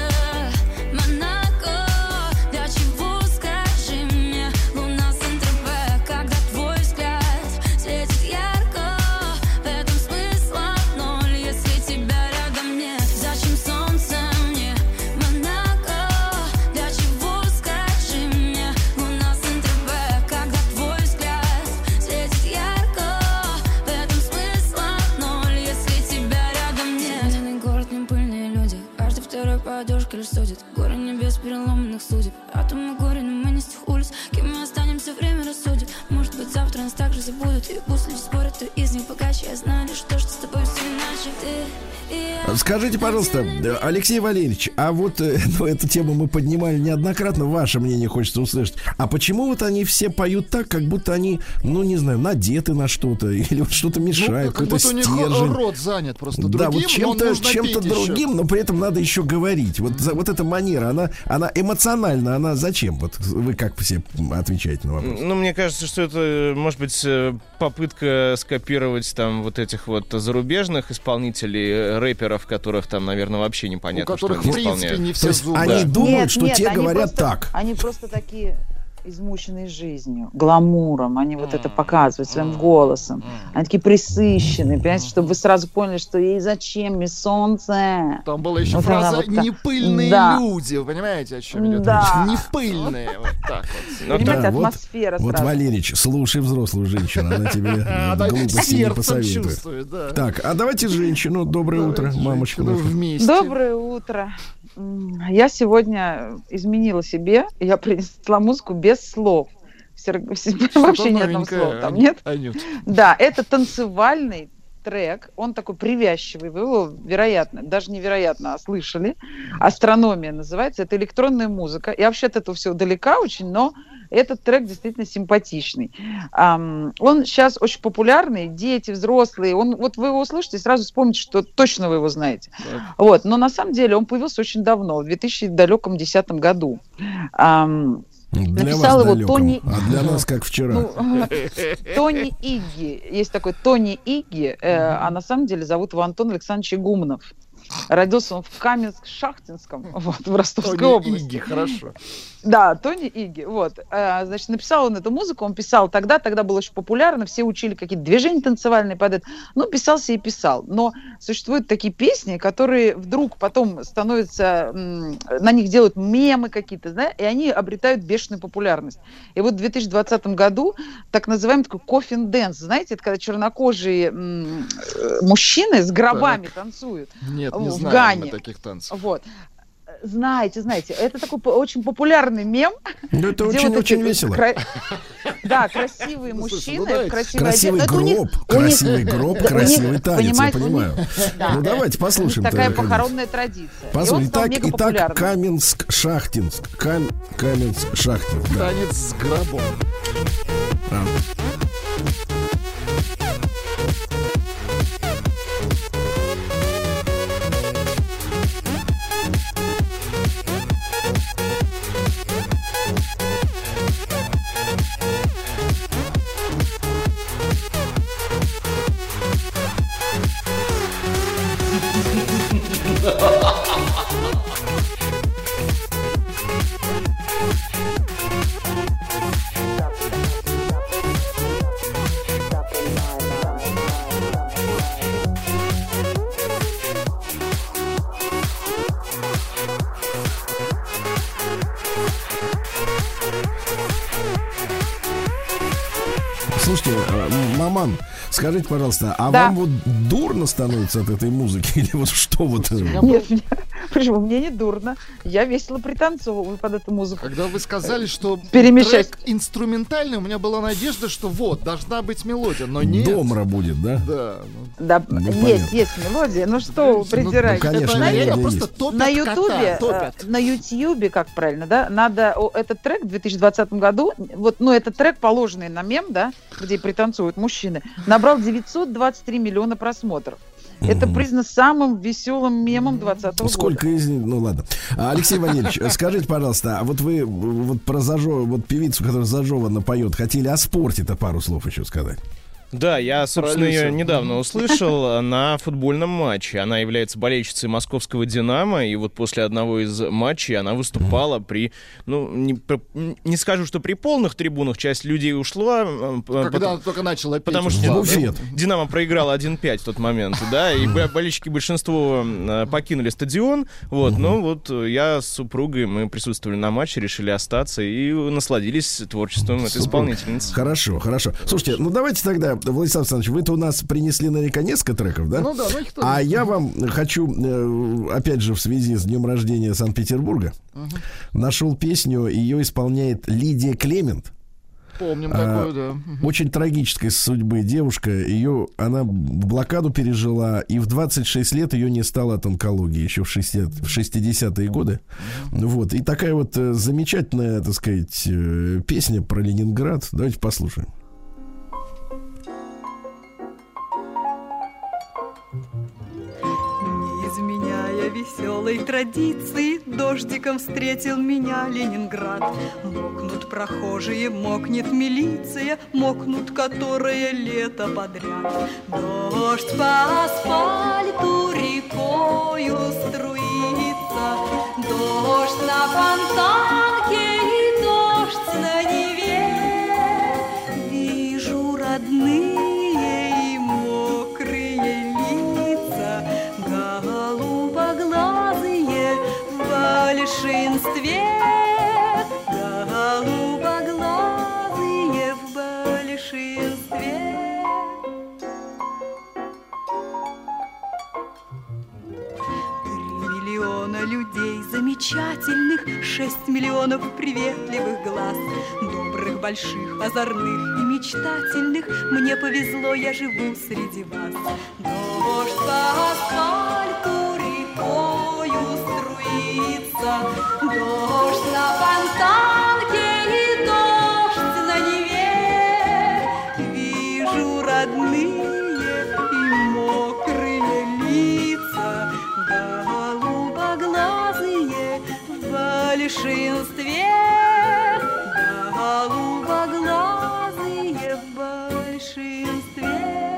S12: Монако? Для чего, скажи мне, луна Сент-Тропе, когда твой взгляд светит ярко? В этом смысла ноль, если тебя рядом нет. Зачем солнце мне, Монако? Для чего, скажи мне, луна Сент-Тропе, когда твой взгляд светит ярко? В этом смысла ноль, если тебя рядом нет. Зеленый город, не пыльные люди, каждый второй по одежке лишь судит. Горы небес переломанных судеб, атомы горе, но мы не с тех улиц. Кем мы останемся, время рассудит. Может быть, завтра нас также забудут, и пусть люди спорят, кто из них богаче. Я знаю лишь то, что с тобой все иначе. Ты и я.
S2: Скажите, пожалуйста, Алексей Валерьевич, а вот эту тему мы поднимали неоднократно, ваше мнение хочется услышать. А почему вот они все поют так, как будто они, ну не знаю, надеты на что-то или вот что-то мешает,
S3: как
S2: какой-то
S3: будто у них
S2: стержень.
S3: рот занят просто другим,
S2: да, вот
S3: но нужно
S2: чем-то
S3: петь
S2: другим,
S3: еще.
S2: но при этом надо еще говорить. Вот эта манера, она эмоциональна, она зачем? Вот вы как все отвечаете на вопрос?
S11: Ну, мне кажется, что это, может быть, попытка скопировать там вот этих вот зарубежных исполнителей, рэперов, которых там, наверное, вообще непонятно,
S3: у которых,
S11: что они
S3: в принципе,
S11: исполняют.
S3: не все зубы.
S2: Они думают, что те
S13: они
S2: говорят
S13: просто,
S2: так.
S13: Они просто такие измученные жизнью, гламуром, они вот это показывают своим голосом. Они такие присыщенные, понимаете, чтобы вы сразу поняли, что ей зачем мне солнце.
S3: Там была еще
S13: вот
S3: фраза
S13: вот
S3: «не пыльные
S13: да.
S3: люди», вы понимаете, о чем идет?
S13: Да.
S3: Не пыльные, вот так вот.
S13: Понимаете,
S2: Да,
S13: атмосфера
S2: вот,
S13: сразу.
S2: Валерич, слушай взрослую женщину, она тебе глупости не посоветует.
S3: Чувствует, да.
S2: Так, а давайте женщину. Доброе утро, мамочка.
S3: Вместе.
S13: Доброе утро. Я сегодня изменила себе, я принесла музыку без слов. Вообще ни одного слова там нет.
S3: Анют.
S13: Да, это танцевальный трек, он такой привязчивый, вы его, вероятно, даже невероятно слышали. «Астрономия» называется, это электронная музыка. Я вообще от этого всего далека очень, но этот трек действительно симпатичный. Он сейчас очень популярный, дети, взрослые, вот вы его услышите и сразу вспомните, что точно вы его знаете. Вот. Но на самом деле он появился очень давно, в 2010 году.
S2: Для
S13: написал
S2: вас
S13: его
S2: далеком,
S13: Тони...
S2: а для нас как вчера.
S13: Тони Игги. Есть такой Тони Игги, а на самом деле зовут его Антон Александрович Игумнов. Родился он в Каменск-Шахтинском, вот, в Ростовской
S3: Тони
S13: области.
S3: Игги, хорошо.
S13: Да, Тони Игги, вот. Значит, написал он эту музыку, он писал тогда было очень популярно, все учили какие-то движения танцевальные под это. Ну, писался и писал. Но существуют такие песни, которые вдруг потом становятся, на них делают мемы какие-то, да, и они обретают бешеную популярность. И вот в 2020 году так называемый такой coffin dance, знаете, это когда чернокожие мужчины с гробами танцуют.
S3: Нет, не
S13: в
S3: знаем
S13: Гане.
S3: мы таких танцев.
S13: Вот. Знаете, это такой очень популярный мем.
S2: Ну, это очень-очень весело.
S13: Да, красивые мужчины,
S2: красивый гроб, красивый гроб, красивый танец, я понимаю. Ну, давайте послушаем.
S13: Такая похоронная традиция.
S2: Послушайте, итак, Каменск-Шахтинск. Каменск-Шахтинск.
S3: Танец с гробом.
S2: Слушайте, маман, скажите, пожалуйста, а
S13: Да.
S2: вам вот дурно становится от этой музыки? Или вот что вот?
S13: Нет, почему? Мне не дурно. Я весело пританцовываю под эту музыку.
S3: Когда вы сказали, что
S13: Перемешать.
S3: трек инструментальный, у меня была надежда, что вот, должна быть мелодия, но нет.
S2: Домра будет, да?
S3: Да.
S13: Да,
S2: понятно.
S13: есть мелодия. Ну что вы придираетесь?
S2: ну, конечно,
S13: Это, знаете,
S2: мелодия
S3: просто
S2: есть.
S3: топят
S13: на
S3: кота,
S13: Ютубе,
S3: топят.
S13: на Ютьюбе, как правильно, да, надо этот трек в 2020 году, вот, ну, этот трек, положенный на мем, да, где пританцуют мужчины, набрал 923 миллиона просмотров. Это признано самым веселым мемом 2020 года.
S2: Сколько из них? Ну ладно. Алексей Валерьевич, скажите, пожалуйста, а вот вы вот про вот певицу, которая зажеванно поет, хотели о спорте-то пару слов еще сказать?
S11: Да, я, собственно,
S3: Алису.
S11: ее недавно услышал на футбольном матче. Она является болельщицей московского «Динамо», и вот после одного из матчей она выступала при, ну, не скажу, что при полных трибунах, часть людей ушла.
S3: Когда она только начала петь.
S11: Потому что
S2: буфет.
S11: «Динамо» проиграла 1-5 в тот момент, да, и болельщики большинство покинули стадион, вот, но вот я с супругой, мы присутствовали на матче, решили остаться и насладились творчеством этой исполнительницы.
S2: Хорошо, хорошо. Слушайте, ну давайте тогда, Владислав Александрович, вы-то у нас принесли наверняка несколько треков, да?
S3: Ну да, ну их тоже.
S2: А я вам хочу, опять же, в связи с днем рождения Санкт-Петербурга, нашел песню, ее исполняет Лидия Клемент.
S3: Помним такую, да.
S2: Очень трагической судьбы девушка. Она блокаду пережила, и в 26 лет ее не стало от онкологии, еще в 60-е годы. Вот. И такая вот замечательная, так сказать, песня про Ленинград. Давайте послушаем.
S14: Не изменяя веселой традиции, дождиком встретил меня Ленинград. Мокнут прохожие, мокнет милиция, мокнут которые лето подряд. Дождь по асфальту рекою струится, дождь на фонтанке и дождь на Неве. Вижу родные и мокрые лица, голубоглазые в большинстве, голубоглазые в большинстве. 3 миллиона людей замечательных, 6 миллионов приветливых глаз, добрых, больших, озорных и мечтательных. Мне повезло, я живу среди вас. Дождь по асфальту рекою струится, дождь на фонтанке и дождь на Неве. Вижу родные и мокрые лица, голубоглазые в большинстве, голубоглазые в большинстве.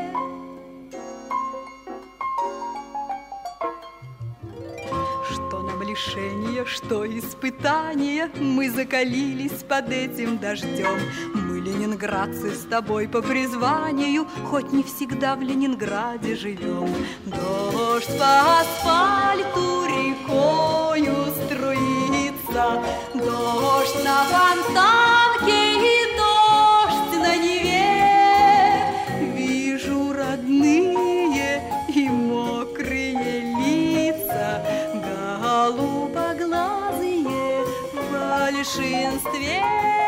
S14: Что нам лишение, что испытание, мы закалились под этим дождем. Мы, ленинградцы, с тобой по призванию, хоть не всегда в Ленинграде живем. Дождь по асфальту рекою струится, дождь на фонтанке и дождь на Неве. Вижу родные и мокрые лица, голубоглазые в большинстве,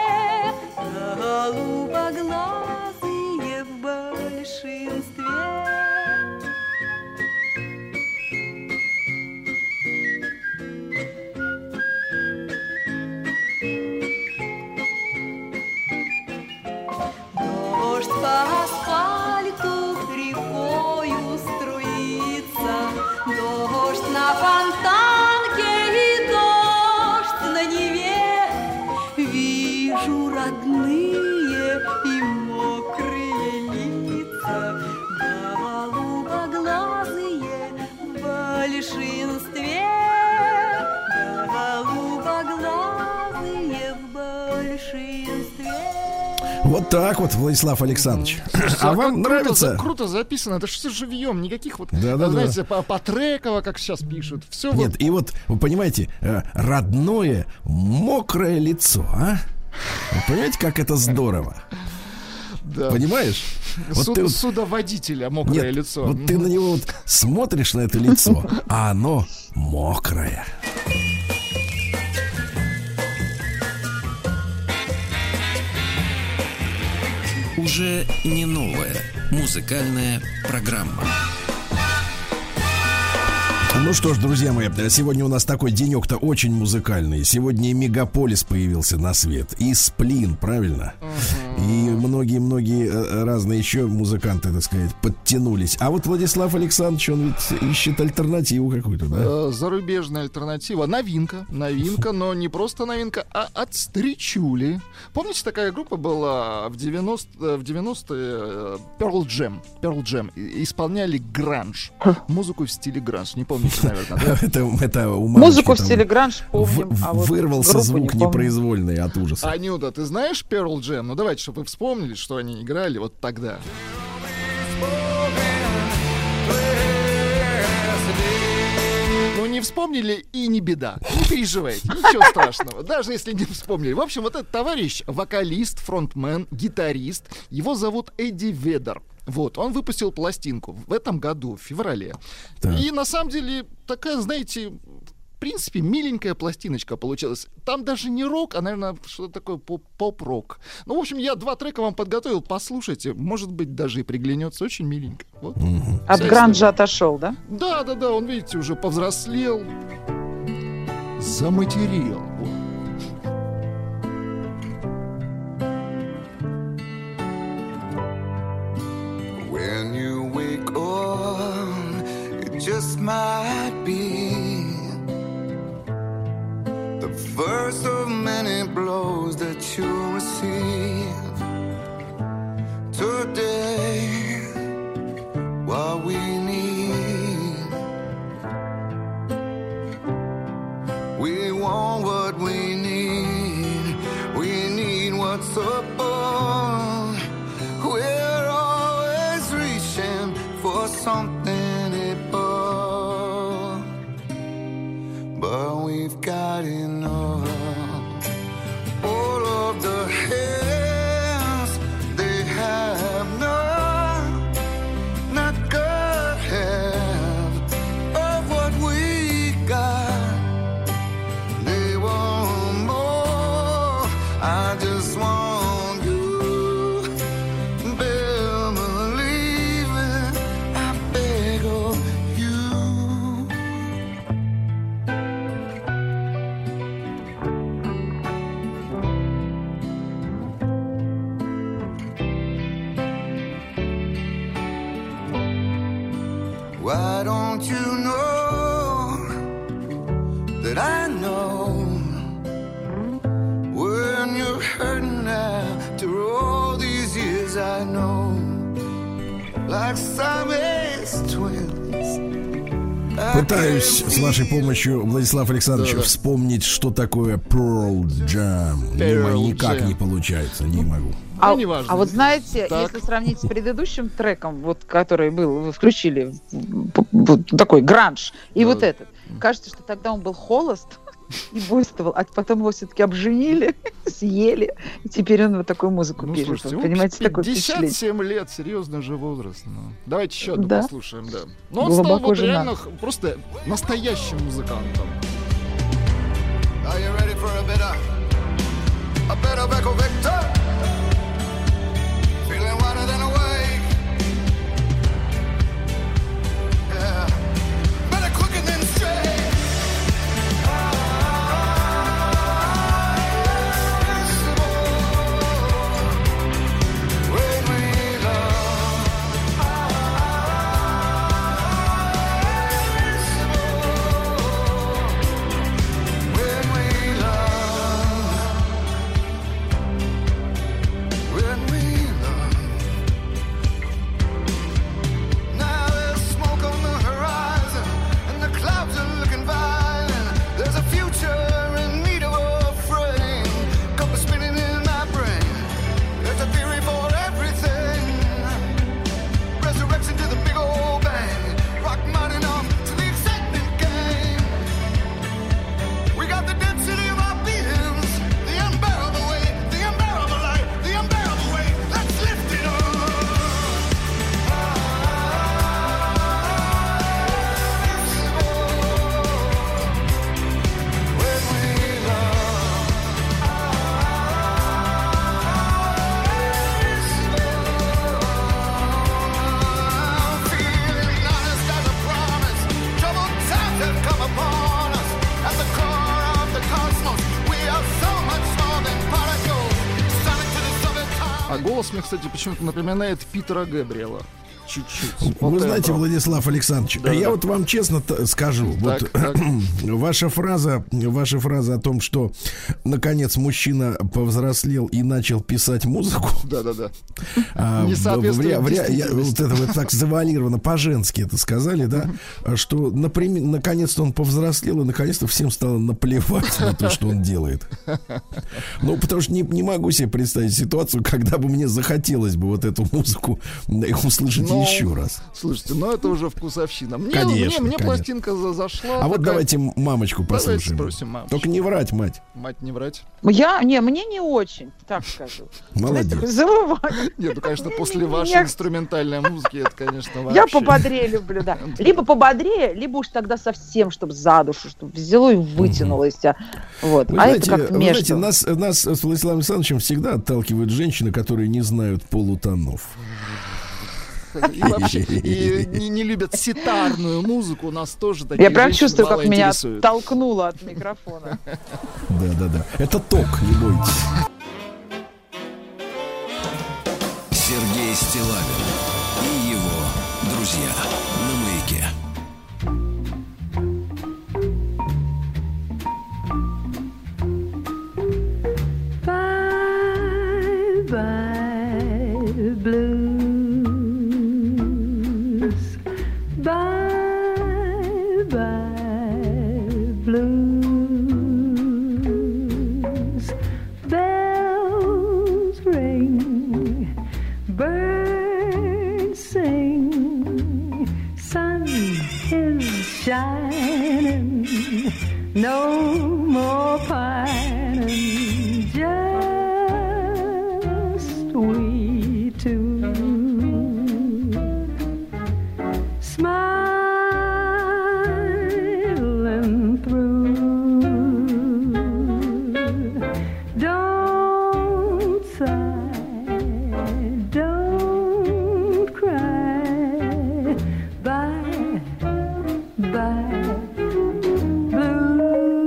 S14: голубоглазые в большинстве. Дождь по асфальту рекою струится, дождь на фонтанке и дождь на Неве. Вижу родные и мокрые лица, голубоглазые в большинстве, голубоглазые в большинстве.
S2: Вот так вот, Владислав Александрович. А вам нравится?
S3: Круто записано, это же все живьем, никаких вот,
S2: Да-да-да.
S3: знаете, по-треково, как сейчас пишут. Все вот.
S2: Нет, и вот, вы понимаете, родное мокрое лицо, а? Вы понимаете, как это здорово?
S3: Да.
S2: Понимаешь?
S3: Судоводителя мокрое лицо.
S2: Вот ты на него вот смотришь, на это лицо, а оно мокрое.
S1: Уже не новая музыкальная программа.
S2: Ну что ж, друзья мои, сегодня у нас такой денек-то очень музыкальный. Сегодня и Мегаполис появился на свет, и Сплин, правильно? И многие-многие разные еще музыканты, так сказать, подтянулись. А вот Владислав Александрович, он ведь ищет альтернативу какую-то, да?
S3: Зарубежная альтернатива. Новинка, но не просто новинка, а отстричули. Помните, такая группа была в 90-е Pearl Jam. Исполняли гранж. Музыку в стиле гранж. Не помните, наверное, да?
S2: Это у
S13: музыку в стиле гранж помним, а вот
S2: вырвался звук непроизвольный от ужаса.
S3: Анюта, ты знаешь Pearl Jam? Ну давайте, чтобы вы вспомнили, что они играли вот тогда. Ну не вспомнили и не беда. Не переживайте, ничего страшного. Даже если не вспомнили. В общем, вот этот товарищ, вокалист, фронтмен, гитарист, его зовут Эдди Ведер. Вот, он выпустил пластинку в этом году, в феврале. Так. И на самом деле такая, знаете, в принципе, миленькая пластиночка получилась. Там даже не рок, а, наверное, что-то такое поп-рок. Ну, в общем, я 2 трека вам подготовил, послушайте. Может быть, даже и приглянется. Очень миленько. Вот.
S13: От гранжа отошел, да?
S3: Да, он, видите, уже повзрослел. Заматерел.
S5: When you wake up, it just might be the first of many blows that you'll receive. Today, what we need, we want what we need what's above. We're always reaching for something above, but we've got enough. All of the hands, they have not got half of what we got. They want more. I just want you, believe it. I beg of you. Why don't you know that I know when you're hurting after all these years? I know, like Siamese twins.
S2: Пытаюсь с вашей помощью, Владислав Александрович, вспомнить, что такое Pearl Jam. Никак не получается, не могу.
S13: А вот знаете, если сравнить с предыдущим треком, вот который был, вы включили, такой гранж, и вот этот, кажется, что тогда он был холост и буйствовал, а потом его все-таки обженили, съели, и теперь он вот такую музыку пишет.
S3: Слушайте,
S13: понимаете,
S3: 57 лет, серьезно же возраст. Давайте еще одну послушаем, да. Но он
S13: глубоко
S3: стал вот реально просто настоящим музыкантом.
S5: Are you ready for a bit of Echo Victor? Feeling wider than awake. Yeah. Better quicker than straight.
S3: мне, кстати, почему-то напоминает Питера Гэбриэла. Чуть-чуть.
S2: Вы знаете, Владислав Александрович,
S3: Да,
S2: я
S3: да.
S2: вот вам честно скажу,
S3: Так,
S2: вот ваша фраза о том, что наконец мужчина повзрослел и начал писать музыку.
S3: Да-да-да.
S2: Не
S3: Не соответствует
S2: вот
S3: действительности.
S2: это вы так завуалированно, по-женски это сказали, да? Что наконец-то он повзрослел и наконец-то всем стало наплевать на то, что он делает. Ну, потому что не могу себе представить ситуацию, когда бы мне захотелось бы вот эту музыку услышать еще раз.
S3: Слушайте, ну это уже вкусовщина. Мне
S2: Конечно.
S3: пластинка зашла.
S2: А вот
S3: такая.
S2: давайте мамочку
S3: Давайте
S2: послушаем.
S3: спросим мамочку.
S2: Только не врать, мать.
S3: Мать не врать.
S13: Мне не очень, так скажу.
S2: Молодец.
S13: Забываю.
S3: Нет, ну, конечно, после вашей
S13: Я-
S3: инструментальной музыки это, конечно, вообще...
S13: Я пободрее люблю, да. Либо пободрее, либо уж тогда совсем, чтобы за душу, чтобы взяло и вытянуло из тебя. Вот.
S2: Вы
S13: А
S2: знаете,
S13: это как
S2: вы знаете,
S13: между.
S2: нас с Владиславом Александровичем всегда отталкивают женщины, которые не знают полутонов.
S3: И вообще, и не любят ситарную музыку, у нас тоже такие
S13: Я прям
S3: женщины
S13: чувствую,
S3: мало
S13: как меня
S3: интересуют.
S13: толкнуло от микрофона.
S2: Да. Это ток, не бойтесь.
S1: Сергей Стиллавин и его друзья на Маяке.
S14: Bye-bye, blues. Bye-bye, blues. Bells ring, birds sing, sun is shining, no more pining, just we two. Smiling through. Don't sigh, don't cry. Bye, bye, blue.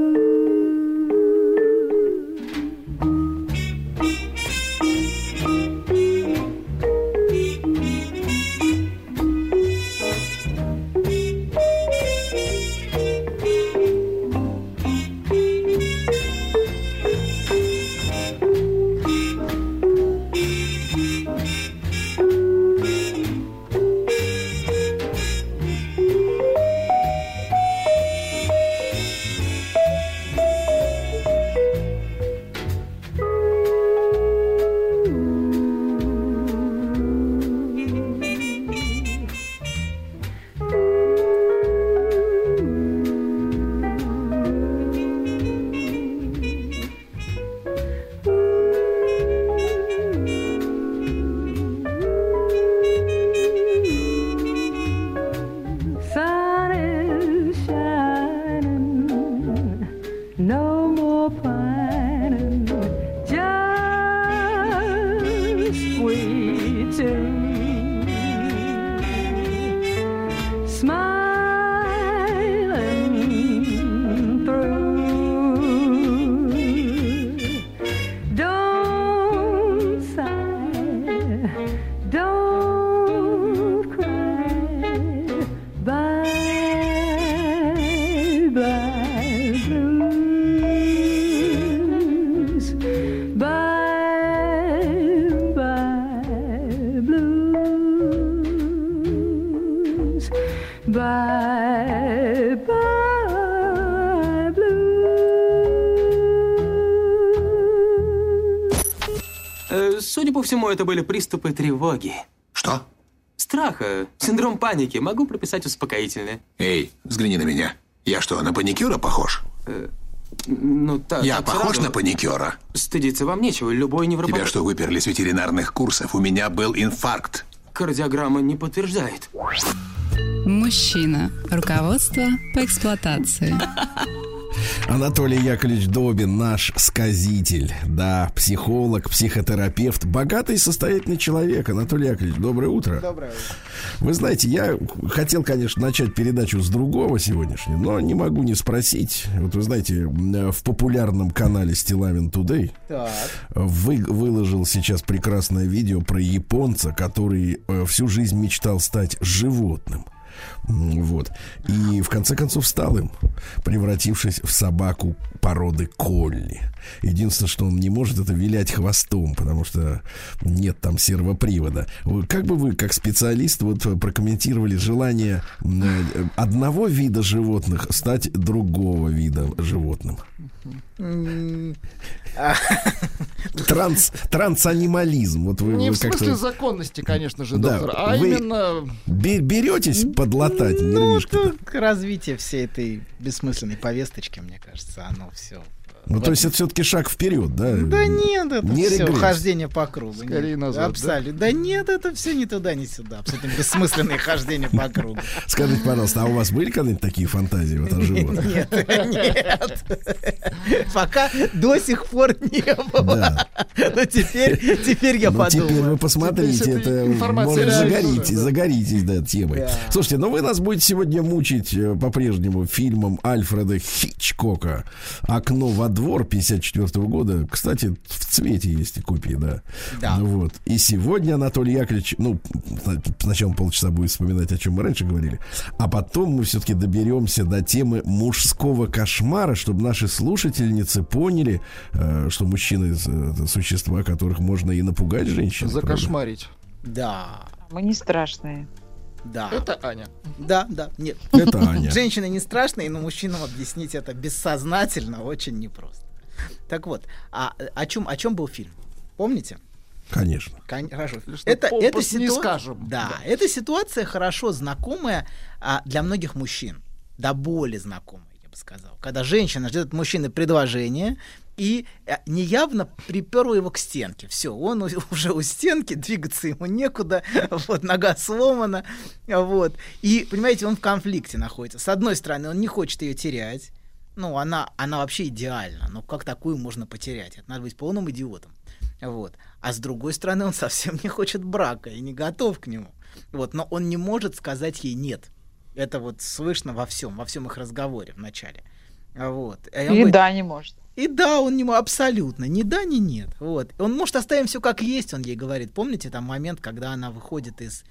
S14: Sun is shining, no more pining, just we two. Smiling through. Don't sigh, don't cry. Bye, bye, blues. Bye, bye, blues. Bye, bye, blues.
S15: Судя по всему, это были приступы тревоги.
S16: Что?
S15: Страха, синдром паники. Могу прописать успокоительное.
S16: Эй, взгляни на меня. Я что, на паникюра похож?
S15: Ну, так.
S16: Я
S15: так
S16: похож
S15: сразу.
S16: на паникюра?
S15: Стыдиться вам нечего, любой невропат...
S16: Тебя что, выперли с ветеринарных курсов? У меня был инфаркт.
S15: Кардиограмма не подтверждает.
S17: Мужчина. Руководство по эксплуатации.
S2: Анатолий Яковлевич Добин, наш сказитель, да, психолог, психотерапевт, богатый и состоятельный человек. Анатолий Яковлевич, доброе утро.
S17: Доброе утро.
S2: Вы знаете, я хотел, конечно, начать передачу с другого сегодняшнего, но не могу не спросить. Вот вы знаете, в популярном канале Стилавин Today выложил сейчас прекрасное видео про японца, который всю жизнь мечтал стать животным. Вот. И в конце концов стал им, превратившись в собаку породы колли. Единственное, что он не может, это вилять хвостом, потому что нет там сервопривода. Как бы вы, как специалист, вот прокомментировали желание одного вида животных стать другого вида животным? Трансанимализм. Вот вы,
S3: не
S2: вы
S3: в смысле законности, конечно же,
S2: да,
S3: доктор, а
S2: вы
S3: именно...
S2: беретесь подлатать нервишки?
S17: Ну, развитие всей этой бессмысленной повесточки, мне кажется, оно все...
S2: Ну, то есть это все-таки шаг вперед, да?
S17: Да нет, это
S2: не
S17: все
S2: регресс.
S17: Хождение по кругу.
S3: Скорее назад,
S17: абсолютно. Да нет, это все ни туда, ни сюда. Абсолютно бессмысленное хождение по кругу.
S2: Скажите, пожалуйста, а у вас были когда-нибудь такие фантазии вот о животных?
S17: Нет. Пока до сих пор не было. Но теперь я подумаю.
S2: Теперь вы посмотрите, это может загоритесь, да, темой. Слушайте, ну вы нас будете сегодня мучить по-прежнему фильмом Альфреда Хичкока «Окно во двор» 54 года. Кстати, в цвете есть копии, да. Вот. И сегодня Анатолий Яковлевич, ну, сначала полчаса будет вспоминать, о чем мы раньше говорили, а потом мы все-таки доберемся до темы мужского кошмара, чтобы наши слушательницы поняли, что мужчины — это существа, которых можно и напугать женщин.
S3: Закошмарить.
S17: Да.
S13: Мы не страшные.
S17: Да.
S3: Это Аня.
S17: Да, нет.
S2: Это Аня.
S17: Женщины не страшные, но мужчинам объяснить это бессознательно очень непросто. Так вот, о чем был фильм? Помните?
S2: Конечно.
S17: Хорошо.
S3: Это
S17: не скажем. Да, эта ситуация хорошо знакомая для многих мужчин. До боли знакомая, я бы сказал. Когда женщина ждет от мужчины предложения и неявно приперла его к стенке. Все, он уже у стенки, двигаться ему некуда, вот, нога сломана, вот. И, понимаете, он в конфликте находится. С одной стороны, он не хочет ее терять. Ну, она вообще идеальна. Но как такую можно потерять? Это надо быть полным идиотом. Вот. А с другой стороны, он совсем не хочет брака и не готов к нему. Вот. Но он не может сказать ей «нет». Это вот слышно во всем их разговоре в начале. Вот.
S13: И да, не может.
S17: И да, он не может, абсолютно. Ни да, ни нет. Вот. Он может оставить все как есть, он ей говорит. Помните там момент, когда она выходит из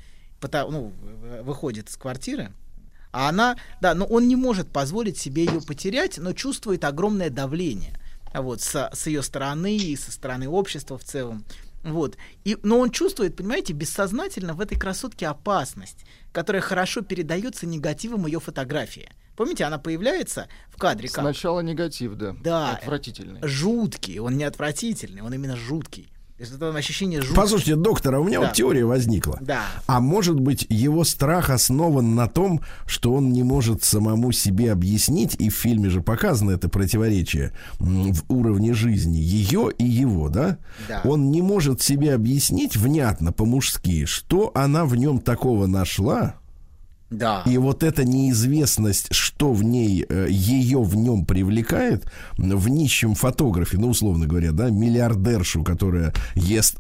S17: квартиры, а она, да, но он не может позволить себе ее потерять, но чувствует огромное давление. Вот, с ее стороны и со стороны общества в целом. Вот. Но он чувствует, понимаете, бессознательно в этой красотке опасность, которая хорошо передается негативом ее фотографии. Помните, она появляется в кадре как?
S3: Сначала негатив, да.
S17: Да.
S3: Отвратительный.
S17: Жуткий. Он не отвратительный, он именно жуткий. То есть это ощущение жутки.
S2: Послушайте, доктор, а у меня вот теория возникла.
S17: Да.
S2: А может быть, его страх основан на том, что он не может самому себе объяснить, и в фильме же показано это противоречие в уровне жизни ее и его, да?
S17: Да.
S2: Он не может себе объяснить внятно, по-мужски, что она в нем такого нашла.
S17: Да.
S2: И вот эта неизвестность, что в ней, ее в нем привлекает, в нищем фотографе, ну, условно говоря, да, миллиардершу, которая ест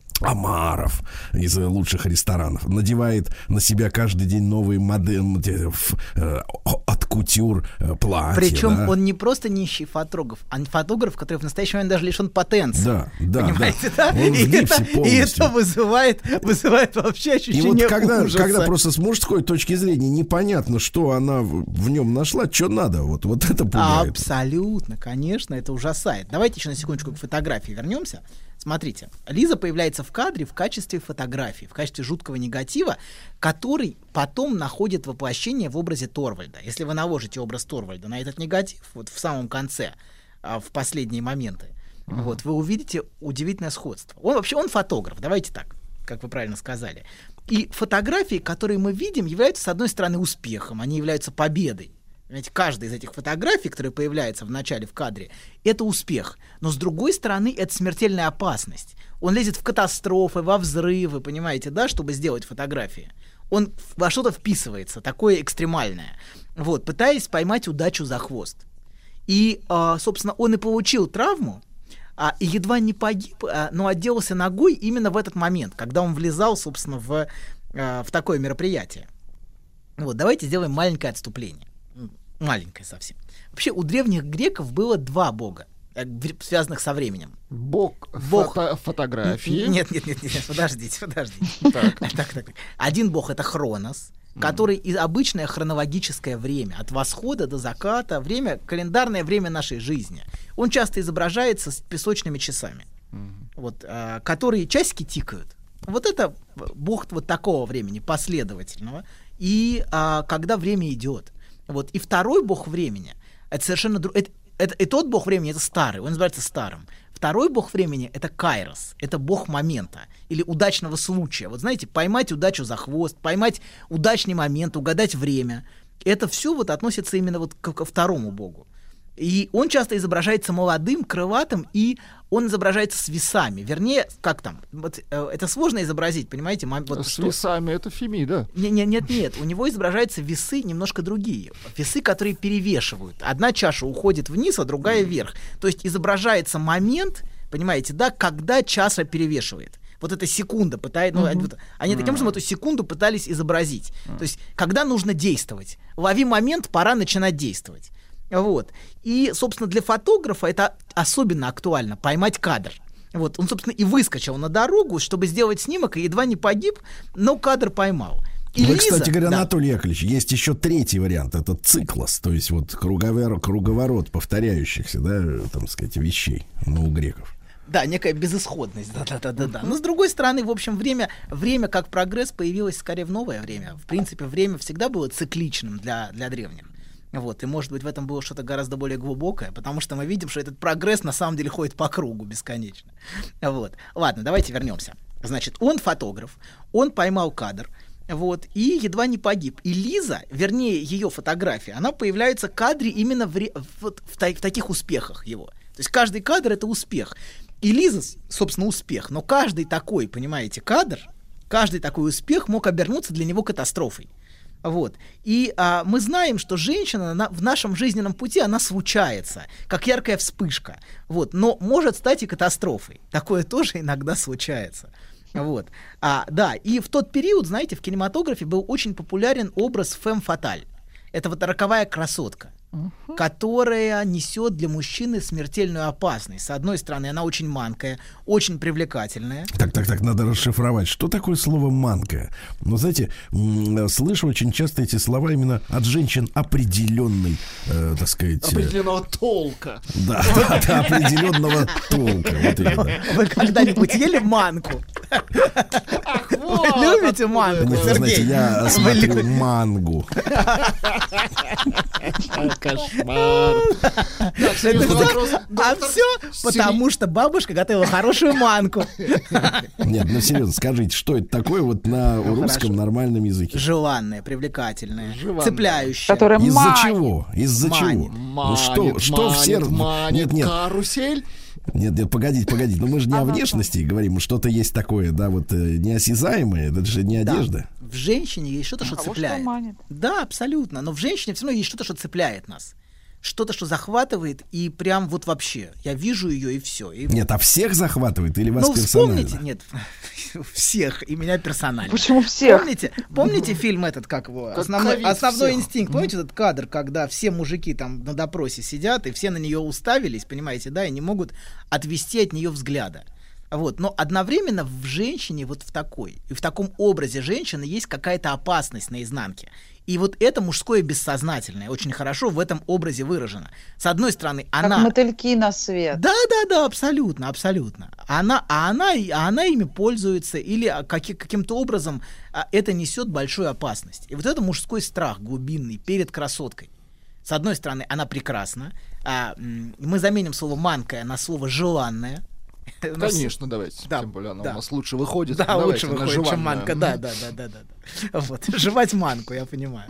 S2: омаров из лучших ресторанов, надевает на себя каждый день новые модели от кутюр платья.
S17: Причем он не просто нищий фотограф, а фотограф, который в настоящий момент даже лишен потенции.
S2: Да.
S17: Понимаете, да?
S2: Он в гипсе полностью.
S17: И это вызывает вообще ощущение
S2: ужаса. И вот когда просто с мужской точки зрения непонятно, что она в нем нашла, что надо, вот это пугает.
S17: Абсолютно, конечно, это ужасает. Давайте еще на секундочку к фотографии вернемся. Смотрите, Лиза появляется в кадре в качестве фотографии, в качестве жуткого негатива, который потом находит воплощение в образе Торвальда. Если вы наложите образ Торвальда на этот негатив, вот в самом конце, в последние моменты, вот, вы увидите удивительное сходство. Он фотограф, давайте так, как вы правильно сказали. И фотографии, которые мы видим, являются, с одной стороны, успехом, они являются победой. Понимаете, каждая из этих фотографий, которая появляется в начале в кадре, это успех. Но с другой стороны, это смертельная опасность. Он лезет в катастрофы, во взрывы, понимаете, да, чтобы сделать фотографии. Он во что-то вписывается, такое экстремальное, вот, пытаясь поймать удачу за хвост. И, собственно, он и получил травму, и едва не погиб, но отделался ногой именно в этот момент, когда он влезал, собственно, в такое мероприятие. Вот, давайте сделаем маленькое отступление. Маленькое совсем. Вообще, у древних греков было два бога, связанных со временем.
S3: Бог фотографии.
S17: Нет, подождите. Так. Один бог — это Хронос, который обычное хронологическое время, от восхода до заката, календарное время нашей жизни. Он часто изображается с песочными часами, вот, которые часики тикают. Вот это бог вот такого времени, последовательного, и когда время идет. Вот. И второй бог времени — это совершенно другой. И тот бог времени — это старый, он называется старым. Второй бог времени — это Кайрос, это бог момента или удачного случая. Вот знаете, поймать удачу за хвост, поймать удачный момент, угадать время. Это все вот относится именно вот ко второму богу. И он часто изображается молодым, крылатым, и он изображается с весами. Вернее, как там, вот, это сложно изобразить, понимаете? Вот
S3: с весами это Фемида.
S17: Нет, у него изображаются весы немножко другие. Весы, которые перевешивают. Одна чаша уходит вниз, а другая вверх. То есть изображается момент, понимаете, да, когда чаша перевешивает. Вот эта секунда пытается... Они таким образом эту секунду пытались изобразить. То есть, когда нужно действовать. Лови момент, пора начинать действовать. Вот. И, собственно, для фотографа это особенно актуально — поймать кадр. Вот. Он, собственно, и выскочил на дорогу, чтобы сделать снимок, и едва не погиб, но кадр поймал. И
S2: Лиза, кстати говоря, Анатолий Яковлевич, есть еще третий вариант, это циклос, то есть вот круговорот повторяющихся, да, там сказать, вещей, у греков.
S17: Да, некая безысходность, да. Но с другой стороны, в общем, время как прогресс появилось скорее в новое время. В принципе, время всегда было цикличным для древних. Вот, и, может быть, в этом было что-то гораздо более глубокое, потому что мы видим, что этот прогресс на самом деле ходит по кругу бесконечно. Вот. Ладно, давайте вернемся. Значит, он фотограф, он поймал кадр, вот, и едва не погиб. И Лиза, вернее, ее фотография, она появляется в кадре именно в таких успехах его. То есть каждый кадр — это успех. И Лиза, собственно, успех. Но каждый такой, понимаете, кадр, каждый такой успех мог обернуться для него катастрофой. Вот. И мы знаем, что женщина в нашем жизненном пути, она случается, как яркая вспышка. Вот. Но может стать и катастрофой. Такое тоже иногда случается. Вот. Да, и в тот период, знаете, в кинематографе был очень популярен образ фemme fatale. Это вот роковая красотка, которая несет для мужчины смертельную опасность. С одной стороны, она очень манкая, очень привлекательная.
S2: Так, надо расшифровать. Что такое слово «манкая»? Ну, знаете, слышу очень часто эти слова именно от женщин определенной, так сказать...
S3: Определенного толка.
S2: Да, определенного толка. Вот именно.
S17: Вы когда-нибудь ели манку? Вы любите манку,
S2: Сергей? Знаете, я смотрю мангу.
S3: Кошмар.
S17: А все потому, что бабушка готовила хорошую манку.
S2: Нет, ну серьезно, скажите, что это такое вот на русском нормальном языке?
S17: Желанное, привлекательное, цепляющее.
S2: Из-за чего? Из-за чего? Что в сердце? Нет.
S3: Карусель?
S2: Нет, погодите. Но мы же не о внешности говорим, что-то есть такое, да, вот неосязаемое, это же не одежда.
S17: В женщине есть что-то, что цепляет. Да, абсолютно. Но в женщине все равно есть что-то, что цепляет нас. Что-то, что захватывает, и прям вот вообще. Я вижу ее, и все.
S2: Нет, а всех захватывает или вас персонально?
S17: Вспомните, нет, всех, и меня персонально.
S13: Почему всех?
S17: Помните фильм этот, как его? Основной инстинкт. Помните этот кадр, когда все мужики там на допросе сидят, и все на нее уставились, понимаете, да, и не могут отвести от нее взгляда. Вот. Но одновременно в женщине вот в таком образе женщины есть какая-то опасность наизнанке. И вот это мужское бессознательное очень хорошо в этом образе выражено. С одной стороны, она...
S13: Как мотыльки на свет.
S17: Да, абсолютно. Она ими пользуется или каким-то образом это несет большую опасность. И вот это мужской страх глубинный перед красоткой. С одной стороны, она прекрасна. Мы заменим слово «манкая» на слово «желанная».
S3: Конечно, давайте. Тем более она у нас лучше выходит.
S17: Да, лучше выходит, чем манка. Да. Вот. Жевать манку, я понимаю.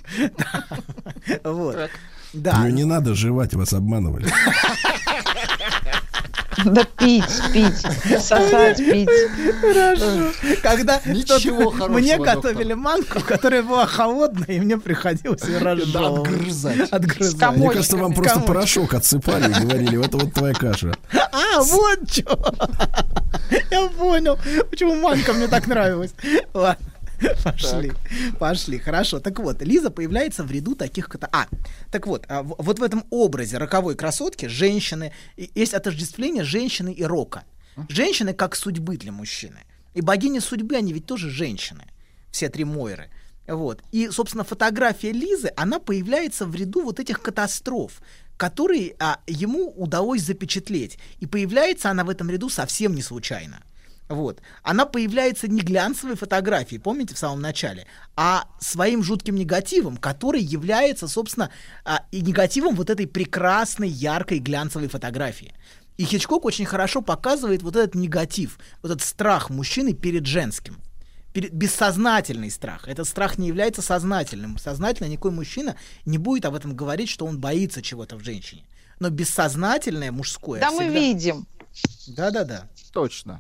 S17: Вот.
S2: Да. Ее не надо жевать, вас обманывали.
S13: Да пить, сосать, пить.
S17: Хорошо. Когда
S3: Ничего хорошего,
S17: мне
S3: доктор.
S17: готовили манку, которая была холодная, и мне приходилось ее разжевывать. Отгрызать.
S2: Мне кажется, вам просто порошок отсыпали и говорили, это вот твоя каша.
S17: А, вот что. Я понял, почему манка мне так нравилась. Ладно. Пошли, хорошо. Так вот, Лиза появляется в ряду таких... так вот, вот в этом образе роковой красотки женщины, есть отождествление женщины и рока. Женщины как судьбы для мужчины. И богини судьбы, они ведь тоже женщины. Все три Мойры. Вот. И, собственно, фотография Лизы, она появляется в ряду вот этих катастроф, которые ему удалось запечатлеть. И появляется она в этом ряду совсем не случайно. Вот. Она появляется не глянцевой фотографией, помните, в самом начале, а своим жутким негативом, который является, собственно, и негативом вот этой прекрасной, яркой, глянцевой фотографии. И Хичкок очень хорошо показывает вот этот негатив, вот этот страх мужчины перед женским. Бессознательный страх. Этот страх не является сознательным. Сознательно никакой мужчина не будет об этом говорить, что он боится чего-то в женщине. Но бессознательное мужское...
S13: Да,
S17: всегда...
S13: мы видим.
S17: Да.
S3: Точно.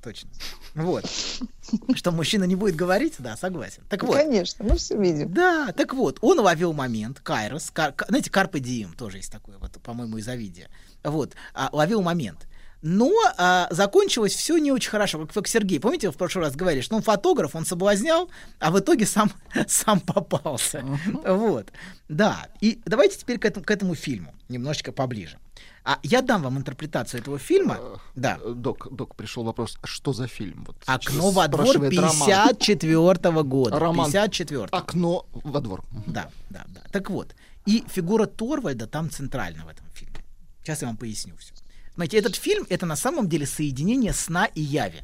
S17: Вот. Что мужчина не будет говорить, да, согласен. Так вот.
S13: Конечно, мы все видим.
S17: Да, так вот, он ловил момент, Кайрос, знаете, Карпе Дием тоже есть такое, вот, по-моему, из Овидия. Вот, ловил момент. Но закончилось все не очень хорошо, как Сергей. Помните, вы в прошлый раз говорили, что он фотограф, он соблазнял, а в итоге сам попался. Вот, да. И давайте теперь к этому фильму немножечко поближе. Я дам вам интерпретацию этого фильма. Да.
S3: Док, пришел вопрос, что за фильм? Вот
S17: «Окно во двор» 54-го года.
S3: Роман
S17: 54-го.
S3: «Окно во двор».
S17: Да. Так вот, и фигура Торвальда там центральна в этом фильме. Сейчас я вам поясню все. Знаете, этот фильм — это на самом деле соединение сна и яви.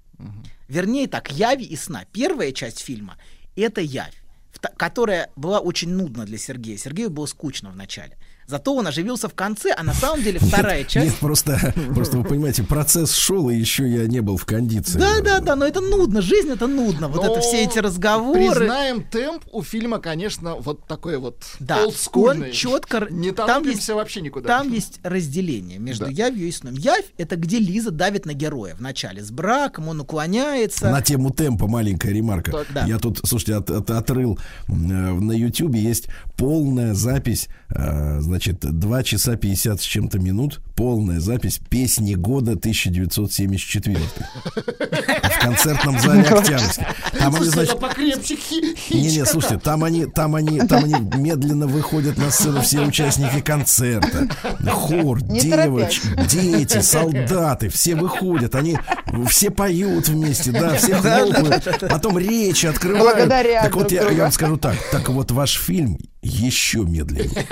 S17: Вернее так, яви и сна. Первая часть фильма — это явь, которая была очень нудна для Сергея. Сергею было скучно в начале. Зато он оживился в конце, а на самом деле вторая часть...
S2: Нет, просто вы понимаете, процесс шел, и еще я не был в кондиции.
S17: Да, но это нудно, жизнь это нудно. Вот это все эти разговоры.
S3: Признаем, темп у фильма, конечно, вот такой вот
S17: Он
S3: олдскульный.
S17: четко...
S3: Не торопимся вообще никуда.
S17: Там есть разделение между явью и сном. Явь — это где Лиза давит на героя вначале. С браком он уклоняется.
S2: На тему темпа маленькая ремарка.
S17: Да.
S2: Я тут, слушайте, отрыл на Ютьюбе, есть полная запись, значит, 2 часа 50 с чем-то минут, полная запись песни года 1974 в концертном зале Октябрьский. Там они, значит, не, слушайте, там они медленно выходят на сцену все участники концерта, хор, девочки, дети, солдаты, все выходят, они все поют вместе, да, все хлопают, потом речи открывают.
S13: Благодаря
S2: так вот
S13: друг
S2: я вам скажу так вот ваш фильм еще медленнее.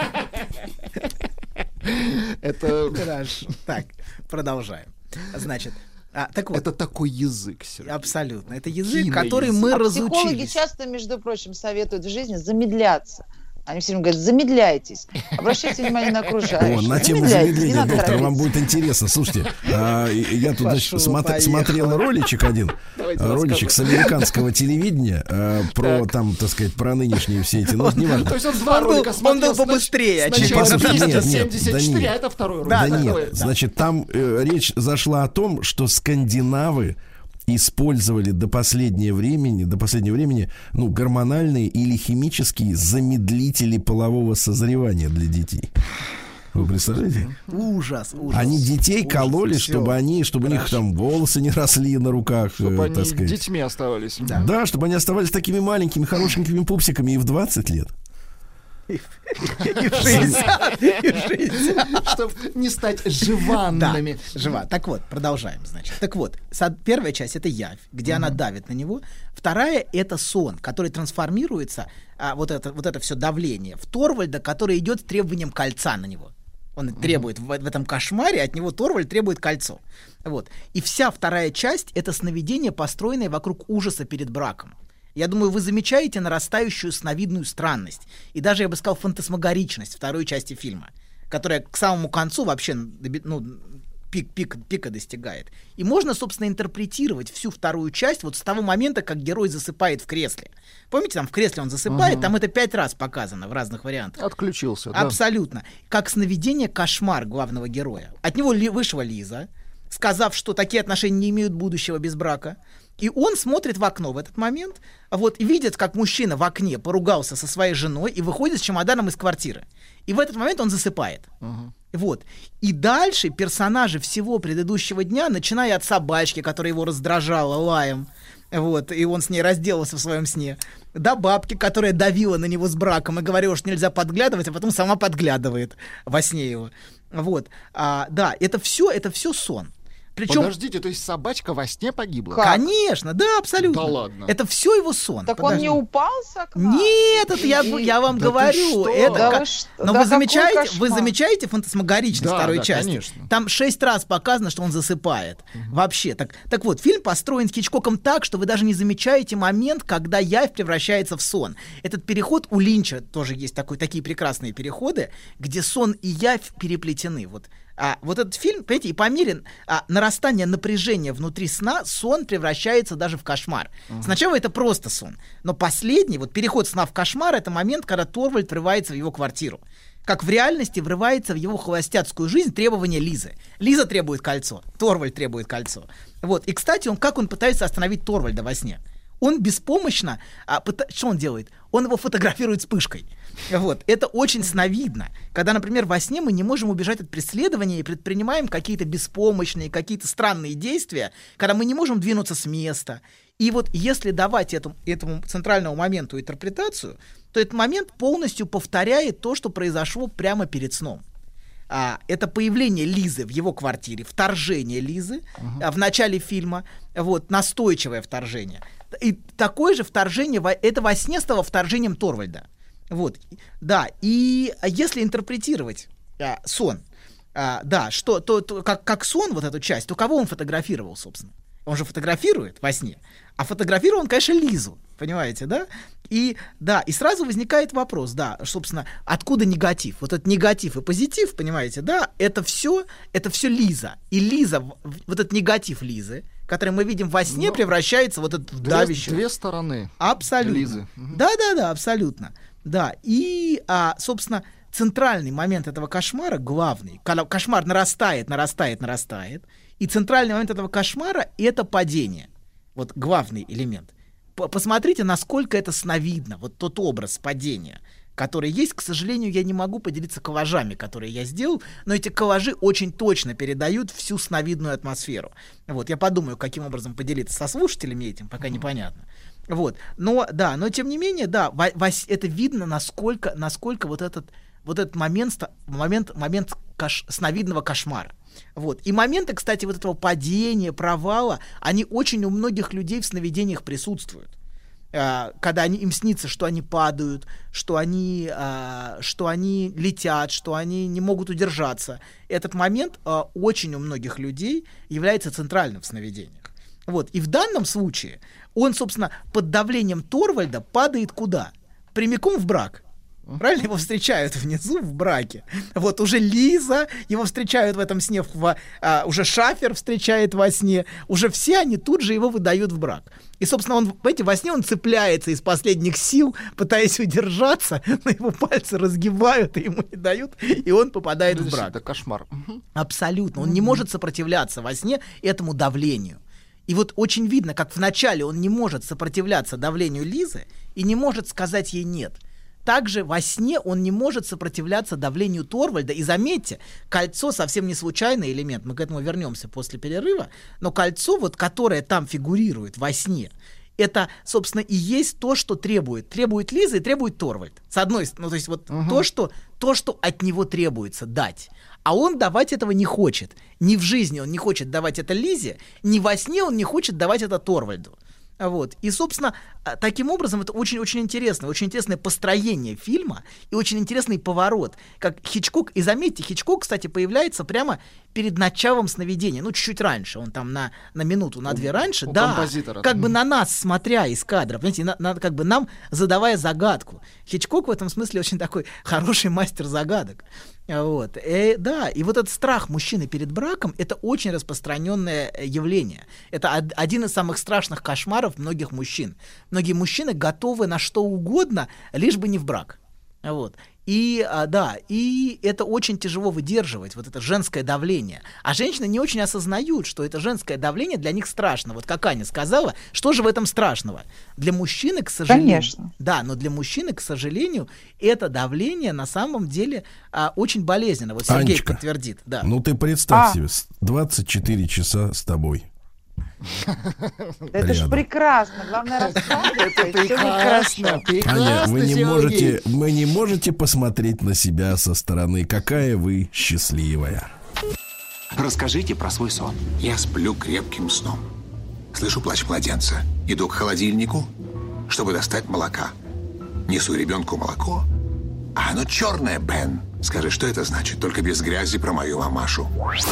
S17: Это хорошо. Так, продолжаем. Значит, так вот.
S3: Это такой язык, Сергей.
S17: Абсолютно. Это язык, который мы разучились.
S13: Психологи часто, между прочим, советуют в жизни замедляться. Они все время говорят, замедляйтесь, обращайте внимание на окружающих.
S2: На тему замедления, доктор, вам будет интересно. Слушайте, я тут смотрел роличек с американского телевидения про, там, так сказать, про нынешние все эти...
S3: То есть он два ролика смотрел.
S17: Он был побыстрее,
S3: очевидно.
S2: Нет,
S3: 74, а это второй ролик.
S2: Да нет, значит, там речь зашла о том, что скандинавы использовали до последнего времени, гормональные или химические замедлители полового созревания для детей. Вы представляете?
S17: Ужас.
S2: Они детей кололи, чтобы у них там волосы не росли на руках.
S3: Чтобы они детьми оставались.
S2: Да, чтобы они оставались такими маленькими, хорошенькими пупсиками и в 20 лет.
S17: И в 60.
S3: Чтобы не стать живанными.
S17: Да, так вот, продолжаем, значит. Так вот, первая часть — это явь, где она давит на него. Вторая — это сон, который трансформируется, вот это все давление, в Торвальда, который идет с требованием кольца на него. Он требует в этом кошмаре, от него Торвальд требует кольцо. Вот. И вся вторая часть — это сновидение, построенное вокруг ужаса перед браком. Я думаю, вы замечаете нарастающую сновидную странность и даже, я бы сказал, фантасмагоричность второй части фильма, которая к самому концу вообще пика достигает. И можно, собственно, интерпретировать всю вторую часть вот с того момента, как герой засыпает в кресле. Помните, там в кресле он засыпает, там это 5 раз показано в разных вариантах.
S3: Отключился, да.
S17: Абсолютно. Как сновидение, кошмар главного героя. От него вышла Лиза, сказав, что такие отношения не имеют будущего без брака. И он смотрит в окно в этот момент, вот, и видит, как мужчина в окне поругался со своей женой и выходит с чемоданом из квартиры. И в этот момент он засыпает. Вот. И дальше персонажи всего предыдущего дня, начиная от собачки, которая его раздражала лаем, вот, и он с ней разделался в своем сне, до бабки, которая давила на него с браком и говорила, что нельзя подглядывать, а потом сама подглядывает во сне его. Вот. Да, это все сон. Причем...
S3: Подождите, то есть собачка во сне погибла?
S17: Конечно, да, абсолютно.
S3: Да ладно.
S17: Это все его сон.
S13: Так он не упал с окна?
S17: Нет, это я вам говорю. Это но вы замечаете фантасмагоричность второй части?
S3: Конечно.
S17: Там 6 раз показано, что он засыпает. Вообще. Так вот, фильм построен Хичкоком так, что вы даже не замечаете момент, когда явь превращается в сон. Этот переход у Линча тоже есть такие прекрасные переходы, где сон и явь переплетены. Вот этот фильм, понимаете, и по мере нарастания напряжения внутри сна, сон превращается даже в кошмар. Сначала это просто сон, но последний, вот переход сна в кошмар, это момент, когда Торвальд врывается в его квартиру. Как в реальности врывается в его холостяцкую жизнь требование Лизы. Лиза требует кольцо, Торвальд требует кольцо. Вот. И, кстати, как он пытается остановить Торвальда во сне? Он беспомощно, что он делает? Он его фотографирует вспышкой. Вот. Это очень сновидно. Когда, например, во сне мы не можем убежать от преследования и предпринимаем какие-то беспомощные, какие-то странные действия, когда мы не можем двинуться с места. И вот если давать этому центральному моменту интерпретацию, то этот момент полностью повторяет то, что произошло прямо перед сном. Это появление Лизы в его квартире, вторжение Лизы в начале фильма, вот, настойчивое вторжение. И такое же вторжение, это во сне стало вторжением Торвальда. Вот, да, и если интерпретировать сон, да, как сон, вот эту часть, то кого он фотографировал, собственно? Он же фотографирует во сне, а фотографировал он, конечно, Лизу, понимаете, да? И сразу возникает вопрос, да, собственно, откуда негатив? Вот этот негатив и позитив, понимаете, да, это все Лиза. И Лиза, вот этот негатив Лизы, который мы видим во сне, превращается вот в давящую.
S3: Две стороны
S17: абсолютно.
S3: Лизы.
S17: Да, абсолютно. Да, и, собственно, центральный момент этого кошмара, главный, когда кошмар нарастает, и центральный момент этого кошмара — это падение. Вот главный элемент. Посмотрите, насколько это сновидно, вот тот образ падения, который есть. К сожалению, я не могу поделиться коллажами, которые я сделал, но эти коллажи очень точно передают всю сновидную атмосферу. Вот, я подумаю, каким образом поделиться со слушателями этим, пока непонятно. Вот, но тем не менее, это видно, насколько вот этот момент сновидного кошмара. Вот. И моменты, кстати, вот этого падения, провала, они очень у многих людей в сновидениях присутствуют. Когда им снится, что они падают, что они летят, что они не могут удержаться. Этот момент очень у многих людей является центральным в сновидениях. Вот. И в данном случае он, собственно, под давлением Торвальда падает куда? Прямиком в брак. Правильно? Его встречают внизу в браке. Вот уже Лиза, его встречают в этом сне, уже Шафер встречает во сне, уже все они тут же его выдают в брак. И, собственно, во сне он цепляется из последних сил, пытаясь удержаться, но его пальцы разгибают и ему не дают, и он попадает в брак.
S3: Это кошмар.
S17: Абсолютно. Он не может сопротивляться во сне этому давлению. И вот очень видно, как вначале он не может сопротивляться давлению Лизы и не может сказать ей «нет». Также во сне он не может сопротивляться давлению Торвальда. И заметьте, кольцо совсем не случайный элемент. Мы к этому вернемся после перерыва. Но кольцо, вот, которое там фигурирует во сне, это, собственно, и есть то, что требует Лиза и требует Торвальд. С одной стороны, то есть вот то, что от него требуется дать. А он давать этого не хочет. Ни в жизни он не хочет давать это Лизе, ни во сне он не хочет давать это Торвальду. Вот. И, собственно, таким образом это очень интересное построение фильма и очень интересный поворот. Как Хичкок, и заметьте, Хичкок, кстати, появляется прямо перед началом сновидения, чуть-чуть раньше, он там на минуту, на две раньше, как бы на нас смотря из кадра, понимаете, как бы нам задавая загадку. Хичкок в этом смысле очень такой хороший мастер загадок. Вот. И вот этот страх мужчины перед браком — это очень распространенное явление. Это один из самых страшных кошмаров многих мужчин. Многие мужчины готовы на что угодно, лишь бы не в брак. Вот. И, да, и это очень тяжело выдерживать, вот это женское давление. А женщины не очень осознают, что это женское давление для них страшно. Вот как Аня сказала, что же в этом страшного? Для мужчины, к сожалению...
S13: Конечно.
S17: Да, но для мужчины, к сожалению, это давление на самом деле очень болезненно. Вот Сергей
S2: Анечка,
S17: подтвердит. Да.
S2: Ну ты представь себе, 24 часа с тобой.
S13: Это же прекрасно. Главное, рассказывать.
S3: Это прекрасно.
S2: Аня, вы
S3: Сергей.
S2: не можете посмотреть на себя со стороны. Какая вы счастливая.
S16: Расскажите про свой сон.
S4: Я сплю крепким сном. Слышу плач младенца. Иду к холодильнику, чтобы достать молока. Несу ребенку молоко. А оно черное, Бен. Скажи, что это значит? Только без грязи про мою мамашу.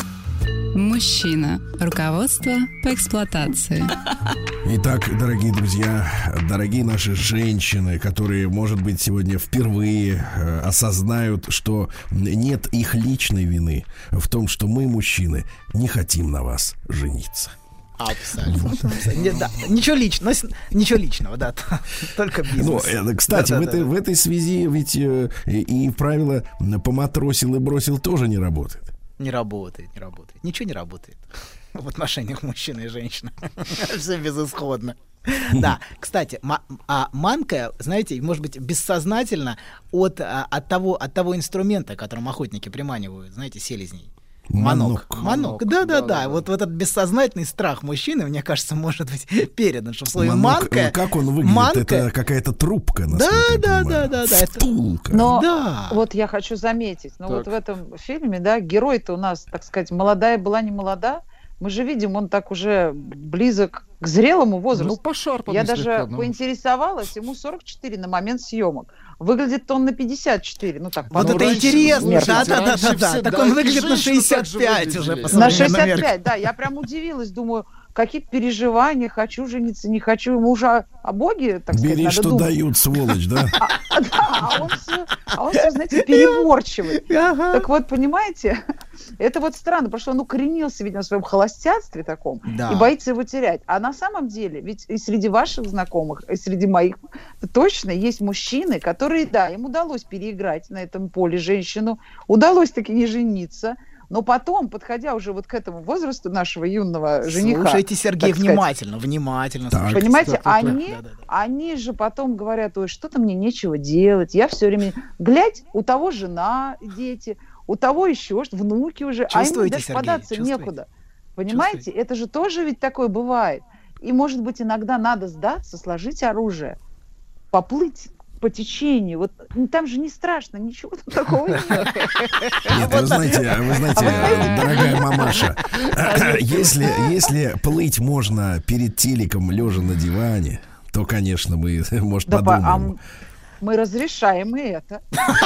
S18: Мужчина. Руководство по эксплуатации.
S2: Итак, дорогие друзья, дорогие наши женщины, которые, может быть, сегодня впервые осознают, что нет их личной вины в том, что мы, мужчины, не хотим на вас жениться.
S17: Абсолютно. Да, ничего личного, да, только бизнес.
S2: Ну, кстати, в этой связи ведь и правило «поматросил и бросил» тоже не работает.
S17: Не работает. Ничего не работает в отношениях мужчины и женщины. Все безысходно. Да, кстати, манка, знаете, может быть, бессознательно от того инструмента, которым охотники приманивают, знаете, селезней. Манок. Да. Вот этот бессознательный страх мужчины, мне кажется, может быть передан, что в слове манка.
S2: Как он выглядит? Это какая-то трубка.
S17: Да.
S2: Втулка.
S13: Но вот я хочу заметить, вот в этом фильме, да, герой-то у нас, так сказать, молодая была, не молода. Мы же видим, он так уже близок к зрелому возрасту.
S3: Ну, пошарпанный
S13: Я даже
S3: слегка,
S13: поинтересовалась, ему 44 на момент съемок. Выглядит он на 54. Ну, так,
S17: вот это интересно. Да. Так он выглядит на 65 уже.
S13: На 65, да. Я прям удивилась, думаю, какие переживания, хочу жениться, не хочу. Ему уже о Боге, так сказать,
S2: бери,
S13: надо
S2: что
S13: думать.
S2: дают, сволочь, да?
S13: А он все, знаете, переборчивый. Так вот, понимаете, это вот странно, потому что он укоренился, видимо, в своем холостяцтве таком и боится его терять. А на самом деле, ведь и среди ваших знакомых, и среди моих точно есть мужчины, которые, да, им удалось переиграть на этом поле женщину, удалось таки не жениться, но потом, подходя уже вот к этому возрасту нашего юного жениха...
S17: Слушайте, Сергей, внимательно.
S13: Понимаете, они же потом говорят, ой, что-то мне нечего делать, я все время... Глядь, у того жена, дети, у того еще внуки уже, а им даже
S17: Сергей,
S13: податься некуда. Понимаете, это же тоже ведь такое бывает. И, может быть, иногда надо сдаться, сложить оружие, поплыть по течению. Вот там же не страшно, ничего такого нет.
S2: Нет, вы знаете, дорогая мамаша, если плыть можно перед телеком, лежа на диване, то, конечно, мы, может, подумаем.
S13: Мы разрешаем и это.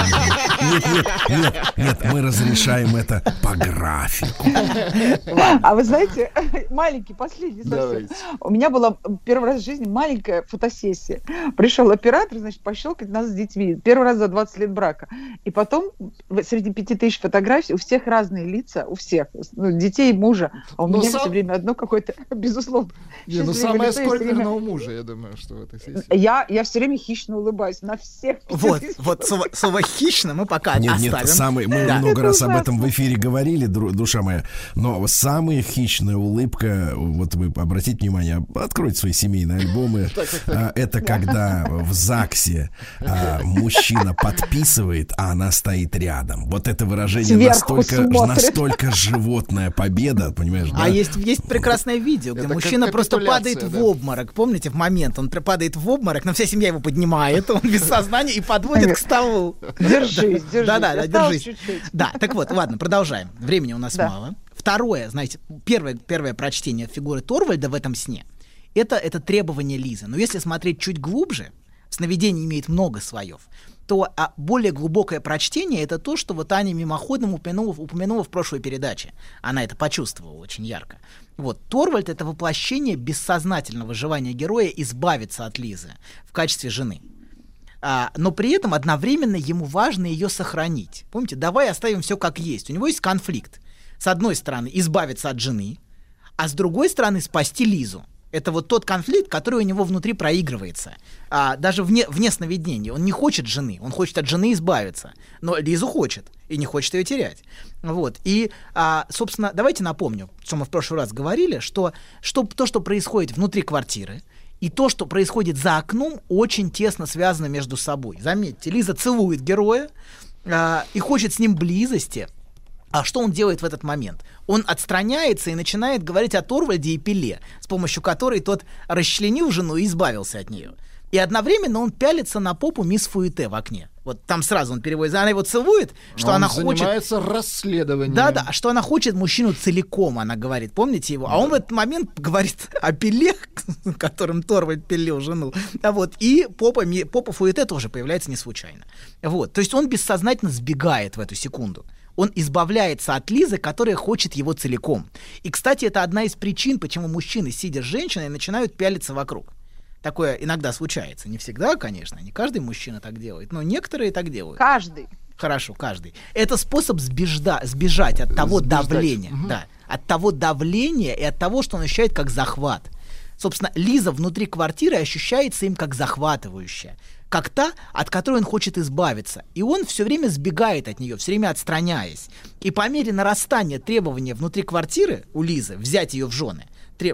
S2: Нет, мы разрешаем это по графику.
S13: А вы знаете, маленький, последний совсем. У меня была первый раз в жизни маленькая фотосессия. Пришел оператор, значит, пощелкать нас с детьми. Первый раз за 20 лет брака. И потом среди 5000 фотографий у всех разные лица, у всех. Детей и мужа. А у меня все время одно какое-то, безусловно.
S3: Ну, самое скорбное у мужа, я думаю, что в этой сессии.
S13: Я все время хищно улыбаюсь на всех.
S17: Вот слово «хищно» мы пока оставим.
S2: Мы много раз об этом в эфире говорили, душа моя, но самая хищная улыбка, вот вы обратите внимание, откройте свои семейные альбомы, это когда в ЗАГСе мужчина подписывает, а она стоит рядом. Вот это выражение настолько животная победа, понимаешь?
S17: А есть прекрасное видео, где мужчина просто падает в обморок. Помните, в момент он падает в обморок, но вся семья его поднимает, он без сознания и подводит к столу.
S13: Держись.
S17: Да, держись. Да, так вот, ладно, продолжаем. Времени у нас мало. Второе, знаете, первое прочтение фигуры Торвальда в этом сне — это требование Лизы. Но если смотреть чуть глубже, сновидение имеет много слоев, то более глубокое прочтение — это то, что вот Аня мимоходом упомянула в прошлой передаче. Она это почувствовала очень ярко. Вот, Торвальд — это воплощение бессознательного желания героя избавиться от Лизы в качестве жены. Но при этом одновременно ему важно ее сохранить. Помните, давай оставим все как есть. У него есть конфликт. С одной стороны, избавиться от жены, а с другой стороны, спасти Лизу. Это вот тот конфликт, который у него внутри проигрывается. Даже вне сновидений. Он не хочет жены, он хочет от жены избавиться. Но Лизу хочет и не хочет ее терять. Вот. И, собственно, давайте напомню, что мы в прошлый раз говорили, что то, что происходит внутри квартиры, и то, что происходит за окном, очень тесно связано между собой. Заметьте, Лиза целует героя и хочет с ним близости. А что он делает в этот момент? Он отстраняется и начинает говорить о Торвальде и пиле, с помощью которой тот расчленил жену и избавился от нее. И одновременно он пялится на попу мисс Фуэте в окне. Вот там сразу он переводит. Она его целует, что
S3: он
S17: она хочет...
S3: занимается расследованием.
S17: Да, что она хочет мужчину целиком, она говорит. Помните его? А он в этот момент говорит о пиле, которым Торвальд пилил жену. И попа Фуэте тоже появляется не случайно. Вот. То есть он бессознательно сбегает в эту секунду. Он избавляется от Лизы, которая хочет его целиком. И, кстати, это одна из причин, почему мужчины, сидя с женщиной, начинают пялиться вокруг. Такое иногда случается. Не всегда, конечно, не каждый мужчина так делает, но некоторые так делают.
S13: Каждый.
S17: Хорошо, каждый. Это способ сбежать от того давления. Угу. Да, от того давления и от того, что он ощущает как захват. Собственно, Лиза внутри квартиры ощущается им как захватывающая. Как та, от которой он хочет избавиться. И он все время сбегает от нее, все время отстраняясь. И по мере нарастания требования внутри квартиры у Лизы взять ее в жены,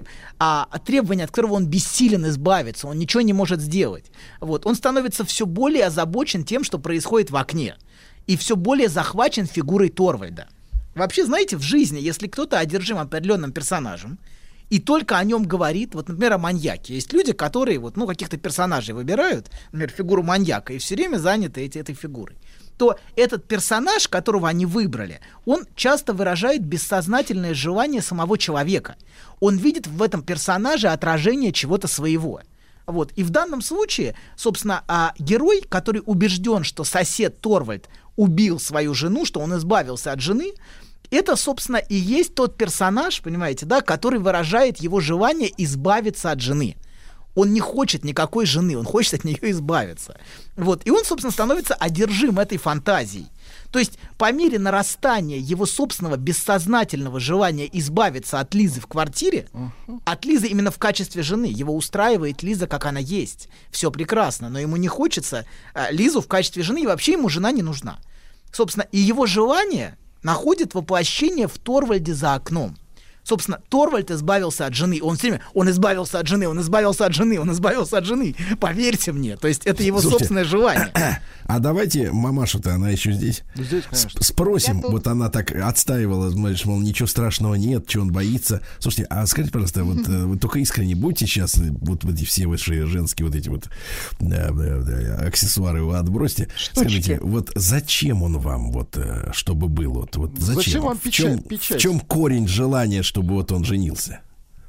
S17: требования, от которого он бессилен избавиться, он ничего не может сделать, вот, он становится все более озабочен тем, что происходит в окне. И все более захвачен фигурой Торвальда. Вообще, знаете, в жизни, если кто-то одержим определенным персонажем, и только о нем говорит, вот, например, о маньяке. Есть люди, которые каких-то персонажей выбирают, например, фигуру маньяка, и все время заняты этой фигурой. То этот персонаж, которого они выбрали, он часто выражает бессознательное желание самого человека. Он видит в этом персонаже отражение чего-то своего. Вот. И в данном случае, собственно, герой, который убежден, что сосед Торвальд убил свою жену, что он избавился от жены, это, собственно, и есть тот персонаж, понимаете, да, который выражает его желание избавиться от жены. Он не хочет никакой жены, он хочет от нее избавиться. Вот. И он, собственно, становится одержим этой фантазией. То есть по мере нарастания его собственного бессознательного желания избавиться от Лизы в квартире, от Лизы именно в качестве жены, его устраивает Лиза, как она есть. Все прекрасно, но ему не хочется Лизу в качестве жены, и вообще ему жена не нужна. Собственно, и его желание находит воплощение в Торвальде за окном. Собственно, Торвальд избавился от жены. Он избавился от жены, он избавился от жены, он избавился от жены. Поверьте мне. То есть это его собственное желание.
S2: А давайте мамашу-то, она еще здесь.
S3: Здесь, конечно.
S2: Спросим. Вот она так отстаивала, знаешь, мол, ничего страшного нет, чего он боится. Слушайте, а скажите, пожалуйста, вот вы только искренне будьте сейчас, вот эти все ваши женские вот эти вот аксессуары вы отбросьте. Скажите, вот зачем он вам, вот, чтобы был? Вот зачем вам печать? В чем корень желания, чтобы вот он женился?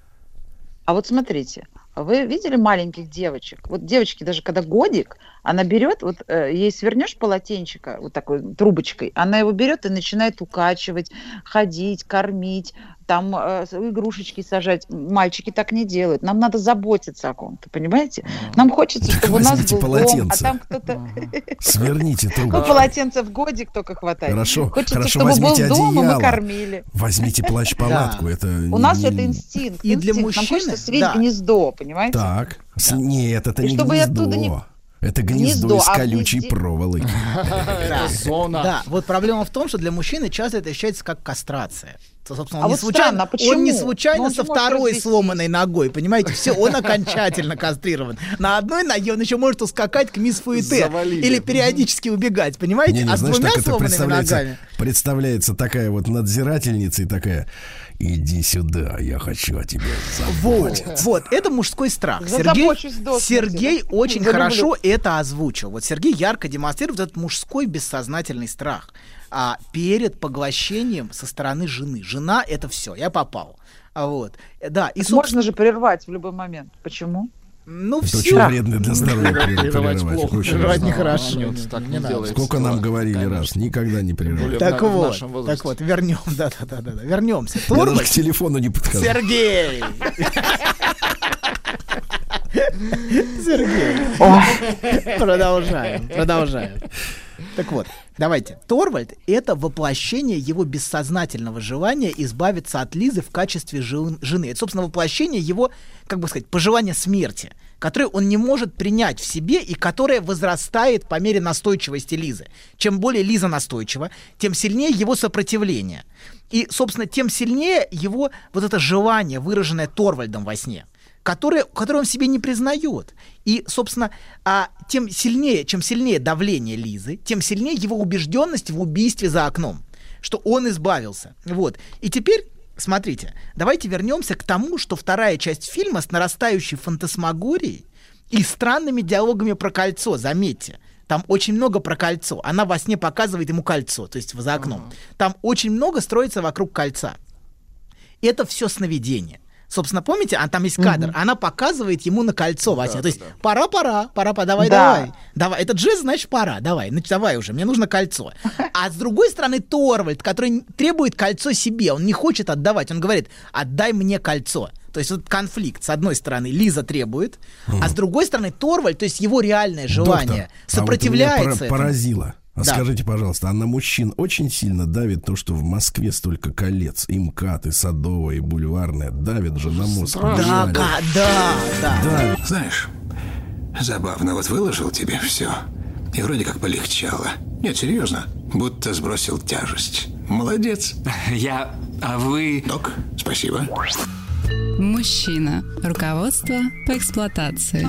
S13: А вот смотрите, вы видели маленьких девочек? Вот девочки, даже когда годик, она берет, вот ей свернешь полотенчика вот такой трубочкой, она его берет и начинает укачивать, ходить, кормить, там игрушечки сажать. Мальчики так не делают. Нам надо заботиться о ком-то, понимаете? Нам хочется, чтобы у нас был дом, а там кто-то...
S2: Сверните трубочку.
S13: Ну, полотенце в годик только хватает.
S2: Хорошо,
S13: хочется, чтобы был дом, и мы кормили.
S2: Возьмите плащ-палатку. Это
S13: у нас это инстинкт.
S17: И для мужчины...
S13: Нам хочется свить гнездо, понимаете?
S2: Так. Нет, это не гнездо. Это гнездо из колючей проволоки.
S3: Это зона.
S17: Да, вот проблема в том, что для мужчины часто это ощущается как кастрация. Собственно,
S13: он
S17: не случайно со второй сломанной ногой, понимаете, все, он окончательно кастрирован. На одной ноге он еще может ускакать к мисс Фуэте или периодически убегать, понимаете, а с двумя сломанными ногами.
S2: Представляется такая вот надзирательница и такая: иди сюда, я хочу о тебе заботиться.
S17: Вот, это мужской страх. Сергей очень хорошо это озвучил. Вот Сергей ярко демонстрирует этот мужской бессознательный страх перед поглощением со стороны жены. Жена — это все, я попал. Вот. Да, и
S13: можно же прервать в любой момент. Почему?
S2: Ну, это очень вредно для здоровья.
S17: Прерывать нехорошо.
S3: Не надо.
S2: Сколько нам говорили раз, никогда не прерывать.
S17: Так вот, вернемся.
S2: Я даже к телефону не подхожу.
S17: Сергей! Продолжаем. Так вот, давайте. Торвальд — это воплощение его бессознательного желания избавиться от Лизы в качестве жены. Это, собственно, воплощение его, как бы сказать, пожелания смерти, которое он не может принять в себе и которое возрастает по мере настойчивости Лизы. Чем более Лиза настойчива, тем сильнее его сопротивление. И, собственно, тем сильнее его вот это желание, выраженное Торвальдом во сне, которое он в себе не признает. И, собственно, чем сильнее давление Лизы, тем сильнее его убежденность в убийстве за окном, что он избавился. Вот. И теперь, смотрите, давайте вернемся к тому, что вторая часть фильма с нарастающей фантасмагорией и странными диалогами про кольцо, заметьте. Там очень много про кольцо. Она во сне показывает ему кольцо, то есть за окном. Там очень много строится вокруг кольца. И это все сновидение. Собственно, помните, там есть кадр, она показывает ему на кольцо во сне. То есть пора, давай. Это джез, значит, пора, давай уже, мне нужно кольцо. А с другой стороны, Торвальд, который требует кольцо себе, он не хочет отдавать, он говорит, отдай мне кольцо. То есть вот конфликт. С одной стороны, Лиза требует, а с другой стороны, Торвальд, то есть его реальное желание, сопротивляется.
S2: Вот меня поразило. Скажите, пожалуйста, а на мужчин очень сильно давит то, что в Москве столько колец, и МКАД, и Садовая, и Бульварная, давит же на мозг.
S17: Да.
S4: Знаешь, забавно, вот выложил тебе все, и вроде как полегчало. Нет, серьезно, будто сбросил тяжесть. Молодец.
S15: А вы...
S4: Док, спасибо.
S18: Мужчина. Руководство по эксплуатации.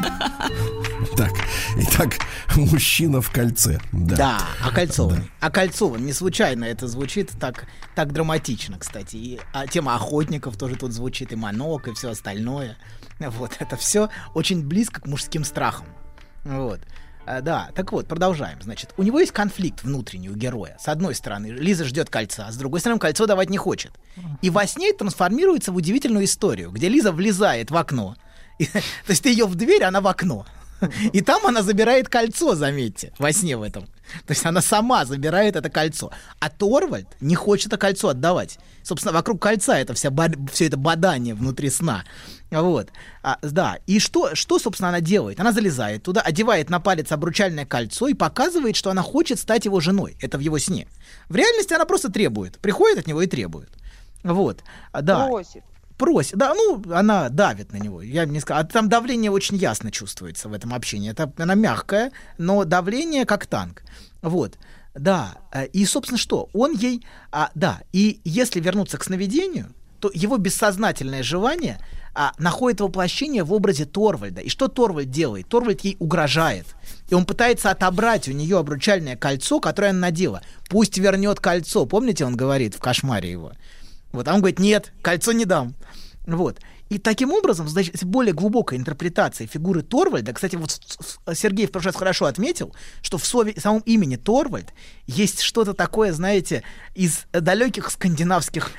S2: Так, итак, мужчина в кольце.
S17: Да, окольцован. Не случайно это звучит так драматично, кстати. И тема охотников тоже тут звучит, и Манок, и все остальное. Вот, это все очень близко к мужским страхам. Вот. Да, так вот, продолжаем. Значит, у него есть конфликт внутренний у героя. С одной стороны, Лиза ждет кольца, а с другой стороны, кольцо давать не хочет. И во сне это трансформируется в удивительную историю, где Лиза влезает в окно. То есть ты ее в дверь, она в окно. И там она забирает кольцо, заметьте, во сне в этом. То есть она сама забирает это кольцо. А Торвальд не хочет это кольцо отдавать. Собственно, вокруг кольца это все это бадание внутри сна. Вот. Да. И что, собственно, она делает? Она залезает туда, одевает на палец обручальное кольцо и показывает, что она хочет стать его женой. Это в его сне. В реальности она просто требует. Приходит от него и требует. Вот. Да. Просит. Да, она давит на него. Я бы не сказал. Там давление очень ясно чувствуется в этом общении. Она мягкая, но давление как танк. Вот. Да. И, собственно, что? Он ей... да. И если вернуться к сновидению, то его бессознательное желание находит воплощение в образе Торвальда. И что Торвальд делает? Торвальд ей угрожает. И он пытается отобрать у нее обручальное кольцо, которое она надела. Пусть вернет кольцо. Помните, он говорит в кошмаре его? Вот, а он говорит, нет, кольцо не дам. Вот. И таким образом, значит, более глубокая интерпретация фигуры Торвальда, кстати, вот Сергей в прошлый раз хорошо отметил, что в самом имени Торвальд есть что-то такое, знаете, из далеких скандинавских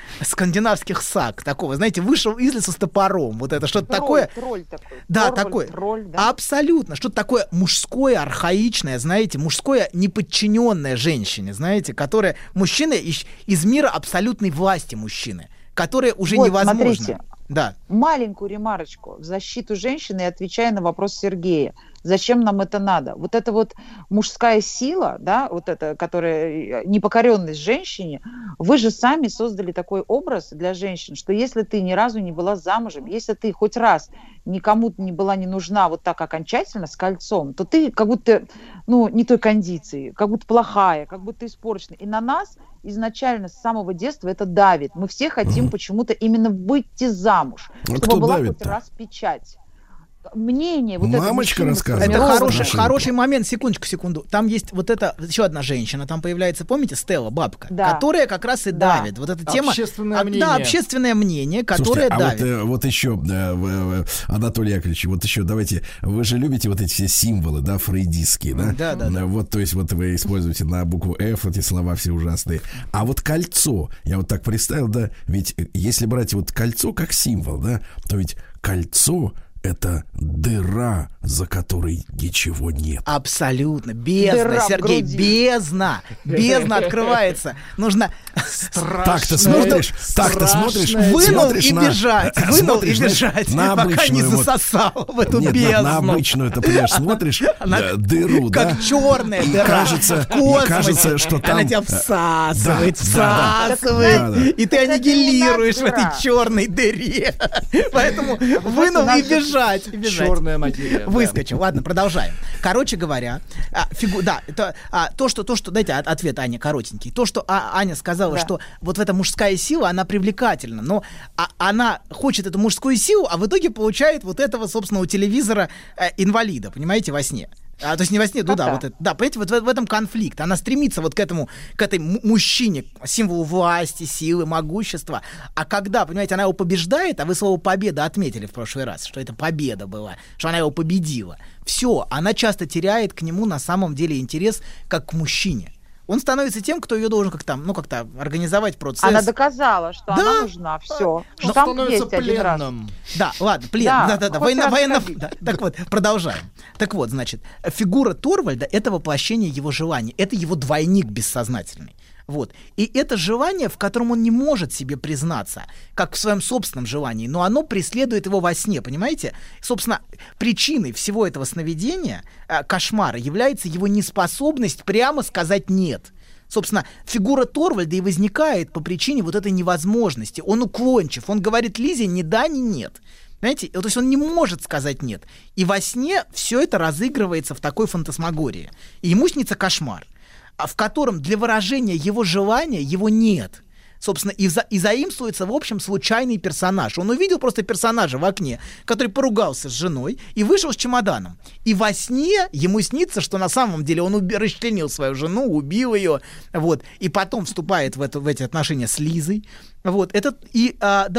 S17: саг, такого, знаете, вышел из леса с топором, вот это что-то такое.
S13: Тролль такой.
S17: Да,
S13: Торвальд,
S17: такое.
S13: Тролль, да?
S17: Абсолютно. Что-то такое мужское, архаичное, знаете, мужское неподчиненное женщине, знаете, которое мужчина из мира абсолютной власти мужчины, которое уже вот, невозможно.
S13: Смотрите.
S17: Да.
S13: Маленькую ремарочку в защиту женщины, отвечая на вопрос Сергея. Зачем нам это надо? Вот эта вот мужская сила, да, вот эта, которая непокоренность женщине, вы же сами создали такой образ для женщин, что если ты ни разу не была замужем, если ты хоть раз никому не была не нужна вот так окончательно с кольцом, то ты как будто, не той кондиции, как будто плохая, как будто испорчена. И на нас изначально с самого детства это давит. Мы все хотим почему-то именно выйти замуж, чтобы была хоть раз печать. Мнение вот
S2: мамочка рассказывает.
S17: Это хороший момент, секунду. Там есть вот эта еще одна женщина, там появляется, помните, Стелла, бабка, которая как раз и давит. Вот эта тема.
S3: Общественное мнение.
S17: Да, общественное мнение, которое давит.
S2: Вот еще, Анатолий Яковлевич, вот еще давайте, вы же любите вот эти все символы, да, фрейдистские, да? Да. Вот, то есть вот вы используете на букву F эти слова все ужасные. А вот кольцо, я вот так представил, да, ведь если брать вот кольцо как символ, да, то ведь кольцо — это дыра, за которой ничего нет.
S17: Абсолютно. Бездна, Сергей, бездна. Бездна открывается. Нужно
S2: Так-то смотришь,
S17: вынул
S2: смотришь
S17: и
S2: на...
S17: бежать,
S2: смотришь,
S17: пока не
S2: обычную вот-
S17: засосал в эту
S2: Нет,
S17: бездну.
S2: на обычную, ты понимаешь, смотришь дыру, да?
S17: Как черная
S2: И
S17: дыра
S2: кажется,
S17: в космосе.
S2: кажется, что там...
S17: Она тебя всасывает,
S2: Да.
S17: и ты аннигилируешь в этой черной дыре. Поэтому вынул и бежать.
S3: Черная материя.
S17: Выскочил. Ладно, продолжаем. Короче говоря, то, что, дайте ответ, Аня, коротенький. То, что Аня сказала, что вот эта мужская сила, она привлекательна, но она хочет эту мужскую силу, а в итоге получает вот этого, собственно, у телевизора инвалида, понимаете, во сне. То есть не во сне, понимаете, вот в этом конфликт. Она стремится вот к этой мужчине, символу власти, силы, могущества. А когда, понимаете, она его побеждает, а вы слово «победа» отметили в прошлый раз, что это победа была, что она его победила. Все, она часто теряет к нему на самом деле интерес как к мужчине. Он становится тем, кто ее должен как-то организовать процесс.
S13: Она доказала, что она нужна, все.
S3: Он становится пленным.
S17: Да, ладно, плен. Да. Военно. Так вот, продолжаем. Так вот, значит, фигура Торвальда — это воплощение его желаний. Это его двойник бессознательный. Вот. И это желание, в котором он не может себе признаться, как в своем собственном желании, но оно преследует его во сне, понимаете? Собственно, причиной всего этого сновидения, кошмара, является его неспособность прямо сказать «нет». Собственно, фигура Торвальда и возникает по причине вот этой невозможности. Он уклончив, он говорит Лизе ни да, ни нет. Понимаете? То есть он не может сказать «нет». И во сне все это разыгрывается в такой фантасмагории. И ему снится кошмар, в котором для выражения его желания его нет. Собственно, и заимствуется, в общем, случайный персонаж. Он увидел просто персонажа в окне, который поругался с женой и вышел с чемоданом. И во сне ему снится, что на самом деле он расчленил свою жену, убил ее, вот, и потом вступает в эти отношения с Лизой. Вот, и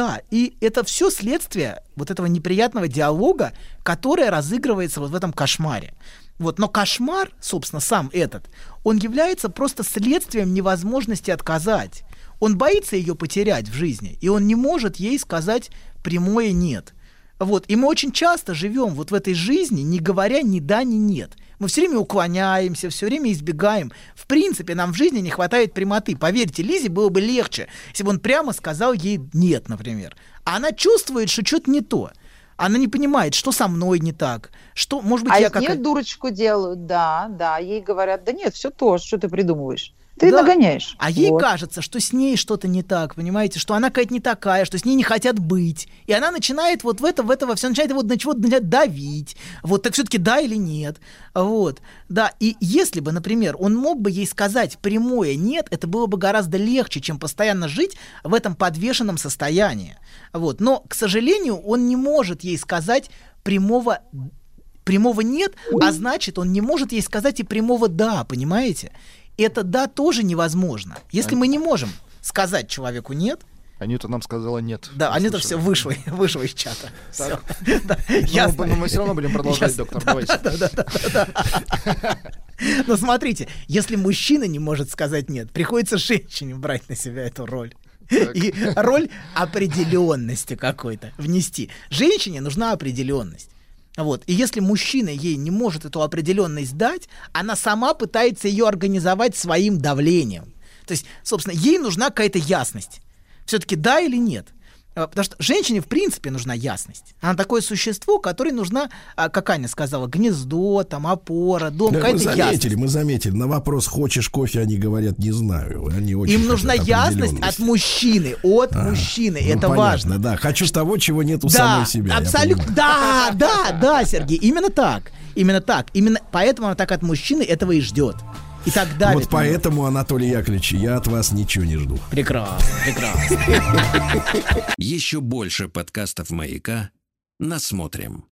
S17: это все следствие вот этого неприятного диалога, которое разыгрывается вот в этом кошмаре. Вот, но кошмар, собственно, сам этот, он является просто следствием невозможности отказать. Он боится ее потерять в жизни, и он не может ей сказать прямое «нет». Вот, и мы очень часто живем вот в этой жизни, не говоря ни да, ни нет. Мы все время уклоняемся, все время избегаем. В принципе, нам в жизни не хватает прямоты. Поверьте, Лизе было бы легче, если бы он прямо сказал ей «нет», например. А она чувствует, что что-то не то. Она не понимает, что со мной не так, что, может быть,
S13: я
S17: как...
S13: из нее дурочку делают, да, ей говорят, да нет, все то, что ты придумываешь. Ты нагоняешь.
S17: А ей кажется, что с ней что-то не так, понимаете, что она какая-то не такая, что с ней не хотят быть. И она начинает вот в это во все, начинает его на чего-то давить. Вот, так все-таки да или нет. Вот, да. И если бы, например, он мог бы ей сказать прямое «нет», это было бы гораздо легче, чем постоянно жить в этом подвешенном состоянии. Вот. Но, к сожалению, он не может ей сказать прямого «нет», а значит, он не может ей сказать и прямого «да», понимаете? Это «да» тоже невозможно. Если мы не можем сказать человеку «нет».
S3: Анюта нам сказала «нет».
S17: Да, Анюта все вышла из чата. Всё. Да,
S3: но мы все равно будем продолжать, доктор. Давайте.
S17: Да. Но смотрите, если мужчина не может сказать «нет», приходится женщине брать на себя эту роль. И роль определенности какой-то внести. Женщине нужна определенность. Вот. И если мужчина ей не может эту определенность дать, она сама пытается ее организовать своим давлением. То есть, собственно, ей нужна какая-то ясность. Все-таки да или нет. Потому что женщине, в принципе, нужна ясность. Она такое существо, которое нужна, как Аня сказала, гнездо, там, опора, дом, какая-то ясность.
S2: Мы заметили. На вопрос «хочешь кофе?» они говорят «не знаю». Они очень
S17: им нужна ясность от мужчины. Мужчины. Это
S2: понятно,
S17: важно.
S2: Да. Хочу того, чего нет у самой себя.
S17: Абсолютно. Да, Сергей. Именно так. Именно поэтому она так от мужчины этого и ждет. И так далее.
S2: Вот поэтому, Анатолий Яковлевич, я от вас ничего не жду.
S17: Прекрасно.
S1: Еще больше подкастов «Маяка» насмотрим.